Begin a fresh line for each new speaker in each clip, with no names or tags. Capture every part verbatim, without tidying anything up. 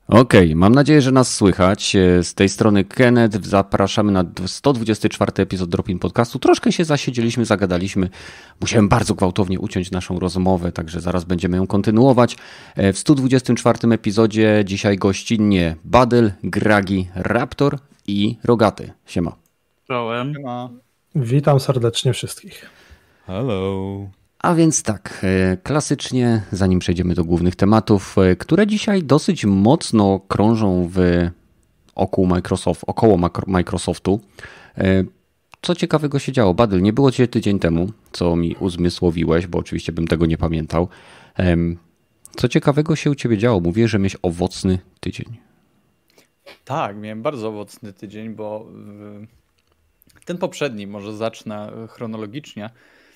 Okej, okay, mam nadzieję, że nas słychać. Z tej strony Kenneth. Zapraszamy na sto dwudziesty czwarty epizod Dropin Podcastu. Troszkę się zasiedzieliśmy, zagadaliśmy. Musiałem bardzo gwałtownie uciąć naszą rozmowę, także zaraz będziemy ją kontynuować. W sto dwudziestym czwartym epizodzie dzisiaj gościnnie Badyl, Gragi, Raptor i Rogaty. Siema.
Czołem.
Siema.
Witam serdecznie wszystkich.
Hello.
A więc tak, klasycznie, zanim przejdziemy do głównych tematów, które dzisiaj dosyć mocno krążą w około, Microsoft, około Microsoftu. Co ciekawego się działo? Badyl, nie było cię tydzień temu, co mi uzmysłowiłeś, bo oczywiście bym tego nie pamiętał. Co ciekawego się u ciebie działo? Mówię, że miałeś owocny tydzień.
Tak, miałem bardzo owocny tydzień, bo ten poprzedni, może zacznę chronologicznie,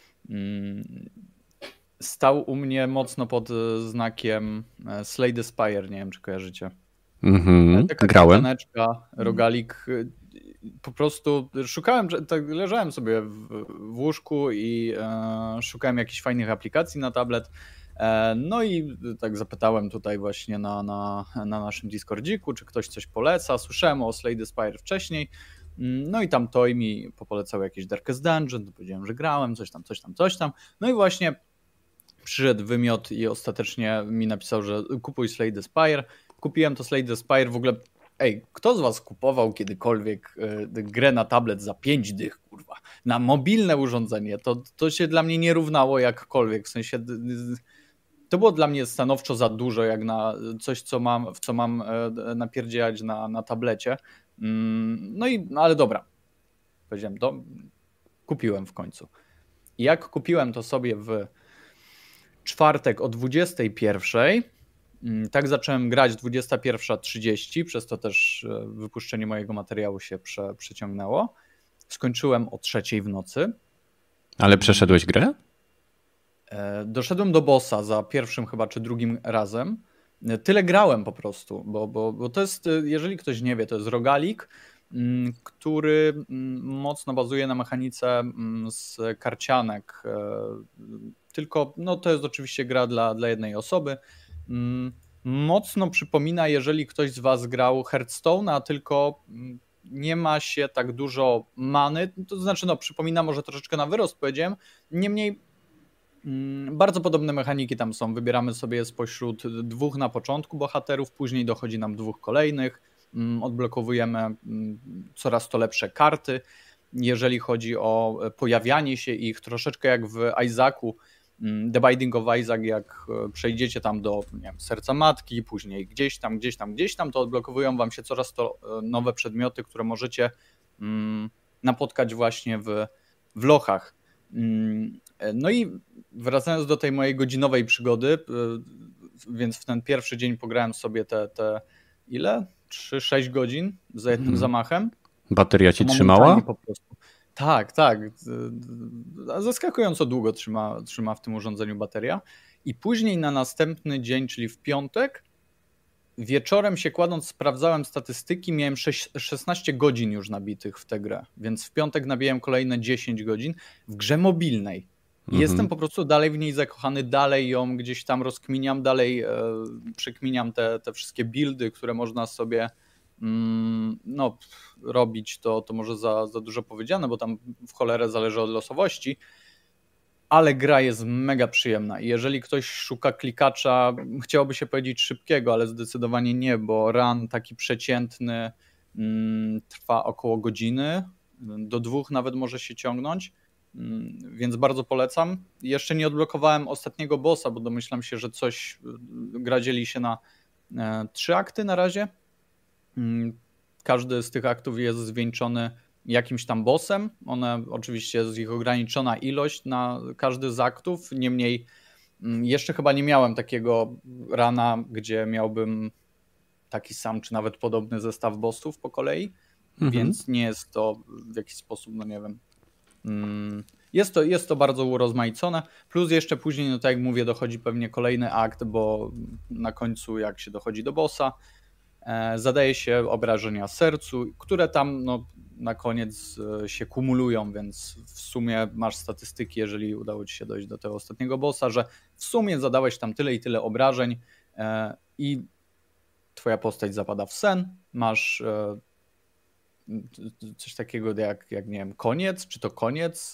stał u mnie mocno pod znakiem Slay the Spire, nie wiem czy kojarzycie.
Mm-hmm.
Taka
Grałem.
Kaszaneczka, rogalik. Po prostu szukałem, tak leżałem sobie w, w łóżku i e, szukałem jakichś fajnych aplikacji na tablet. E, no i tak zapytałem tutaj właśnie na, na, na naszym Discordziku, czy ktoś coś poleca. Słyszałem o Slay the Spire wcześniej. No i tam Toy mi popolecał jakieś Darkest Dungeon, to powiedziałem, że grałem, coś tam, coś tam, coś tam. No i właśnie przyszedł wymiot i ostatecznie mi napisał, że kupuj Slay the Spire. Kupiłem to Slay the Spire, w ogóle, ej, kto z was kupował kiedykolwiek y, grę na tablet za pięć dych, kurwa, na mobilne urządzenie? To, to się dla mnie nie równało jakkolwiek, w sensie y, to było dla mnie stanowczo za dużo, jak na coś, co mam, w co mam y, napierdzielać na, na tablecie. No i, no ale dobra, powiedziałem, to kupiłem w końcu. I jak kupiłem to sobie w czwartek o dwudziestej pierwszej, tak zacząłem grać dwudziesta pierwsza trzydzieści, przez to też wypuszczenie mojego materiału się prze, przeciągnęło. Skończyłem o trzeciej w nocy.
Ale przeszedłeś grę?
Doszedłem do bossa za pierwszym chyba czy drugim razem. Tyle grałem po prostu, bo, bo, bo to jest, jeżeli ktoś nie wie, to jest rogalik, który mocno bazuje na mechanice z karcianek. Tylko no, to jest oczywiście gra dla, dla jednej osoby. Mocno przypomina, jeżeli ktoś z was grał Hearthstone'a, tylko nie ma się tak dużo many, to znaczy no przypomina może troszeczkę na wyrost, powiedziałem, niemniej bardzo podobne mechaniki tam są. Wybieramy sobie spośród dwóch na początku bohaterów, później dochodzi nam dwóch kolejnych, odblokowujemy coraz to lepsze karty. Jeżeli chodzi o pojawianie się ich, troszeczkę jak w Isaacu, The Binding of Isaac, jak przejdziecie tam do nie wiem, Serca Matki, później gdzieś tam, gdzieś tam, gdzieś tam, to odblokowują wam się coraz to nowe przedmioty, które możecie napotkać właśnie w, w lochach. No i wracając do tej mojej godzinowej przygody, więc w ten pierwszy dzień pograłem sobie te, te ile? trzy sześć godzin za jednym hmm. zamachem.
Bateria ci trzymała?
Po prostu. Tak, tak. Zaskakująco długo trzyma, trzyma w tym urządzeniu bateria. I później na następny dzień, czyli w piątek, wieczorem się kładąc sprawdzałem statystyki, miałem szesnaście godzin już nabitych w tę grę, więc w piątek nabijałem kolejne dziesięć godzin w grze mobilnej. Mhm. Jestem po prostu dalej w niej zakochany, dalej ją gdzieś tam rozkminiam, dalej e, przekminiam te, te wszystkie buildy, które można sobie mm, no, robić, to, to może za, za dużo powiedziane, bo tam w cholerę zależy od losowości, ale gra jest mega przyjemna i jeżeli ktoś szuka klikacza, chciałoby się powiedzieć szybkiego, ale zdecydowanie nie, bo run taki przeciętny mm, trwa około godziny, do dwóch nawet może się ciągnąć, mm, więc bardzo polecam. Jeszcze nie odblokowałem ostatniego bossa, bo domyślam się, że coś gra dzieli się na e, trzy akty na razie. Mm, każdy z tych aktów jest zwieńczony jakimś tam bossem. One oczywiście jest ich ograniczona ilość na każdy z aktów, niemniej jeszcze chyba nie miałem takiego rana, gdzie miałbym taki sam, czy nawet podobny zestaw bossów po kolei, mhm. więc nie jest to w jakiś sposób, no nie wiem, jest to, jest to bardzo urozmaicone, plus jeszcze później, no tak jak mówię, dochodzi pewnie kolejny akt, bo na końcu jak się dochodzi do bossa, zadaje się obrażenia sercu, które tam no, na koniec się kumulują, więc w sumie masz statystyki, jeżeli udało ci się dojść do tego ostatniego bossa, że w sumie zadałeś tam tyle i tyle obrażeń i twoja postać zapada w sen, masz e, coś takiego jak, jak, nie wiem, koniec, czy to koniec,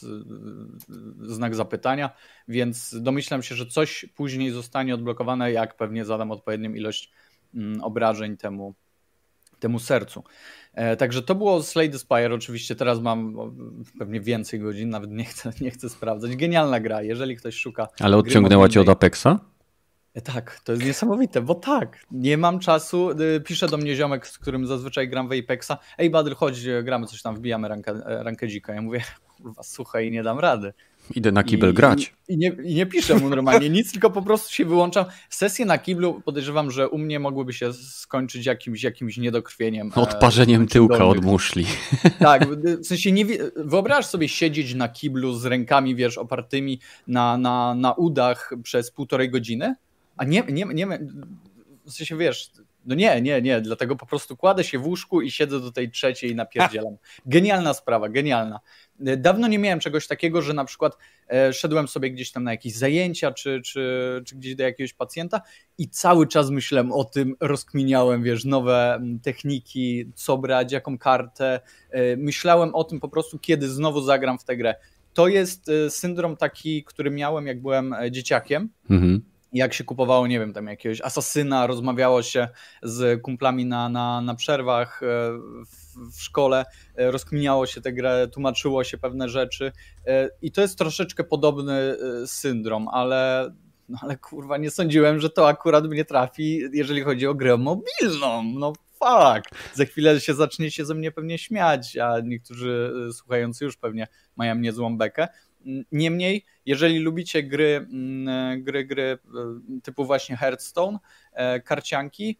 znak zapytania, więc domyślam się, że coś później zostanie odblokowane, jak pewnie zadam odpowiednią ilość obrażeń temu, temu sercu. Także to było Slay the Spire, oczywiście teraz mam pewnie więcej godzin, nawet nie chcę, nie chcę sprawdzać. Genialna gra, jeżeli ktoś szuka...
Ale odciągnęła cię od Apexa?
Tak, to jest niesamowite, bo tak, nie mam czasu, pisze do mnie ziomek, z którym zazwyczaj gram w Apexa, ej Badr, chodź, gramy coś tam, wbijamy rankę, rankedzika. Ja mówię, kurwa, słuchaj, nie dam rady.
Idę na kibel
I,
grać.
I, i, nie, I nie piszę mu normalnie nic, tylko po prostu się wyłączam. Sesje na kiblu podejrzewam, że u mnie mogłyby się skończyć jakimś, jakimś niedokrwieniem.
Odparzeniem e, tyłka od muszli.
Tak, w sensie nie wyobraź sobie siedzieć na kiblu z rękami, wiesz, opartymi na, na, na udach przez półtorej godziny? A nie, nie, nie, w sensie wiesz, no nie, nie, nie, dlatego po prostu kładę się w łóżku i siedzę do tej trzeciej i napierdzielam. Genialna sprawa, genialna. Dawno nie miałem czegoś takiego, że na przykład e, szedłem sobie gdzieś tam na jakieś zajęcia, czy, czy, czy gdzieś do jakiegoś pacjenta i cały czas myślałem o tym, rozkminiałem, wiesz, nowe techniki, co brać, jaką kartę. E, myślałem o tym po prostu, kiedy znowu zagram w tę grę. To jest e, syndrom taki, który miałem, jak byłem dzieciakiem. Mhm. Jak się kupowało, nie wiem, tam jakiegoś asasyna, rozmawiało się z kumplami na, na, na przerwach w, w szkole, rozkminiało się tę grę, tłumaczyło się pewne rzeczy i to jest troszeczkę podobny syndrom, ale, no ale kurwa nie sądziłem, że to akurat mnie trafi, jeżeli chodzi o grę mobilną, no fuck, za chwilę się zaczniecie ze mnie pewnie śmiać, a niektórzy słuchający już pewnie mają niezłą bekę. Niemniej, jeżeli lubicie gry, gry, gry typu właśnie Hearthstone, karcianki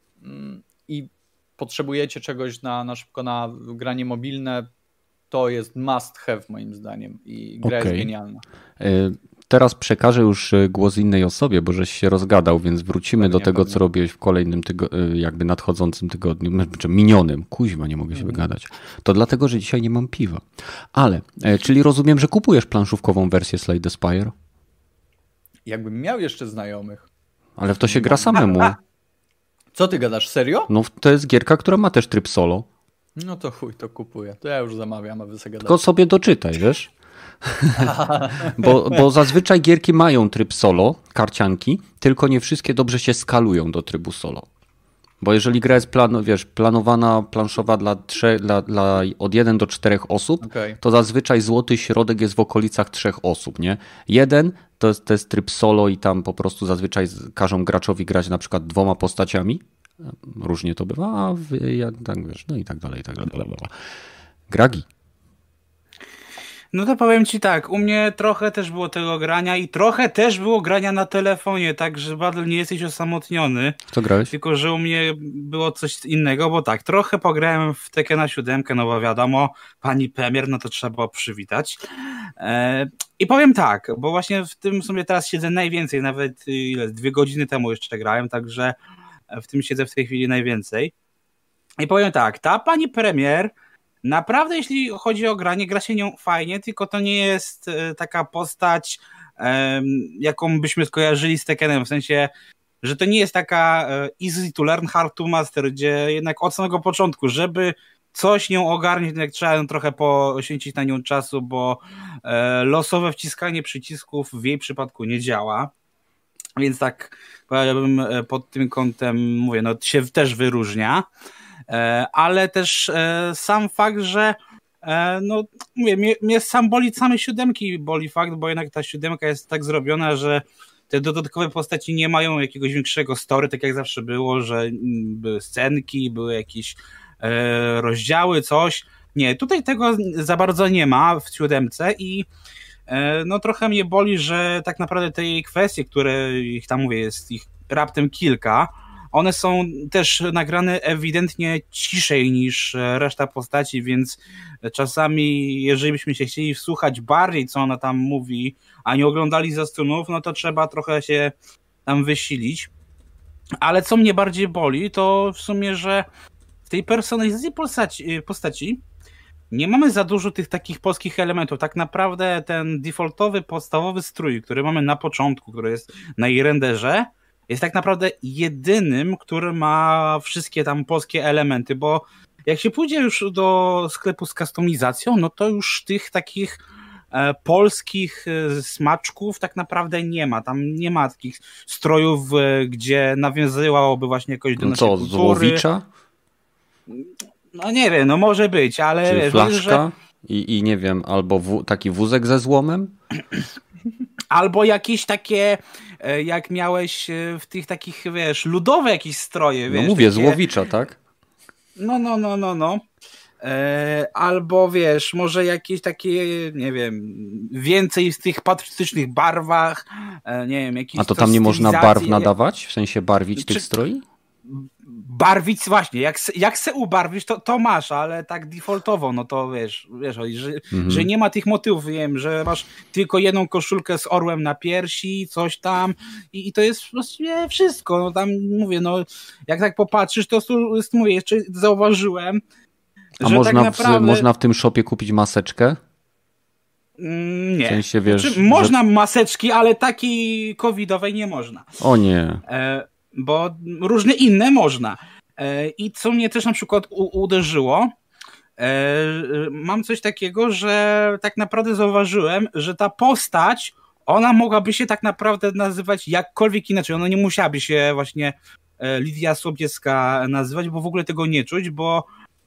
i potrzebujecie czegoś na, na szybko na granie mobilne, to jest must have moim zdaniem i gra okay. jest genialna.
Teraz przekażę już głos innej osobie, bo żeś się rozgadał, więc wrócimy pewnie, do tego, pewnie. co robiłeś w kolejnym tygo- jakby nadchodzącym tygodniu, czy minionym. Kuźwa, nie mogę się mm. wygadać. To dlatego, że dzisiaj nie mam piwa. Ale, czyli rozumiem, że kupujesz planszówkową wersję Slay the Spire?
Jakbym miał jeszcze znajomych.
Ale w to się gra samemu. A, a.
Co ty gadasz, serio?
No to jest gierka, która ma też tryb solo.
No to chuj, to kupuję. To ja już zamawiam, a wy sobie gadacie.
Tylko sobie doczytaj, wiesz? bo, bo zazwyczaj gierki mają tryb solo, karcianki, tylko nie wszystkie dobrze się skalują do trybu solo. Bo jeżeli gra jest plan, wiesz, planowana, planszowa dla, trzech, dla, dla od jeden do czterech osób, okay. to zazwyczaj złoty środek jest w okolicach trzech osób, nie? Jeden to jest, to jest tryb solo i tam po prostu zazwyczaj każą graczowi grać na przykład dwoma postaciami. Różnie to bywa, a wy, ja, tak wiesz, no i tak dalej, i tak dalej. Gragi.
No to powiem ci tak, u mnie trochę też było tego grania i trochę też było grania na telefonie, także Badl, nie jesteś osamotniony.
Co grałeś?
Tylko, że u mnie było coś innego, bo tak, trochę pograłem w Tekena siedem, no bo wiadomo, pani premier, no to trzeba było przywitać. E, I powiem tak, bo właśnie w tym sobie teraz siedzę najwięcej, nawet ile, dwie godziny temu jeszcze grałem, także w tym siedzę w tej chwili najwięcej. I powiem tak, ta pani premier naprawdę, jeśli chodzi o granie, gra się nią fajnie, tylko to nie jest e, taka postać, e, jaką byśmy skojarzyli z Tekkenem, w sensie, że to nie jest taka e, easy to learn, hard to master, gdzie jednak od samego początku, żeby coś nią ogarnić, to jak trzeba ją trochę poświęcić na nią czasu, bo e, losowe wciskanie przycisków w jej przypadku nie działa, więc tak powiem, pod tym kątem, mówię, no się też wyróżnia. Ale też sam fakt, że no mówię, mnie, mnie sam boli same siódemki, boli fakt, bo jednak ta siódemka jest tak zrobiona, że te dodatkowe postaci nie mają jakiegoś większego story, tak jak zawsze było, że były scenki, były jakieś rozdziały, coś. Nie, tutaj tego za bardzo nie ma w siódemce i no trochę mnie boli, że tak naprawdę te jej kwestie, które ich tam mówię, jest ich raptem kilka, one są też nagrane ewidentnie ciszej niż reszta postaci, więc czasami, jeżeli byśmy się chcieli wsłuchać bardziej, co ona tam mówi, a nie oglądali zwiastunów, no to trzeba trochę się tam wysilić. Ale co mnie bardziej boli, to w sumie, że w tej personalizacji postaci, postaci nie mamy za dużo tych takich polskich elementów. Tak naprawdę ten defaultowy, podstawowy strój, który mamy na początku, który jest na jej renderze, jest tak naprawdę jedynym, który ma wszystkie tam polskie elementy, bo jak się pójdzie już do sklepu z kustomizacją, no to już tych takich e, polskich e, smaczków tak naprawdę nie ma. Tam nie ma takich strojów, e, gdzie nawiązywałoby właśnie jakoś do
no
naszej
co,
kultury.
Złowicza?
No nie wiem, no może być, ale...
Czy
wiesz,
flaszka?
że...
I, I nie wiem, albo w, taki wózek ze złomem?
Albo jakieś takie, jak miałeś w tych takich, wiesz, ludowe jakieś stroje, wiesz.
No mówię,
takie...
Złowicza, tak?
No, no, no, no, no. E, albo wiesz, może jakieś takie, nie wiem, więcej z tych patriotycznych barwach, e, nie wiem, jakieś...
A to tam nie można barw nadawać? W sensie barwić
Czy...
tych stroi?
Barwić właśnie, jak, jak se ubarwisz, to, to masz, ale tak defaultowo, no to wiesz, wiesz że, mhm. że nie ma tych motywów, wiem, że masz tylko jedną koszulkę z orłem na piersi, coś tam i, i to jest właściwie wszystko, no tam mówię, no jak tak popatrzysz, to jest, mówię, jeszcze zauważyłem,
A
że
można,
tak naprawdę...
w, można w tym shopie kupić maseczkę?
Mm, nie.
W sensie, wiesz,
znaczy, można
że...
maseczki, ale takiej covidowej nie można.
O nie.
E, bo różne inne można. I co mnie też na przykład uderzyło, mam coś takiego, że tak naprawdę zauważyłem, że ta postać, ona mogłaby się tak naprawdę nazywać jakkolwiek inaczej. Ona nie musiałaby się właśnie Lidia Sobieska nazywać, bo w ogóle tego nie czuć, bo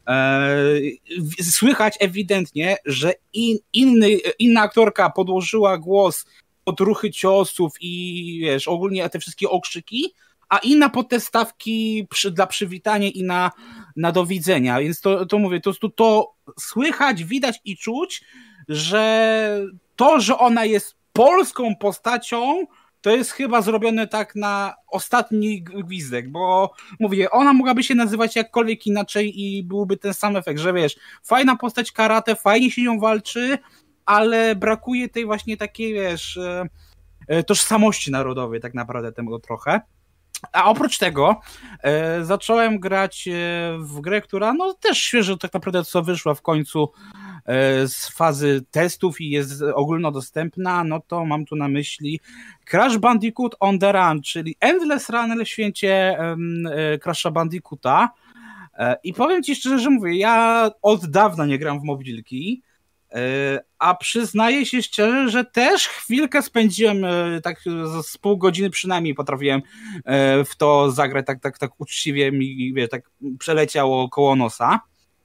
słychać ewidentnie, że in, inny, inna aktorka podłożyła głos pod ruchy ciosów i wiesz, ogólnie te wszystkie okrzyki, a inna pod te stawki przy, dla przywitania i na, na do widzenia. Więc to, to mówię, to, to, to słychać, widać i czuć, że to, że ona jest polską postacią, to jest chyba zrobione tak na ostatni gwizdek, bo mówię, ona mogłaby się nazywać jakkolwiek inaczej i byłby ten sam efekt, że wiesz, fajna postać karate, fajnie się nią walczy, ale brakuje tej właśnie takiej, wiesz, tożsamości narodowej tak naprawdę tego trochę. A oprócz tego e, zacząłem grać w grę, która no też świeżo tak naprawdę co wyszła w końcu e, z fazy testów i jest ogólnodostępna, no to mam tu na myśli Crash Bandicoot on the Run, czyli Endless Run, ale w święcie e, Crasha Bandicoota. E, I powiem ci szczerze, że mówię, ja od dawna nie gram w mobilki, a przyznaję się szczerze, że też chwilkę spędziłem, tak z pół godziny przynajmniej potrafiłem w to zagrać, tak, tak, tak uczciwie mi, wiesz, tak przeleciało koło nosa.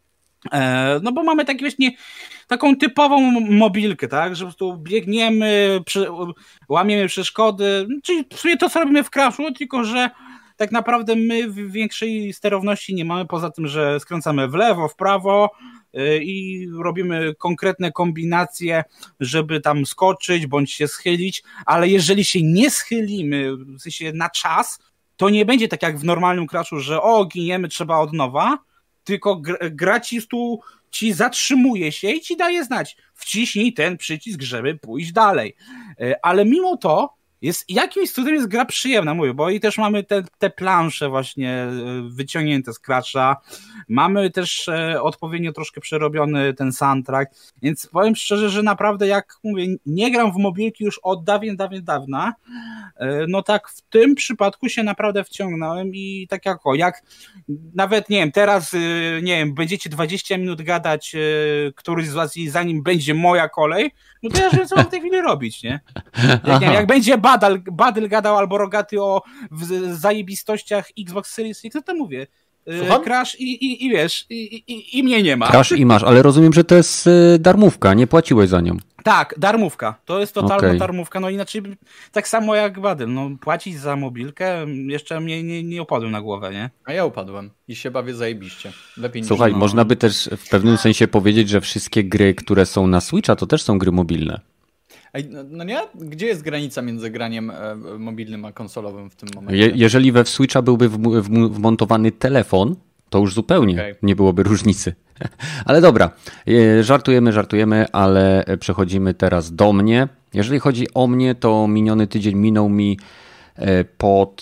No bo mamy tak właśnie taką typową mobilkę, tak, że po prostu biegniemy, łamiemy przeszkody, czyli w sumie to, co robimy w Crashu, tylko że tak naprawdę my w większej sterowności nie mamy, poza tym, że skręcamy w lewo, w prawo i robimy konkretne kombinacje, żeby tam skoczyć bądź się schylić, ale jeżeli się nie schylimy, w sensie na czas, to nie będzie tak jak w normalnym Crashu, że o, giniemy, trzeba od nowa, tylko gra ci tu ci zatrzymuje się i ci daje znać, wciśnij ten przycisk, żeby pójść dalej. Ale mimo to jest jakimś cudem jest gra przyjemna, mówię, bo i też mamy te, te plansze właśnie wyciągnięte z Crasha, mamy też e, odpowiednio troszkę przerobiony ten soundtrack, więc powiem szczerze, że naprawdę jak mówię, nie gram w mobilki już od dawien, dawien, dawna, e, no tak w tym przypadku się naprawdę wciągnąłem i tak jak o, jak nawet, nie wiem, teraz, e, nie wiem, będziecie dwadzieścia minut gadać, e, któryś z was i zanim będzie moja kolej, no to ja wiem, co mam w tej chwili robić, nie? Jak, nie, jak będzie Badal, Badyl gadał albo Rogaty o w zajebistościach Xbox Series X, no to mówię, Słucham? Crash i, i, i wiesz, i, i, i mnie nie ma.
Crash i masz, ale rozumiem, że to jest darmówka, nie płaciłeś za nią.
Tak, darmówka. To jest totalna
okay.
darmówka, no inaczej tak samo jak Badyl, no płacić za mobilkę, jeszcze mnie nie, nie opadłem na głowę, nie?
A ja upadłem i się bawię zajebiście. Lepiej niż
Słuchaj,
na...
można by też w pewnym sensie powiedzieć, że wszystkie gry, które są na Switcha, to też są gry mobilne.
Ej, no nie? Gdzie jest granica między graniem e, mobilnym a konsolowym w tym momencie?
Je, jeżeli we Switcha byłby w, w, wmontowany telefon, to już zupełnie okay. nie byłoby różnicy. Ale dobra, żartujemy, żartujemy, ale przechodzimy teraz do mnie. Jeżeli chodzi o mnie, to miniony tydzień minął mi pod,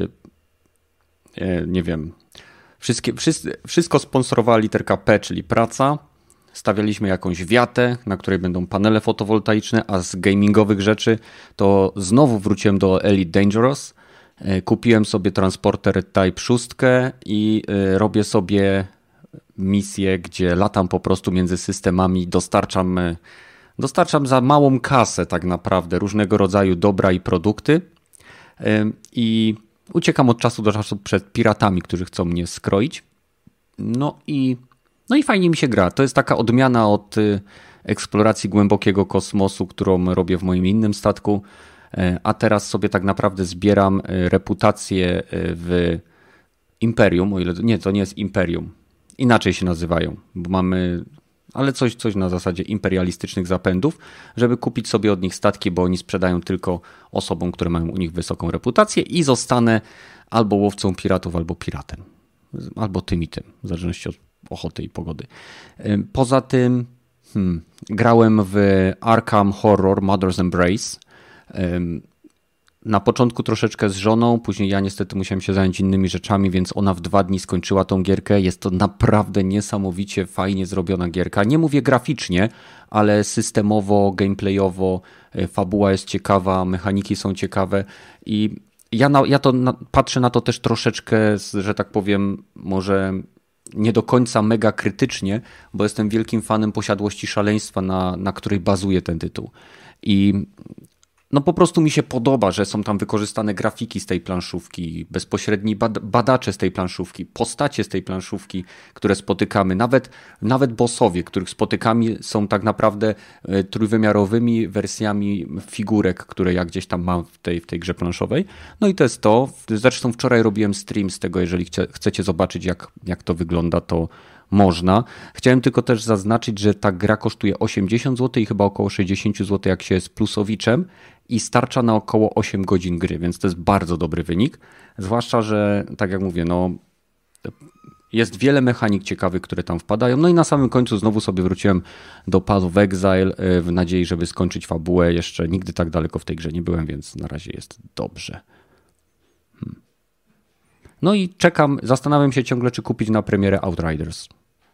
nie wiem, wszystkie, wszyscy, wszystko sponsorowała literka P, czyli praca. Stawialiśmy jakąś wiatę, na której będą panele fotowoltaiczne, a z gamingowych rzeczy to znowu wróciłem do Elite Dangerous. Kupiłem sobie transporter Type sześć i robię sobie misję, gdzie latam po prostu między systemami, dostarczam, dostarczam za małą kasę tak naprawdę różnego rodzaju dobra i produkty i uciekam od czasu do czasu przed piratami, którzy chcą mnie skroić. No i, no i fajnie mi się gra. To jest taka odmiana od eksploracji głębokiego kosmosu, którą robię w moim innym statku, a teraz sobie tak naprawdę zbieram reputację w Imperium, o ile nie, to nie jest Imperium. Inaczej się nazywają, bo mamy, ale coś, coś na zasadzie imperialistycznych zapędów, żeby kupić sobie od nich statki, bo oni sprzedają tylko osobom, które mają u nich wysoką reputację i zostanę albo łowcą piratów, albo piratem. Albo tym i tym, w zależności od ochoty i pogody. Poza tym hmm, grałem w Arkham Horror Mother's Embrace. Na początku troszeczkę z żoną, później ja niestety musiałem się zająć innymi rzeczami, więc ona w dwa dni skończyła tą gierkę. Jest to naprawdę niesamowicie fajnie zrobiona gierka. Nie mówię graficznie, ale systemowo, gameplayowo, fabuła jest ciekawa, mechaniki są ciekawe i ja, na, ja to na, patrzę na to też troszeczkę, że tak powiem, może nie do końca mega krytycznie, bo jestem wielkim fanem posiadłości szaleństwa, na, na której bazuje ten tytuł. I no po prostu mi się podoba, że są tam wykorzystane grafiki z tej planszówki, bezpośredni badacze z tej planszówki, postacie z tej planszówki, które spotykamy, nawet, nawet bossowie, których spotykamy, są tak naprawdę trójwymiarowymi wersjami figurek, które ja gdzieś tam mam w tej, w tej grze planszowej. No i to jest to. Zresztą wczoraj robiłem stream z tego, jeżeli chcie, chcecie zobaczyć, jak, jak to wygląda, to można. Chciałem tylko też zaznaczyć, że ta gra kosztuje osiemdziesiąt złotych i chyba około sześćdziesiąt złotych, jak się jest plusowiczem i starcza na około osiem godzin gry, więc to jest bardzo dobry wynik. Zwłaszcza, że tak jak mówię, no jest wiele mechanik ciekawych, które tam wpadają. No i na samym końcu znowu sobie wróciłem do Path of Exile w nadziei, żeby skończyć fabułę. Jeszcze nigdy tak daleko w tej grze nie byłem, więc na razie jest dobrze. Hmm. No i czekam, zastanawiam się ciągle, czy kupić na premierę Outriders.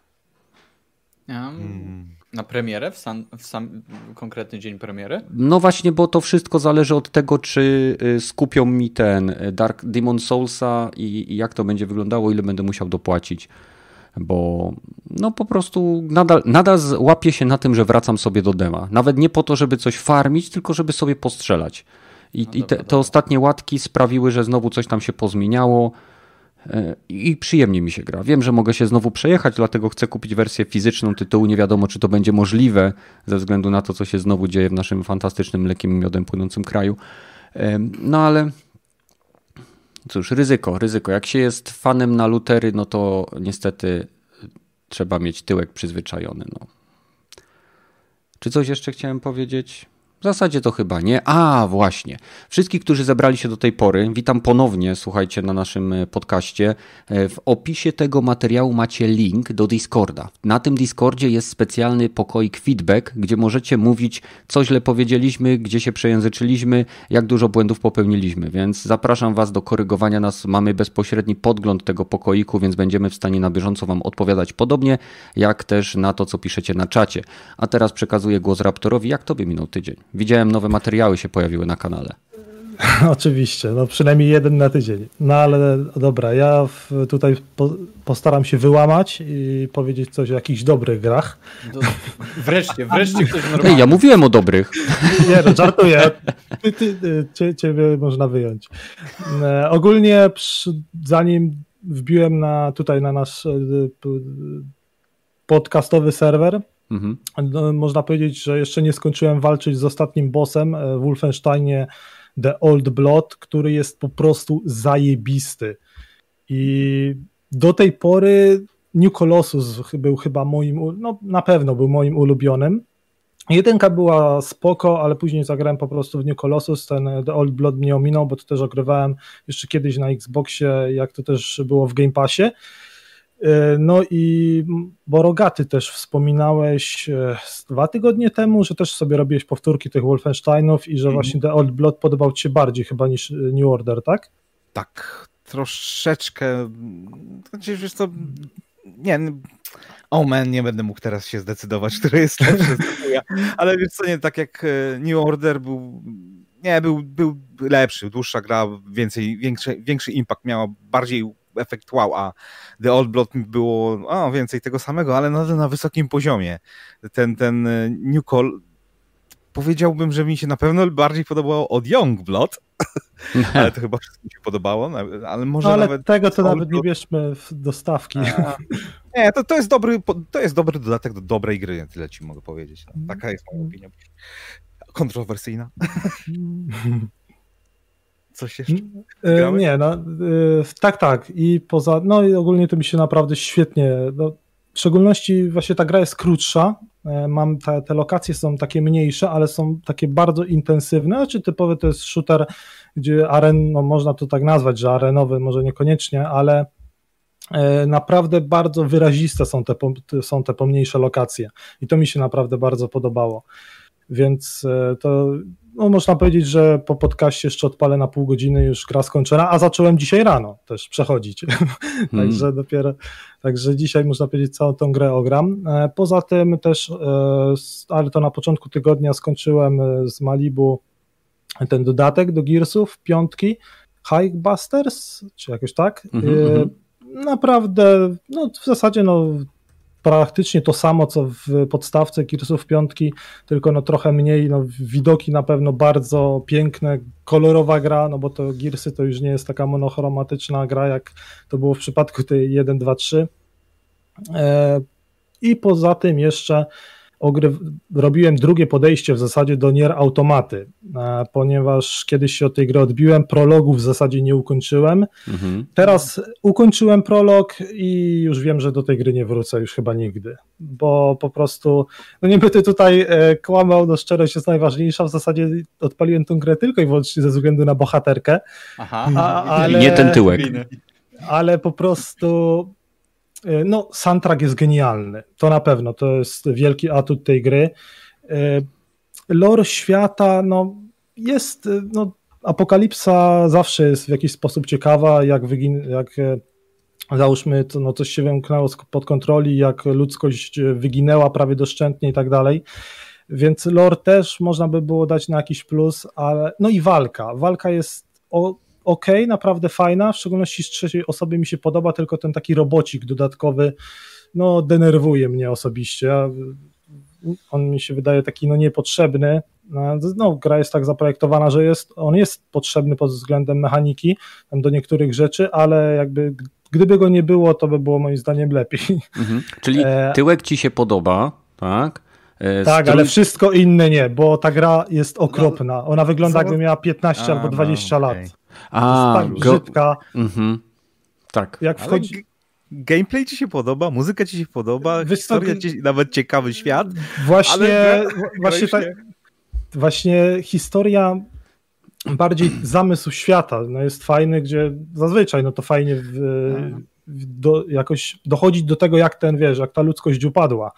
Um, na premierę? W sam, w sam konkretny dzień premiery?
No właśnie, bo to wszystko zależy od tego, czy skupią mi ten Dark Demon Soulsa i, i jak to będzie wyglądało, ile będę musiał dopłacić. Bo no po prostu nadal, nadal łapię się na tym, że wracam sobie do dema. Nawet nie po to, żeby coś farmić, tylko żeby sobie postrzelać. I, no i te, te ostatnie łatki sprawiły, że znowu coś tam się pozmieniało i przyjemnie mi się gra. Wiem, że mogę się znowu przejechać, dlatego chcę kupić wersję fizyczną tytułu. Nie wiadomo, czy to będzie możliwe ze względu na to, co się znowu dzieje w naszym fantastycznym mlekiem i miodem płynącym kraju. No ale cóż, ryzyko, ryzyko. Jak się jest fanem na lutery, no to niestety trzeba mieć tyłek przyzwyczajony. No. Czy coś jeszcze chciałem powiedzieć? W zasadzie to chyba nie. A, właśnie. Wszystkich, którzy zebrali się do tej pory, witam ponownie, słuchajcie, na naszym podcaście. W opisie tego materiału macie link do Discorda. Na tym Discordzie jest specjalny pokoik feedback, gdzie możecie mówić, co źle powiedzieliśmy, gdzie się przejęzyczyliśmy, jak dużo błędów popełniliśmy. Więc zapraszam was do korygowania nas. Mamy bezpośredni podgląd tego pokoiku, więc będziemy w stanie na bieżąco wam odpowiadać podobnie, jak też na to, co piszecie na czacie. A teraz przekazuję głos Raptorowi. Jak tobie minął tydzień? Widziałem, nowe materiały się pojawiły na kanale.
Oczywiście, no przynajmniej jeden na tydzień. No ale dobra, ja w, tutaj po, postaram się wyłamać i powiedzieć coś o jakichś dobrych grach.
To wreszcie, wreszcie ktoś normalny.
Ej, ja mówiłem o dobrych.
Nie, no żartuję. Ty, ty, ty, ciebie można wyjąć. E, ogólnie przy, zanim wbiłem na, tutaj na nasz e, podcastowy serwer, Mhm. No, można powiedzieć, że jeszcze nie skończyłem walczyć z ostatnim bossem w Wolfensteinie The Old Blood, który jest po prostu zajebisty. I do tej pory New Colossus był chyba moim, no na pewno był moim ulubionym. Jedynka była spoko, ale później zagrałem po prostu w New Colossus, ten The Old Blood mnie ominął, bo to też ogrywałem jeszcze kiedyś na Xboxie, jak to też było w Game Passie. No i bo Rogaty też wspominałeś dwa tygodnie temu, że też sobie robiłeś powtórki tych Wolfensteinów i że mm. właśnie The Old Blood podobał ci się bardziej chyba niż New Order, tak?
Tak, troszeczkę, znaczy wiesz co, nie, oh man, nie będę mógł teraz się zdecydować, które jest lepsze, ale wiesz co, nie, tak jak New Order był nie, był, był lepszy, dłuższa gra, więcej, większy, większy impact miała, bardziej efekt wow, a The Old Blood było o, więcej tego samego, ale nadal na wysokim poziomie. Ten, ten New Call, powiedziałbym, że mi się na pewno bardziej podobało od Young Blood, ale to chyba wszystkim się podobało, ale może
no, ale
nawet...
tego to nawet nie bierzmy do stawki.
A, nie, to, to, jest dobry, to jest dobry dodatek do dobrej gry, tyle ci mogę powiedzieć. Taka jest moja opinia. Kontrowersyjna. Coś jeszcze?
Grałeś? Nie, no tak, tak. I poza, no i ogólnie to mi się naprawdę świetnie, no, w szczególności właśnie ta gra jest krótsza, mam te, te lokacje są takie mniejsze, ale są takie bardzo intensywne, znaczy typowy to jest shooter, gdzie aren, no można to tak nazwać, że arenowy może niekoniecznie, ale naprawdę bardzo wyraziste są te, są te pomniejsze lokacje i to mi się naprawdę bardzo podobało. Więc to no można powiedzieć, że po podcaście jeszcze odpalę na pół godziny, już gra skończona, a zacząłem dzisiaj rano też przechodzić. Hmm. Także dopiero, także dzisiaj można powiedzieć całą tą grę ogram. Poza tym też, ale to na początku tygodnia skończyłem z Malibu ten dodatek do Gearsów, piątki, Hikebusters, czy jakoś tak. Mm-hmm. Naprawdę, no w zasadzie no praktycznie to samo, co w podstawce Gearsów piątki, tylko no trochę mniej, no widoki na pewno bardzo piękne, kolorowa gra, no bo to Gearsy to już nie jest taka monochromatyczna gra, jak to było w przypadku tej jeden, dwa, trzy. I poza tym jeszcze ogry... robiłem drugie podejście w zasadzie do Nier Automaty, ponieważ kiedyś się od tej gry odbiłem, prologu w zasadzie nie ukończyłem. Mhm. Teraz ukończyłem prolog i już wiem, że do tej gry nie wrócę już chyba nigdy, bo po prostu, no nie będę tutaj kłamał, no szczerość jest najważniejsza, w zasadzie odpaliłem tę grę tylko i wyłącznie ze względu na bohaterkę.
Aha.
A, ale...
Nie ten tyłek.
Ale po prostu... No, soundtrack jest genialny, to na pewno, to jest wielki atut tej gry. Lore świata, no, jest, no, apokalipsa zawsze jest w jakiś sposób ciekawa, jak, wygin, jak załóżmy, to, no, coś się wymknęło spod kontroli, jak ludzkość wyginęła prawie doszczętnie i tak dalej, więc lore też można by było dać na jakiś plus, ale, no i walka, walka jest o okej, okay, naprawdę fajna, w szczególności z trzeciej osoby mi się podoba, tylko ten taki robocik dodatkowy, no denerwuje mnie osobiście, on mi się wydaje taki no niepotrzebny, no gra jest tak zaprojektowana, że jest, on jest potrzebny pod względem mechaniki, tam do niektórych rzeczy, ale jakby gdyby go nie było, to by było moim zdaniem lepiej. Mhm.
Czyli tyłek ci się podoba, tak?
Tak, ale wszystko inne nie, bo ta gra jest okropna. Ona wygląda jakby miała piętnaście A, albo dwadzieścia no, okay. lat.
A,
jest tak go... brzydka.
Mhm. Tak.
Jak wchodzi... G- gameplay ci się podoba, muzyka ci się podoba, Wiesz, historia to... ci... nawet ciekawy świat.
Właśnie,
ale...
właśnie, ta... właśnie historia, bardziej zamysł świata no jest fajny, gdzie zazwyczaj no to fajnie w... w do... jakoś dochodzić do tego, jak ten, wiesz, jak ta ludzkość upadła.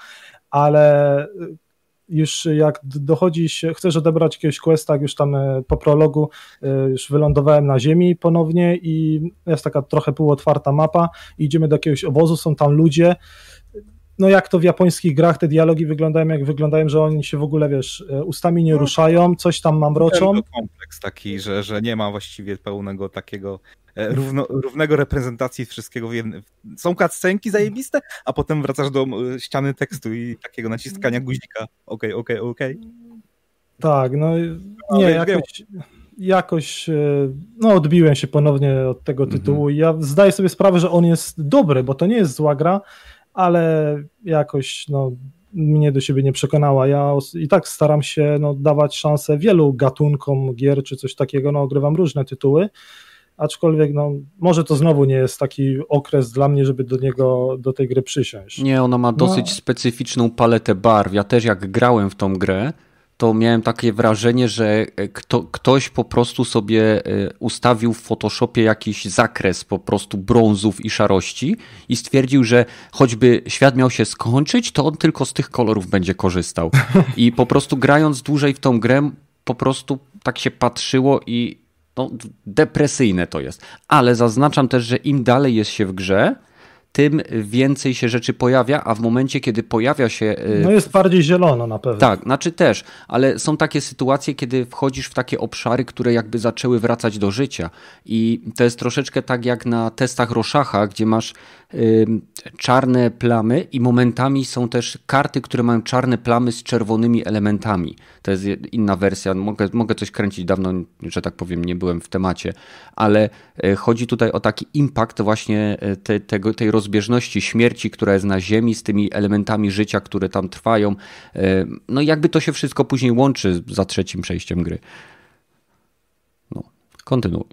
Ale już jak dochodzi się, chcesz odebrać jakiegoś questa, już tam po prologu już wylądowałem na ziemi ponownie i jest taka trochę półotwarta mapa, idziemy do jakiegoś obozu, są tam ludzie, no jak to w japońskich grach te dialogi wyglądają, jak wyglądają, że oni się w ogóle, wiesz, ustami nie ruszają, coś tam mamroczą.
To kompleks taki, że, że nie ma właściwie pełnego takiego równo, równego reprezentacji wszystkiego w jednym. Są cutscenki zajebiste, a potem wracasz do ściany tekstu i takiego naciskania guzika. Okej, okej, okej.
Tak, no nie, jakoś, jakoś no odbiłem się ponownie od tego tytułu i ja zdaję sobie sprawę, że on jest dobry, bo to nie jest zła gra, ale jakoś no, mnie do siebie nie przekonała. Ja i tak staram się no, dawać szansę wielu gatunkom gier czy coś takiego, no ogrywam różne tytuły, aczkolwiek no, może to znowu nie jest taki okres dla mnie, żeby do niego, do tej gry przysiąść.
Nie, ona ma dosyć no. specyficzną paletę barw. Ja też jak grałem w tą grę, to miałem takie wrażenie, że kto, ktoś po prostu sobie ustawił w Photoshopie jakiś zakres po prostu brązów i szarości i stwierdził, że choćby świat miał się skończyć, to on tylko z tych kolorów będzie korzystał. I po prostu grając dłużej w tą grę, po prostu tak się patrzyło i no, depresyjne to jest. Ale zaznaczam też, że im dalej jest się w grze, tym więcej się rzeczy pojawia, a w momencie, kiedy pojawia się...
No jest bardziej zielono na pewno.
Tak, znaczy też, ale są takie sytuacje, kiedy wchodzisz w takie obszary, które jakby zaczęły wracać do życia i to jest troszeczkę tak jak na testach Rorschacha, gdzie masz y, czarne plamy i momentami są też karty, które mają czarne plamy z czerwonymi elementami. To jest inna wersja, mogę, mogę coś kręcić, dawno, że tak powiem, nie byłem w temacie, ale chodzi tutaj o taki impact właśnie te, tego, tej rozbieżności śmierci, która jest na Ziemi z tymi elementami życia, które tam trwają. No i jakby to się wszystko później łączy za trzecim przejściem gry. No, kontynuuj.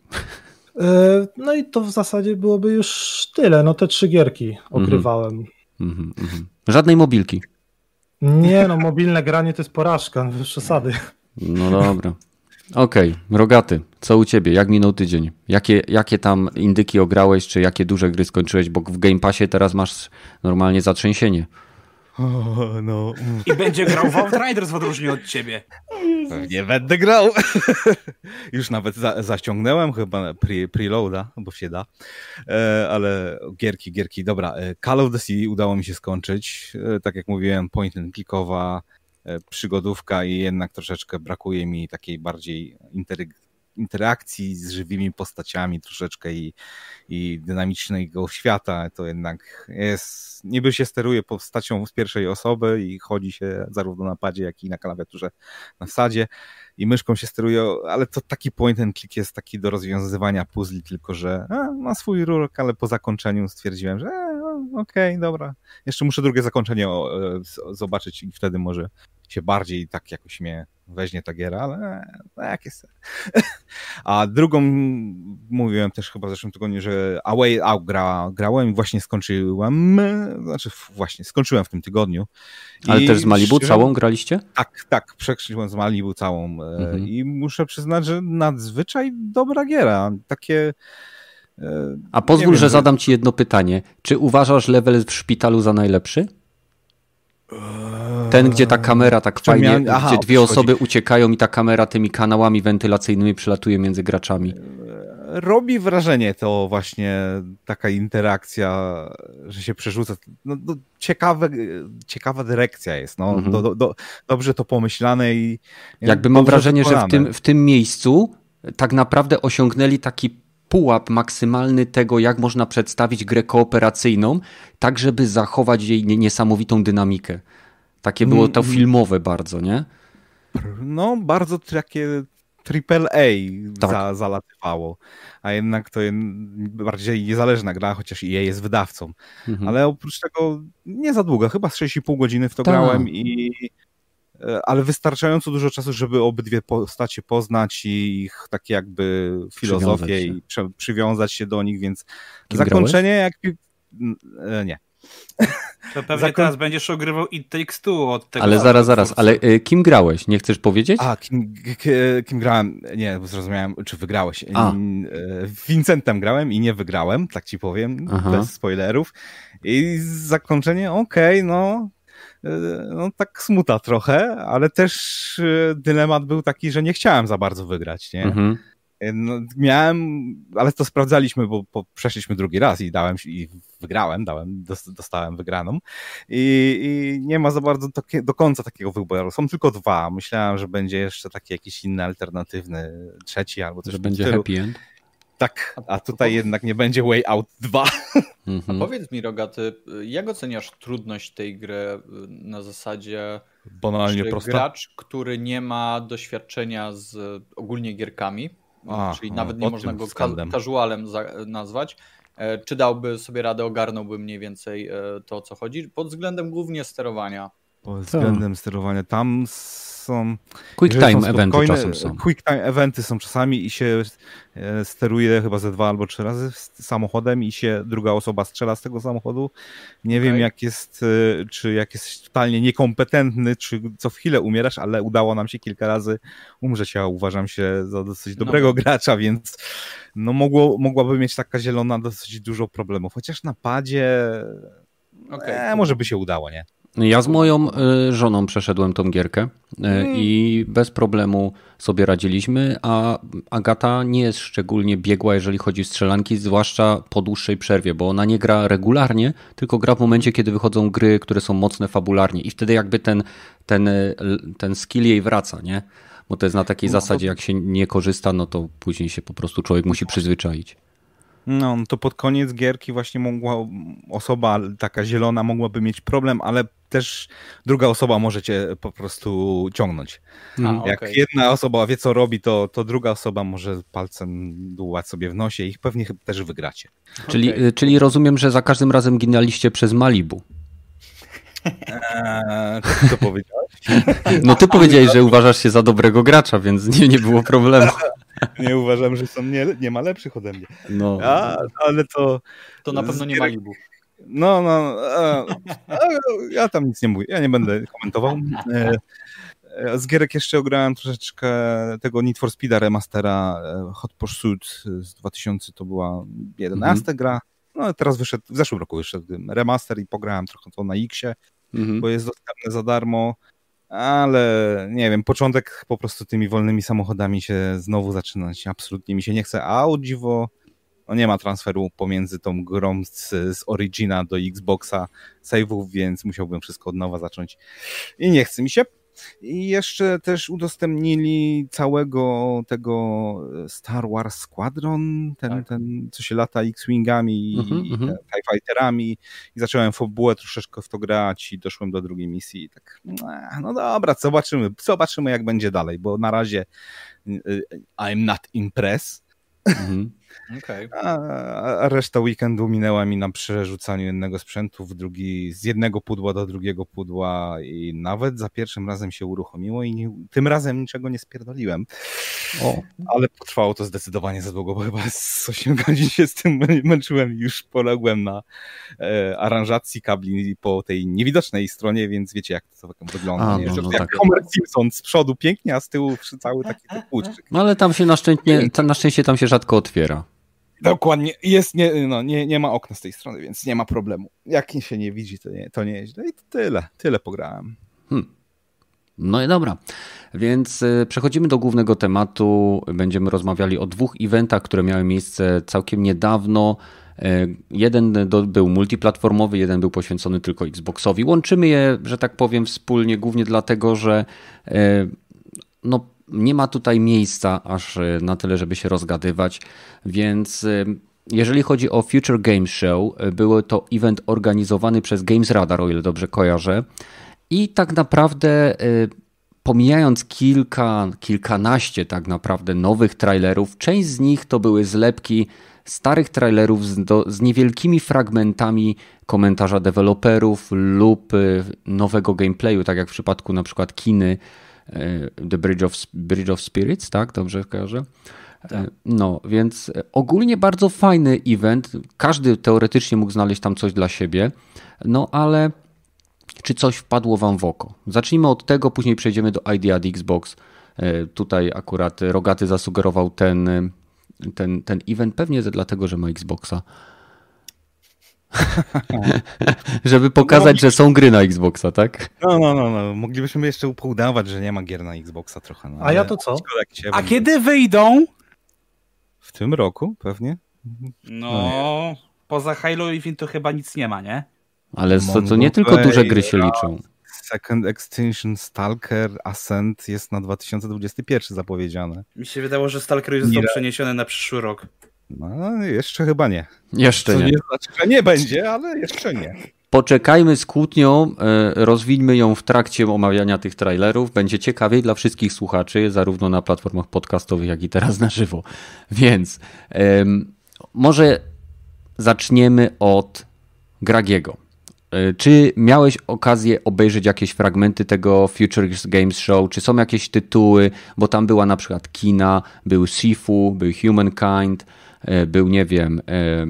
No i to w zasadzie byłoby już tyle. No te trzy gierki ogrywałem.
Mm-hmm, mm-hmm. Żadnej mobilki.
Nie, no mobilne granie to jest porażka, bez przesady.
No dobra. Okej, okay. Rogaty, co u ciebie? Jak minął tydzień? Jakie, jakie tam indyki ograłeś, czy jakie duże gry skończyłeś? Bo w Game Passie teraz masz normalnie zatrzęsienie.
Oh, no.
I będzie grał w Outriders w odróżnieniu od ciebie.
Pewnie będę grał. Już nawet za, zaściągnąłem chyba pre, preloada, bo się da. E, ale gierki, gierki, dobra. Call of the Sea udało mi się skończyć. E, tak jak mówiłem, point and clickowa e, przygodówka i jednak troszeczkę brakuje mi takiej bardziej intery- interakcji z żywymi postaciami troszeczkę i, i dynamicznego świata. To jednak jest... Niby się steruje postacią z pierwszej osoby i chodzi się zarówno na padzie, jak i na klawiaturze na wsadzie i myszką się steruje, ale to taki point and click jest taki do rozwiązywania puzli, tylko że a, ma swój rurk, ale po zakończeniu stwierdziłem, że e, okej, okay, dobra. Jeszcze muszę drugie zakończenie o, o, zobaczyć i wtedy może się bardziej tak jakoś mnie weźmie ta giera, ale e, jak jest. A drugą mówiłem też chyba w zeszłym tygodniu, że A Way Out gra, grałem i właśnie skończyłem, znaczy właśnie skończyłem w tym tygodniu.
Ale
I
też z Malibu
szczerze,
całą graliście?
Tak, tak, przeszliłem z Malibu całą
mhm.
i muszę przyznać, że nadzwyczaj dobra giera. Takie...
A pozwól,
wiem,
że zadam ci jedno pytanie. Czy uważasz level w szpitalu za najlepszy? Ten, gdzie ta kamera tak fajnie, miałem... Aha, gdzie dwie osoby uciekają i ta kamera tymi kanałami wentylacyjnymi przelatuje między graczami.
Robi wrażenie to właśnie taka interakcja, że się przerzuca. No, no, ciekawe, ciekawa dyrekcja jest. No. Mhm. Do, do, do, dobrze to pomyślane i...
Jakby mam wrażenie, że w tym, w tym miejscu tak naprawdę osiągnęli taki pułap maksymalny tego, jak można przedstawić grę kooperacyjną, tak żeby zachować jej niesamowitą dynamikę. Takie było to filmowe bardzo, nie?
No, bardzo takie triple A
tak.
za, zalatywało, a jednak to jest bardziej niezależna gra, chociaż E A jest wydawcą. Mhm. Ale oprócz tego nie za długo, chyba z sześć i pół godziny w to tak. grałem, i, ale wystarczająco dużo czasu, żeby obydwie postacie poznać i ich takie jakby filozofię i przy, przywiązać się do nich, więc Kim zakończenie grałeś? jak... Nie.
To pewnie Zakon... teraz będziesz ogrywał It Takes Two od tego.
Ale zaraz, zaraz, ale y, kim grałeś? Nie chcesz powiedzieć?
A, kim, k, kim grałem? Nie, zrozumiałem, czy wygrałeś. A. Vincentem grałem i nie wygrałem, tak ci powiem, Aha. bez spoilerów. I zakończenie, okej, okay, no, no tak smuta trochę, ale też dylemat był taki, że nie chciałem za bardzo wygrać, nie? Mhm. No, miałem, ale to sprawdzaliśmy, bo, bo przeszliśmy drugi raz i dałem i wygrałem, dałem, dostałem wygraną i, i nie ma za bardzo do, do końca takiego wyboru. Są tylko dwa. Myślałem, że będzie jeszcze taki jakiś inny, alternatywny, trzeci albo coś.
Że będzie stylu. Happy end?
Tak, a tutaj jednak nie będzie Way Out dwa.
A powiedz mi, Rogaty, jak oceniasz trudność tej gry na zasadzie
banalnie prosta?
Gracz, który nie ma doświadczenia z ogólnie gierkami, A, czyli nawet nie można go względem. casualem nazwać. Czy dałby sobie radę, ogarnąłby mniej więcej to, o co chodzi? Pod względem głównie sterowania.
Pod względem to. sterowania. Tam są...
Quick time eventy czasem są.
Quick time eventy są czasami i się steruje chyba ze dwa albo trzy razy samochodem i się druga osoba strzela z tego samochodu. Nie okay. wiem, jak jest, czy jak jest totalnie niekompetentny, czy co chwilę umierasz, ale udało nam się kilka razy umrzeć. Ja uważam się za dosyć dobrego no. gracza, więc no mogło, mogłaby mieć taka zielona dosyć dużo problemów. Chociaż na padzie okay, e, może by się udało, nie?
Ja z moją żoną przeszedłem tą gierkę i bez problemu sobie radziliśmy, a Agata nie jest szczególnie biegła, jeżeli chodzi o strzelanki, zwłaszcza po dłuższej przerwie, bo ona nie gra regularnie, tylko gra w momencie, kiedy wychodzą gry, które są mocne fabularnie i wtedy jakby ten, ten, ten skill jej wraca, nie? Bo to jest na takiej no, zasadzie, jak się nie korzysta, no to później się po prostu człowiek musi przyzwyczaić.
No, to pod koniec gierki właśnie mogła osoba taka zielona mogłaby mieć problem, ale też druga osoba może cię po prostu ciągnąć. A, Jak okay. jedna osoba wie, co robi, to, to druga osoba może palcem dłubać sobie w nosie i pewnie też wygracie.
Czyli, okay. czyli rozumiem, że za każdym razem ginęliście przez Malibu.
Eee, co powiedziałeś?
No ty powiedziałeś, że uważasz się za dobrego gracza, więc nie, nie było problemu.
Nie uważam, że są nie, nie ma lepszych ode mnie.
No.
A, ale to...
To na pewno nie Malibu.
No, no, a, a, ja tam nic nie mówię, ja nie będę komentował. Z gierek jeszcze ograłem troszeczkę tego Need for Speeda remastera Hot Pursuit z dwa tysiące, to była jedenasta mm-hmm. gra. No teraz wyszedł, w zeszłym roku wyszedł remaster i pograłem trochę to na X-ie, mm-hmm. bo jest dostępne za darmo, ale nie wiem, początek po prostu tymi wolnymi samochodami się znowu zaczynać absolutnie mi się nie chce, a o dziwo no nie ma transferu pomiędzy tą grą z, z Origina do Xboxa save'ów, więc musiałbym wszystko od nowa zacząć i nie chce mi się. I jeszcze też udostępnili całego tego Star Wars Squadron, ten, tak. ten co się lata X-Wingami i mm-hmm. TIE Fighterami i zacząłem fabułę troszeczkę w to grać i doszłem do drugiej misji i tak, no dobra, zobaczymy, zobaczymy jak będzie dalej, bo na razie I'm not impressed. Mm-hmm. Okay. A, a reszta weekendu minęła mi na przerzucaniu jednego sprzętu w drugi, z jednego pudła do drugiego pudła i nawet za pierwszym razem się uruchomiło i nie, tym razem niczego nie spierdoliłem. O. Ale potrwało to zdecydowanie za długo, bo chyba z osiem godzin się z tym męczyłem i już poległem na e, aranżacji kabli po tej niewidocznej stronie, więc wiecie jak to wygląda. A, nie? No, że no, jak tak. Homer Simpson z przodu pięknie, a z tyłu cały taki płuczczyk.
No ale tam się na szczęście, na szczęście tam się rzadko otwiera.
Dokładnie, jest, nie, no, nie, nie ma okna z tej strony, więc nie ma problemu. Jak się nie widzi, to nie, to nie jest źle. I to tyle, tyle pograłem. Hmm.
No i dobra, więc przechodzimy do głównego tematu. Będziemy rozmawiali o dwóch eventach, które miały miejsce całkiem niedawno. Jeden był multiplatformowy, jeden był poświęcony tylko Xboxowi. Łączymy je, że tak powiem, wspólnie, głównie dlatego, że no nie ma tutaj miejsca aż na tyle, żeby się rozgadywać, więc jeżeli chodzi o Future Games Show, był to event organizowany przez Games Radar, o ile dobrze kojarzę, i tak naprawdę pomijając kilka, kilkanaście tak naprawdę nowych trailerów, część z nich to były zlepki starych trailerów z, do, z niewielkimi fragmentami komentarza deweloperów lub nowego gameplayu, tak jak w przypadku na przykład Kiny, The Bridge of, Bridge of Spirits, tak? Dobrze kojarzę? Tak. No, więc ogólnie bardzo fajny event. Każdy teoretycznie mógł znaleźć tam coś dla siebie, no ale czy coś wpadło wam w oko? Zacznijmy od tego, później przejdziemy do Idea at Xbox. Tutaj akurat Rogaty zasugerował ten, ten, ten event, pewnie dlatego, że ma Xboxa. Żeby pokazać, no, że są gry na Xboxa, tak?
No, no, no, no. Moglibyśmy jeszcze upoudawać, że nie ma gier na Xboxa trochę. No,
a ja to co?
A kiedy wyjdą?
W tym roku pewnie.
No, no poza Halo Infinite to chyba nic nie ma, nie?
Ale to, to nie tylko duże gry się liczą.
Second Extinction, Stalker, Ascent jest na dwa tysiące dwudziesty pierwszy zapowiedziane.
Mi się wydało, że Stalker już został przeniesiony na przyszły rok.
No, jeszcze chyba nie.
Jeszcze
Co
nie.
nie znaczy, że nie będzie, ale jeszcze nie.
Poczekajmy z kłótnią, rozwińmy ją w trakcie omawiania tych trailerów. Będzie ciekawiej dla wszystkich słuchaczy, zarówno na platformach podcastowych, jak i teraz na żywo. Więc um, może zaczniemy od Gragiego. Czy miałeś okazję obejrzeć jakieś fragmenty tego Future Games Show? Czy są jakieś tytuły? Bo tam była na przykład Kina, był Sifu, był Humankind, był, nie wiem,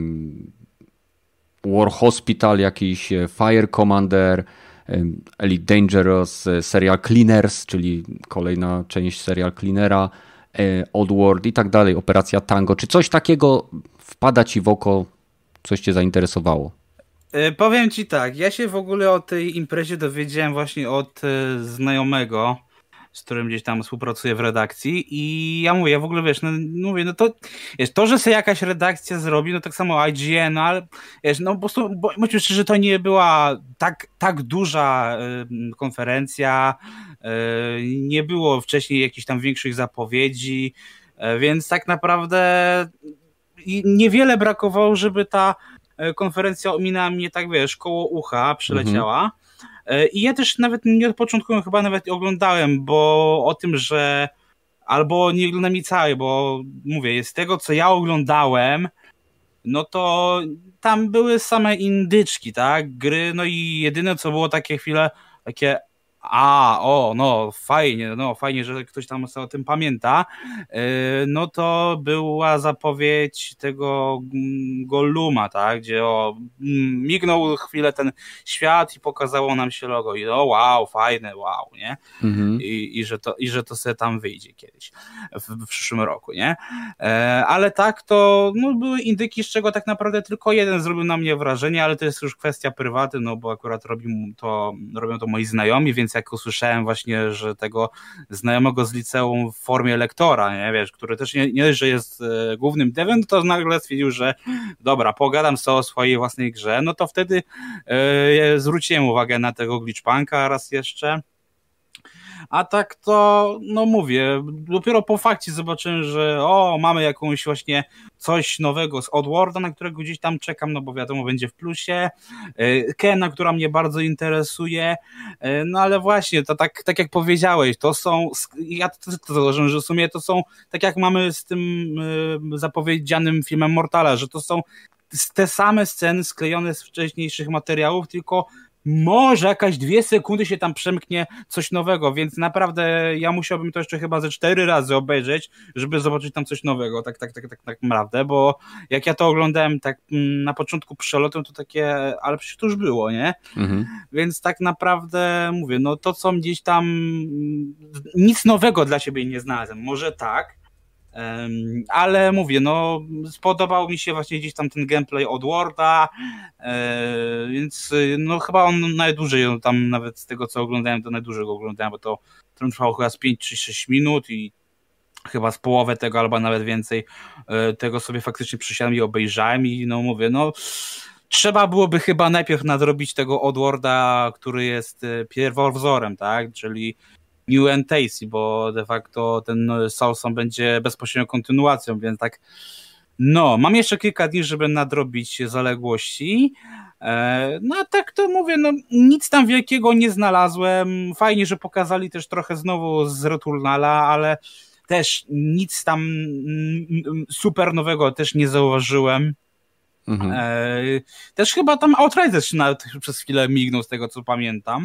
War Hospital, jakiś Fire Commander, Elite Dangerous, serial Cleaners, czyli kolejna część serial Cleanera, Oddworld i tak dalej, Operacja Tango. Czy coś takiego wpada ci w oko, coś cię zainteresowało?
Powiem ci tak, ja się w ogóle o tej imprezie dowiedziałem właśnie od znajomego, z którym gdzieś tam współpracuję w redakcji i ja mówię, ja w ogóle wiesz, no mówię, no to wiesz, to, że sobie jakaś redakcja zrobi, no tak samo I G N, no ale wiesz, no po prostu, bo myślę, że to nie była tak, tak duża y, konferencja, y, nie było wcześniej jakichś tam większych zapowiedzi, y, więc tak naprawdę niewiele brakowało, żeby ta konferencja ominęła mnie tak, wiesz, koło ucha przyleciała. Mhm. I ja też nawet nie od początku chyba nawet oglądałem, bo o tym, że albo nie oglądam jej całej, bo mówię, z tego co ja oglądałem, no to tam były same indyczki, tak, gry, no i jedyne co było takie chwile, takie a, o, no fajnie, no fajnie, że ktoś tam o tym pamięta, no to była zapowiedź tego Golluma, tak, gdzie o, mignął chwilę ten świat i pokazało nam się logo i o wow, fajne, wow, nie? Mhm. I, i, że to, i że to sobie tam wyjdzie kiedyś w, w przyszłym roku, nie? Ale tak to, no były indyki, z czego tak naprawdę tylko jeden zrobił na mnie wrażenie, ale to jest już kwestia prywatna, no bo akurat robią to, robią to moi znajomi, więc jak usłyszałem właśnie, że tego znajomego z liceum w formie lektora, nie wiesz, który też nie, nie że jest e, głównym devem, to nagle stwierdził, że dobra, pogadam sobie o swojej własnej grze, no to wtedy e, zwróciłem uwagę na tego Glitchpunka raz jeszcze. A tak to, no mówię, dopiero po fakcie zobaczyłem, że o, mamy jakąś właśnie coś nowego z Oddworlda, na którego gdzieś tam czekam, no bo wiadomo, będzie w plusie. Kena, która mnie bardzo interesuje, no ale właśnie, to tak, tak jak powiedziałeś, to są, ja to, to założyłem, że w sumie to są, tak jak mamy z tym zapowiedzianym filmem Mortala, że to są te same sceny sklejone z wcześniejszych materiałów, tylko może jakaś dwie sekundy się tam przemknie coś nowego, więc naprawdę ja musiałbym to jeszcze chyba ze cztery razy obejrzeć, żeby zobaczyć tam coś nowego, tak, tak, tak, tak, tak naprawdę, bo jak ja to oglądałem tak na początku przelotem, to takie, ale przecież to już było, nie? Mhm. Więc tak naprawdę mówię, no to co gdzieś tam nic nowego dla siebie nie znalazłem, może tak, Um, ale mówię, no spodobał mi się właśnie gdzieś tam ten gameplay Oddworlda, e, więc no chyba on najdłużej, no, tam nawet z tego co oglądałem, to najdłużej go oglądałem, bo to trwało chyba z pięć czy sześć minut i chyba z połowę tego albo nawet więcej e, tego sobie faktycznie przysiadłem i obejrzałem i no mówię, no trzeba byłoby chyba najpierw nadrobić tego Oddworlda, który jest pierwowzorem, tak, czyli New and Tasty, bo de facto ten Soulson będzie bezpośrednią kontynuacją, więc tak, no, mam jeszcze kilka dni, żeby nadrobić zaległości, no a tak to mówię, no nic tam wielkiego nie znalazłem, fajnie, że pokazali też trochę znowu z Returnala, ale też nic tam super nowego też nie zauważyłem. Mhm. Też chyba tam Outriders nawet przez chwilę mignął z tego, co pamiętam.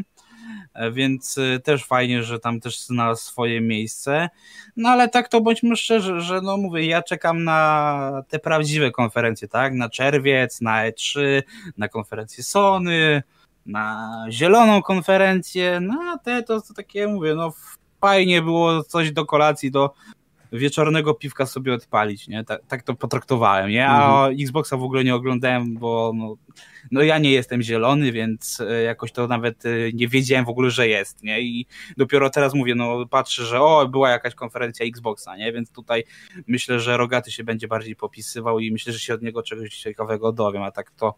Więc też fajnie, że tam też znalazł swoje miejsce. No ale tak to bądźmy szczerzy, że no mówię, ja czekam na te prawdziwe konferencje, tak? Na czerwiec, na E trzy, na konferencję Sony, na zieloną konferencję, no a te to, to takie mówię, no fajnie było coś do kolacji, do wieczornego piwka sobie odpalić, nie? Tak, tak to potraktowałem, nie? A mhm. Xboxa w ogóle nie oglądałem, bo no, no ja nie jestem zielony, więc jakoś to nawet nie wiedziałem w ogóle, że jest, nie? I dopiero teraz mówię, no patrzę, że o, była jakaś konferencja Xboxa, nie? Więc tutaj myślę, że Rogaty się będzie bardziej popisywał i myślę, że się od niego czegoś ciekawego dowiem, a tak to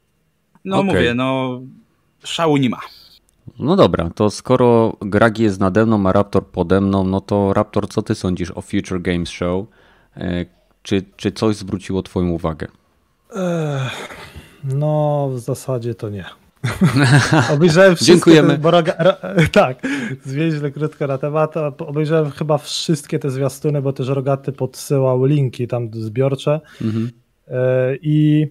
no okay. Mówię, no szału nie ma.
No dobra, to skoro Gragi jest nade mną, a Raptor pode mną, no to Raptor, co ty sądzisz o Future Games Show? Czy, czy coś zwróciło twoją uwagę?
Ech, no w zasadzie to nie. Obejrzałem wszystkie,
Dziękujemy.
Te, bo roga, ro, tak, zwięźle krótko na temat. Obejrzałem chyba wszystkie te zwiastuny, bo też Rogaty podsyłał linki tam zbiorcze mhm. i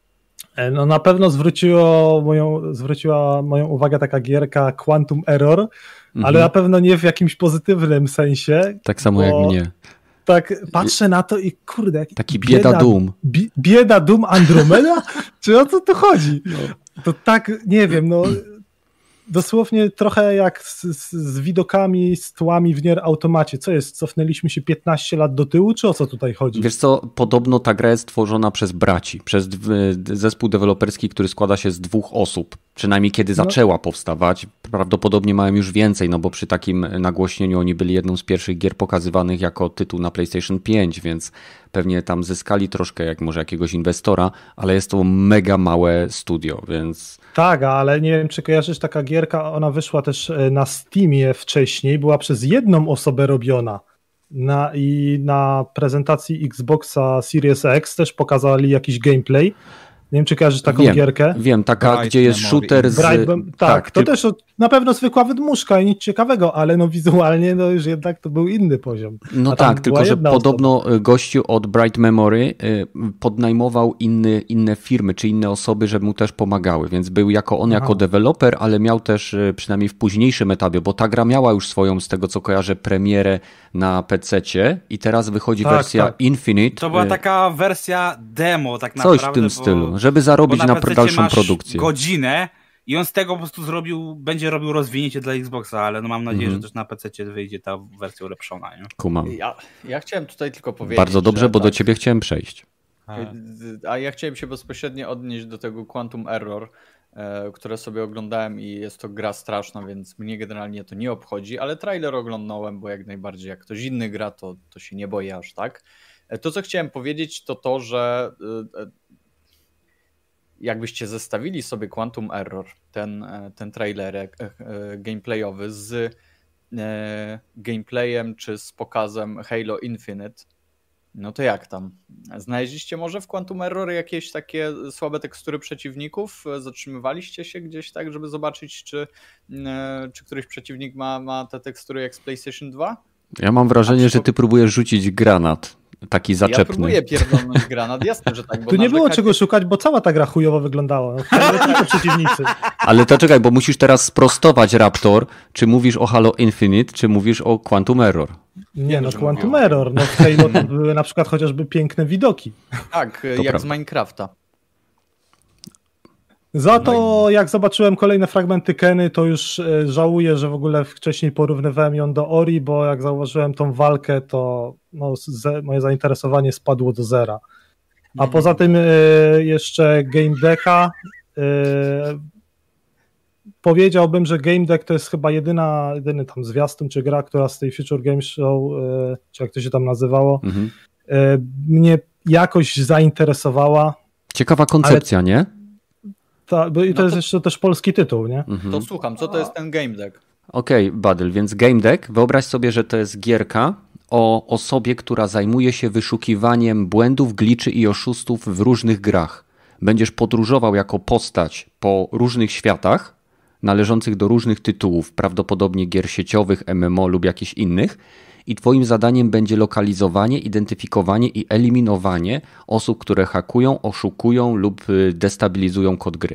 no na pewno zwróciło moją, zwróciła moją uwagę taka gierka Quantum Error, mhm. ale na pewno nie w jakimś pozytywnym sensie.
Tak samo jak mnie.
Tak patrzę na to i kurde.
Taki bieda, bieda Doom.
Bi, bieda Doom Andromeda? Czy o co tu chodzi? No. To tak, nie wiem, no dosłownie trochę jak z, z, z widokami, z tłami w Nier Automacie. Co jest? Cofnęliśmy się piętnaście lat do tyłu, czy o co tutaj chodzi?
Wiesz co, podobno ta gra jest tworzona przez braci, przez zespół deweloperski, który składa się z dwóch osób. Przynajmniej kiedy zaczęła no. powstawać. Prawdopodobnie mają już więcej, no bo przy takim nagłośnieniu oni byli jedną z pierwszych gier pokazywanych jako tytuł na PlayStation pięć, więc pewnie tam zyskali troszkę jak może jakiegoś inwestora, ale jest to mega małe studio, więc...
Tak, ale nie wiem, czy kojarzysz, taka gierka, ona wyszła też na Steamie wcześniej, była przez jedną osobę robiona. Na, I na prezentacji Xboxa Series X też pokazali jakiś gameplay. Nie wiem, czy kojarzysz taką
wiem,
gierkę?
Wiem, taka,
Bright
gdzie jest
Memory.
shooter z...
Bright, tak,
tak,
to
ty...
też na pewno zwykła wydmuszka i nic ciekawego, ale no wizualnie no już jednak to był inny poziom.
No tak, tylko że podobno osoba. Gościu od Bright Memory podnajmował inny, inne firmy, czy inne osoby, żeby mu też pomagały, więc był jako on Aha. jako deweloper, ale miał też przynajmniej w późniejszym etapie, bo ta gra miała już swoją, z tego co kojarzę, premierę na pececie i teraz wychodzi tak, wersja tak. Infinite.
To była taka wersja demo tak
Coś
naprawdę.
Coś w tym
bo,
stylu, żeby zarobić na, na dalszą
masz
produkcję.
godzinę i on z tego po prostu zrobił, będzie robił rozwinięcie dla Xboxa, ale no mam nadzieję, mm. że też na pececie wyjdzie ta wersja ulepszona. Nie?
Kumam.
Ja, ja chciałem tutaj tylko powiedzieć,
bardzo dobrze, bo
tak,
do ciebie chciałem przejść.
A. a ja chciałem się bezpośrednio odnieść do tego Quantum Error, e, które sobie oglądałem i jest to gra straszna, więc mnie generalnie to nie obchodzi, ale trailer oglądałem, bo jak najbardziej jak ktoś inny gra, to, to się nie boję aż tak. E, to co chciałem powiedzieć to to, że e, jakbyście zestawili sobie Quantum Error, ten, ten trailer e, e, gameplayowy z e, gameplayem czy z pokazem Halo Infinite, no to jak tam? Znaleźliście może w Quantum Error jakieś takie słabe tekstury przeciwników? Zatrzymywaliście się gdzieś tak, żeby zobaczyć, czy, e, czy któryś przeciwnik ma, ma te tekstury jak z PlayStation dwa?
Ja mam wrażenie, A, że ty próbujesz rzucić granat. Taki zaczepny.
Ja próbuję pierdolnąć granat, jasne, że tak. Bo
tu nie było czego szukać, bo cała ta gra chujowo wyglądała. No, tylko przeciwnicy.
Ale to czekaj, bo musisz teraz sprostować, Raptor, czy mówisz o Halo Infinite, czy mówisz o Quantum Error?
Nie, nie no Quantum mówię. Error. No w Halo to były na przykład chociażby piękne widoki.
Tak, to jak prawda. Z Minecrafta.
Za to jak zobaczyłem kolejne fragmenty Keny, to już żałuję, że w ogóle wcześniej porównywałem ją do Ori, bo jak zauważyłem tą walkę, to no, ze, moje zainteresowanie spadło do zera. A poza tym y, jeszcze Game Decka. Y, powiedziałbym, że Game Deck to jest chyba jedyna, jedyny tam zwiastun czy gra, która z tej Future Game Show, y, czy jak to się tam nazywało, mhm. y, mnie jakoś zainteresowała.
Ciekawa koncepcja, ale... nie?
Ta, bo i to, no to jest jeszcze też polski tytuł, nie?
Mhm. To słucham, co to jest ten Game Deck?
Okej, okay, Badyl, więc Game Deck, wyobraź sobie, że to jest gierka o osobie, która zajmuje się wyszukiwaniem błędów, gliczy i oszustów w różnych grach. Będziesz podróżował jako postać po różnych światach, należących do różnych tytułów, prawdopodobnie gier sieciowych, M M O lub jakichś innych, i twoim zadaniem będzie lokalizowanie, identyfikowanie i eliminowanie osób, które hakują, oszukują lub destabilizują kod gry.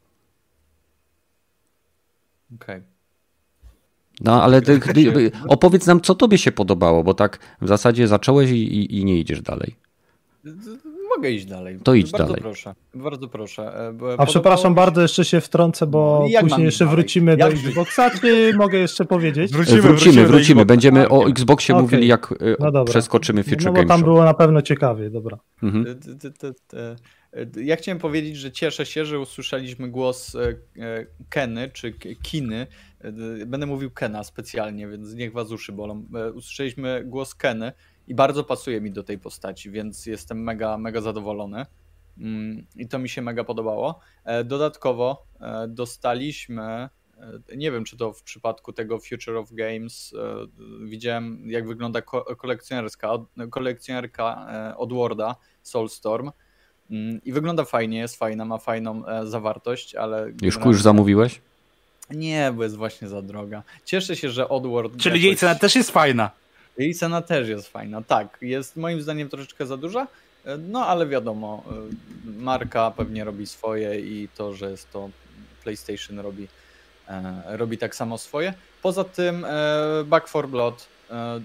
Okej. Okay.
No ale ty, ty, opowiedz nam, co tobie się podobało, bo tak w zasadzie zacząłeś i, i, i nie idziesz dalej.
Mogę iść dalej.
To idź
bardzo
dalej.
Proszę, bardzo proszę.
A przepraszam mi... bardzo, jeszcze się wtrącę, bo no, później jeszcze dalej? wrócimy jak do Xboxa, czy mogę jeszcze powiedzieć?
Wrócimy, wrócimy, wrócimy. wrócimy. Będziemy o Xboxie okay. mówili, jak no przeskoczymy Future Game Show.
No bo tam było na pewno ciekawie, dobra.
Mhm.
Ja chciałem powiedzieć, że cieszę się, że usłyszeliśmy głos Keny, czy Kiny. Będę mówił Kena specjalnie, więc niech was uszy bolą. Usłyszeliśmy głos Keny i bardzo pasuje mi do tej postaci, więc jestem mega, mega zadowolony. I to mi się mega podobało. Dodatkowo dostaliśmy, nie wiem czy to w przypadku tego Future of Games, widziałem jak wygląda kolekcjonerska, kolekcjonerka Oddworlda, Soulstorm. I wygląda fajnie, jest fajna, ma fajną zawartość, ale...
Już już zamówiłeś?
Nie, bo jest właśnie za droga. Cieszę się, że Oddworld...
Czyli jakoś... jej cena też jest fajna.
Jej cena też jest fajna, tak. Jest moim zdaniem troszeczkę za duża, no ale wiadomo, marka pewnie robi swoje i to, że jest to PlayStation robi, e, robi tak samo swoje. Poza tym e, Back four Blood, e,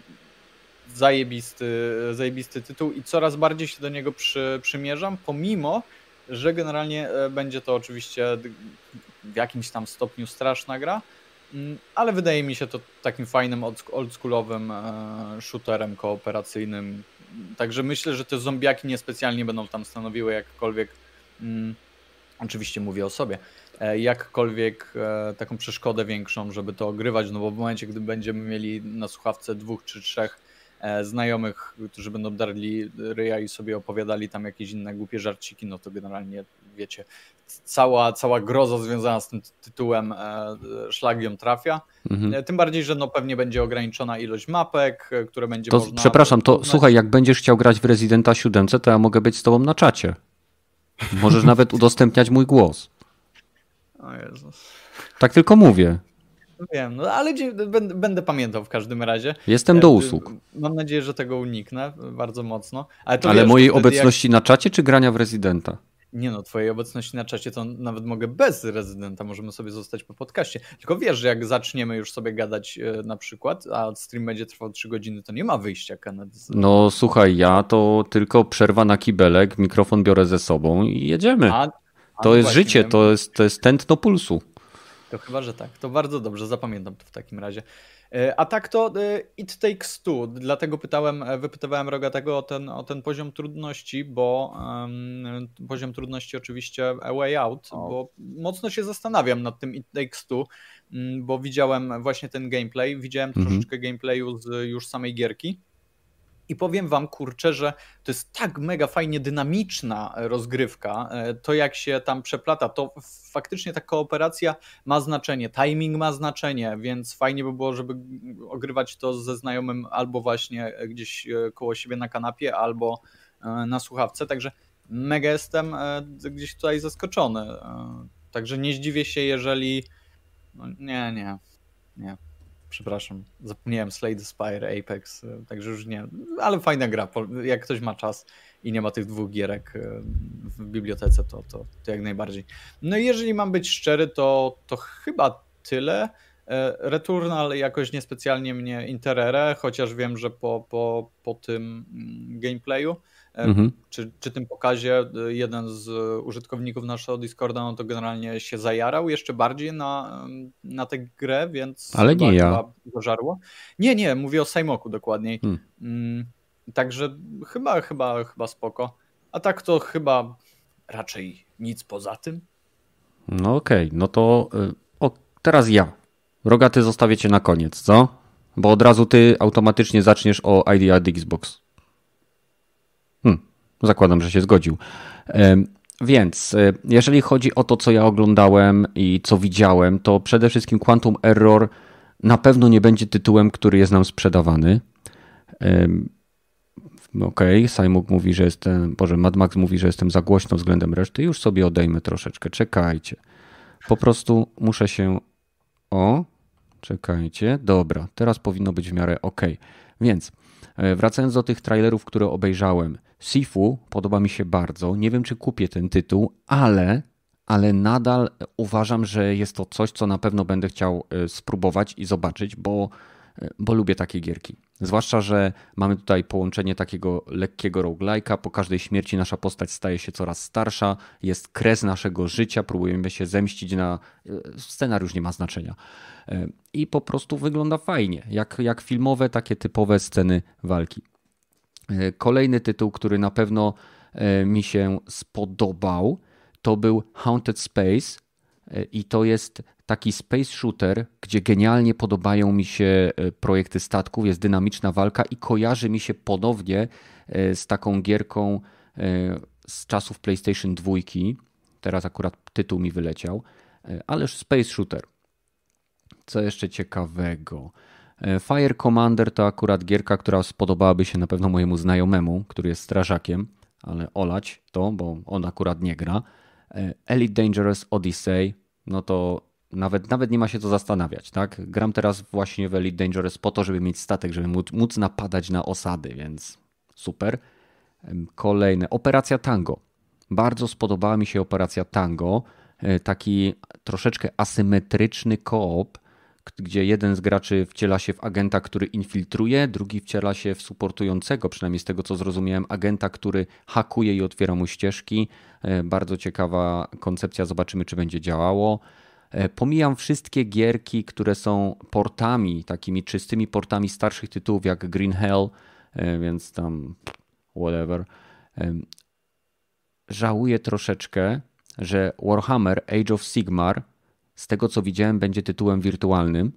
zajebisty, zajebisty tytuł i coraz bardziej się do niego przy, przymierzam, pomimo że generalnie będzie to oczywiście w jakimś tam stopniu straszna gra, ale wydaje mi się to takim fajnym, oldschoolowym shooterem kooperacyjnym. Także myślę, że te zombiaki niespecjalnie będą tam stanowiły jakkolwiek, mm, oczywiście mówię o sobie, jakkolwiek taką przeszkodę większą, żeby to ogrywać, no bo w momencie, gdy będziemy mieli na słuchawce dwóch czy trzech znajomych, którzy będą darli ryja i sobie opowiadali tam jakieś inne głupie żarciki, no to generalnie, wiecie, cała, cała groza związana z tym tytułem szlak ją trafia. Mhm. Tym bardziej, że no pewnie będzie ograniczona ilość mapek, które będzie
to,
można...
Przepraszam, to poznać. Słuchaj, jak będziesz chciał grać w Residenta siedem, to ja mogę być z tobą na czacie. Możesz nawet udostępniać mój głos.
O Jezus.
Tak tylko mówię.
Wiem, no ale będę, będę pamiętał w każdym razie.
Jestem do usług.
Mam nadzieję, że tego uniknę bardzo mocno. Ale, to
ale
wiesz,
mojej
to
obecności
jak...
na czacie czy grania w Residenta?
Nie no, twojej obecności na czacie to nawet mogę bez Residenta, możemy sobie zostać po podcaście. Tylko wiesz, że jak zaczniemy już sobie gadać yy, na przykład, a stream będzie trwał trzy godziny, to nie ma wyjścia, Kenneth. Z...
No słuchaj, ja to tylko przerwa na kibelek, mikrofon biorę ze sobą i jedziemy. A, a to no jest życie, to jest, to jest tętno pulsu.
To chyba, że tak. To bardzo dobrze, zapamiętam to w takim razie. A tak to It Takes Two, dlatego pytałem, wypytywałem Rogatego o ten, o ten poziom trudności, bo um, poziom trudności oczywiście A Way Out, o. bo mocno się zastanawiam nad tym It Takes Two, bo widziałem właśnie ten gameplay, widziałem mhm. troszeczkę gameplayu z już samej gierki. I powiem wam, kurczę, że to jest tak mega fajnie dynamiczna rozgrywka, to jak się tam przeplata, to faktycznie ta kooperacja ma znaczenie, timing ma znaczenie, więc fajnie by było, żeby ogrywać to ze znajomym albo właśnie gdzieś koło siebie na kanapie, albo na słuchawce, także mega jestem gdzieś tutaj zaskoczony, także nie zdziwię się, jeżeli... No nie, nie, nie. Przepraszam, zapomniałem Slay the Spire, Apex, także już nie, ale fajna gra, jak ktoś ma czas i nie ma tych dwóch gierek w bibliotece, to, to, to jak najbardziej. No i jeżeli mam być szczery, to, to chyba tyle. Returnal jakoś niespecjalnie mnie interere, chociaż wiem, że po, po, po tym gameplayu, mhm. czy, czy tym pokazie jeden z użytkowników naszego Discorda, no to generalnie się zajarał jeszcze bardziej na, na tę grę, więc
ale nie ja.
go żarło. Nie, nie, mówię o Sejmoku dokładniej. Hmm. Także chyba, chyba, chyba spoko. A tak to chyba raczej nic poza tym.
No okej, okay. No to o, teraz ja. Rogaty zostawię cię na koniec, co? Bo od razu ty automatycznie zaczniesz o I D at Xbox. Hmm, zakładam, że się zgodził. Więc jeżeli chodzi o to, co ja oglądałem i co widziałem, to przede wszystkim Quantum Error na pewno nie będzie tytułem, który jest nam sprzedawany. Okej, okay. Simon mówi, że jestem, Boże, Mad Max mówi, że jestem za głośno względem reszty. Już sobie odejmę troszeczkę, czekajcie. Po prostu muszę się... O, czekajcie, dobra, teraz powinno być w miarę ok. Więc wracając do tych trailerów, które obejrzałem, Sifu podoba mi się bardzo, nie wiem czy kupię ten tytuł, ale, ale nadal uważam, że jest to coś, co na pewno będę chciał spróbować i zobaczyć, bo, bo lubię takie gierki. Zwłaszcza, że mamy tutaj połączenie takiego lekkiego roguelike'a, po każdej śmierci nasza postać staje się coraz starsza, jest kres naszego życia, próbujemy się zemścić na... Scenariusz nie ma znaczenia. I po prostu wygląda fajnie, jak, jak filmowe, takie typowe sceny walki. Kolejny tytuł, który na pewno mi się spodobał, to był Haunted Space i to jest taki space shooter, gdzie genialnie podobają mi się projekty statków, jest dynamiczna walka i kojarzy mi się ponownie z taką gierką z czasów PlayStation dwa. Teraz akurat tytuł mi wyleciał, ale space shooter. Co jeszcze ciekawego? Fire Commander to akurat gierka, która spodobałaby się na pewno mojemu znajomemu, który jest strażakiem, ale olać to, bo on akurat nie gra. Elite Dangerous Odyssey, no to nawet, nawet nie ma się co zastanawiać, tak? Gram teraz właśnie w Elite Dangerous po to, żeby mieć statek, żeby móc, móc napadać na osady, więc super. Kolejne, Operacja Tango. Bardzo spodobała mi się Operacja Tango, taki troszeczkę asymetryczny koop, gdzie jeden z graczy wciela się w agenta, który infiltruje, drugi wciela się w supportującego, przynajmniej z tego co zrozumiałem, agenta, który hakuje i otwiera mu ścieżki. Bardzo ciekawa koncepcja, zobaczymy czy będzie działało. Pomijam wszystkie gierki, które są portami, takimi czystymi portami starszych tytułów jak Green Hell, więc tam whatever. Żałuję troszeczkę, że Warhammer Age of Sigmar, z tego co widziałem, będzie tytułem wirtualnym,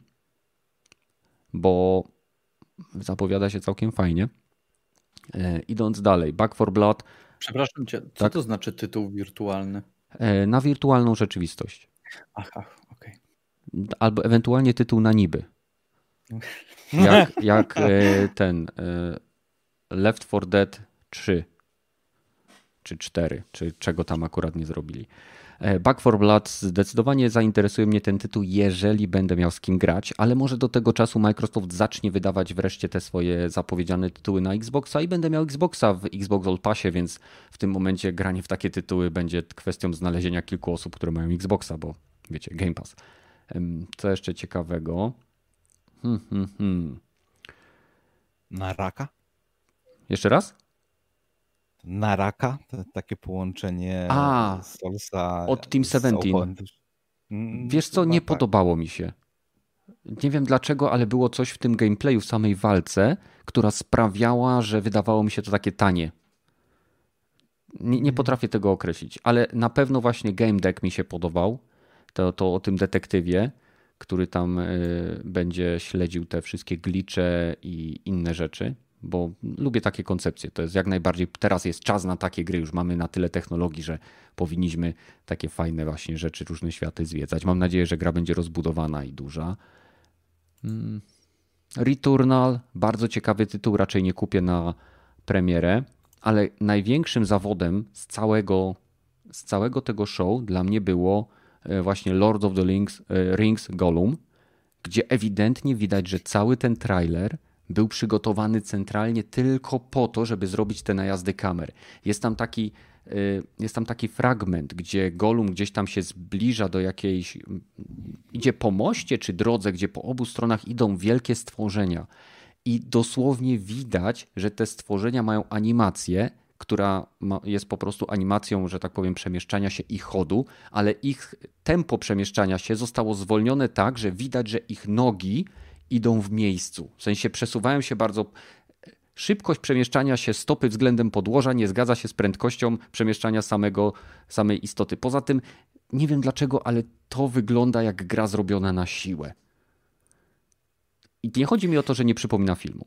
bo zapowiada się całkiem fajnie. Idąc dalej, Back four Blood.
Przepraszam cię, co tak? to znaczy tytuł wirtualny?
Na wirtualną rzeczywistość.
Aha, okej.
Okay. Albo ewentualnie tytuł na niby. Jak, jak ten Left four Dead trzy czy cztery, czy czego tam akurat nie zrobili. Back four Blood, zdecydowanie zainteresuje mnie ten tytuł, jeżeli będę miał z kim grać, ale może do tego czasu Microsoft zacznie wydawać wreszcie te swoje zapowiedziane tytuły na Xboxa i będę miał Xboxa w Xbox All Passie, więc w tym momencie granie w takie tytuły będzie kwestią znalezienia kilku osób, które mają Xboxa, bo wiecie, Game Pass. Co jeszcze ciekawego? Hmm, hmm, hmm.
Naraka?
Jeszcze raz?
Naraka, to takie połączenie
A,
Soulsa
od Team siedemnaście. Wiesz co, nie tak. podobało mi się. Nie wiem dlaczego, ale było coś w tym gameplayu, w samej walce, która sprawiała, że wydawało mi się to takie tanie. Nie, nie potrafię tego określić, ale na pewno właśnie game deck mi się podobał. To, to o tym detektywie, który tam y, będzie śledził te wszystkie glitche i inne rzeczy. Bo lubię takie koncepcje. To jest jak najbardziej, teraz jest czas na takie gry, już mamy na tyle technologii, że powinniśmy takie fajne właśnie rzeczy, różne światy zwiedzać. Mam nadzieję, że gra będzie rozbudowana i duża. Returnal, bardzo ciekawy tytuł, raczej nie kupię na premierę, ale największym zawodem z całego, z całego tego show dla mnie było właśnie Lord of the Rings, Rings Gollum, gdzie ewidentnie widać, że cały ten trailer był przygotowany centralnie tylko po to, żeby zrobić te najazdy kamer. Jest tam taki, jest tam taki fragment, gdzie Gollum gdzieś tam się zbliża do jakiejś, idzie po moście czy drodze, gdzie po obu stronach idą wielkie stworzenia i dosłownie widać, że te stworzenia mają animację, która jest po prostu animacją, że tak powiem, przemieszczania się i chodu, ale ich tempo przemieszczania się zostało zwolnione tak, że widać, że ich nogi idą w miejscu. W sensie przesuwają się bardzo... Szybkość przemieszczania się stopy względem podłoża nie zgadza się z prędkością przemieszczania samego, samej istoty. Poza tym nie wiem dlaczego, ale to wygląda jak gra zrobiona na siłę. I nie chodzi mi o to, że nie przypomina filmu.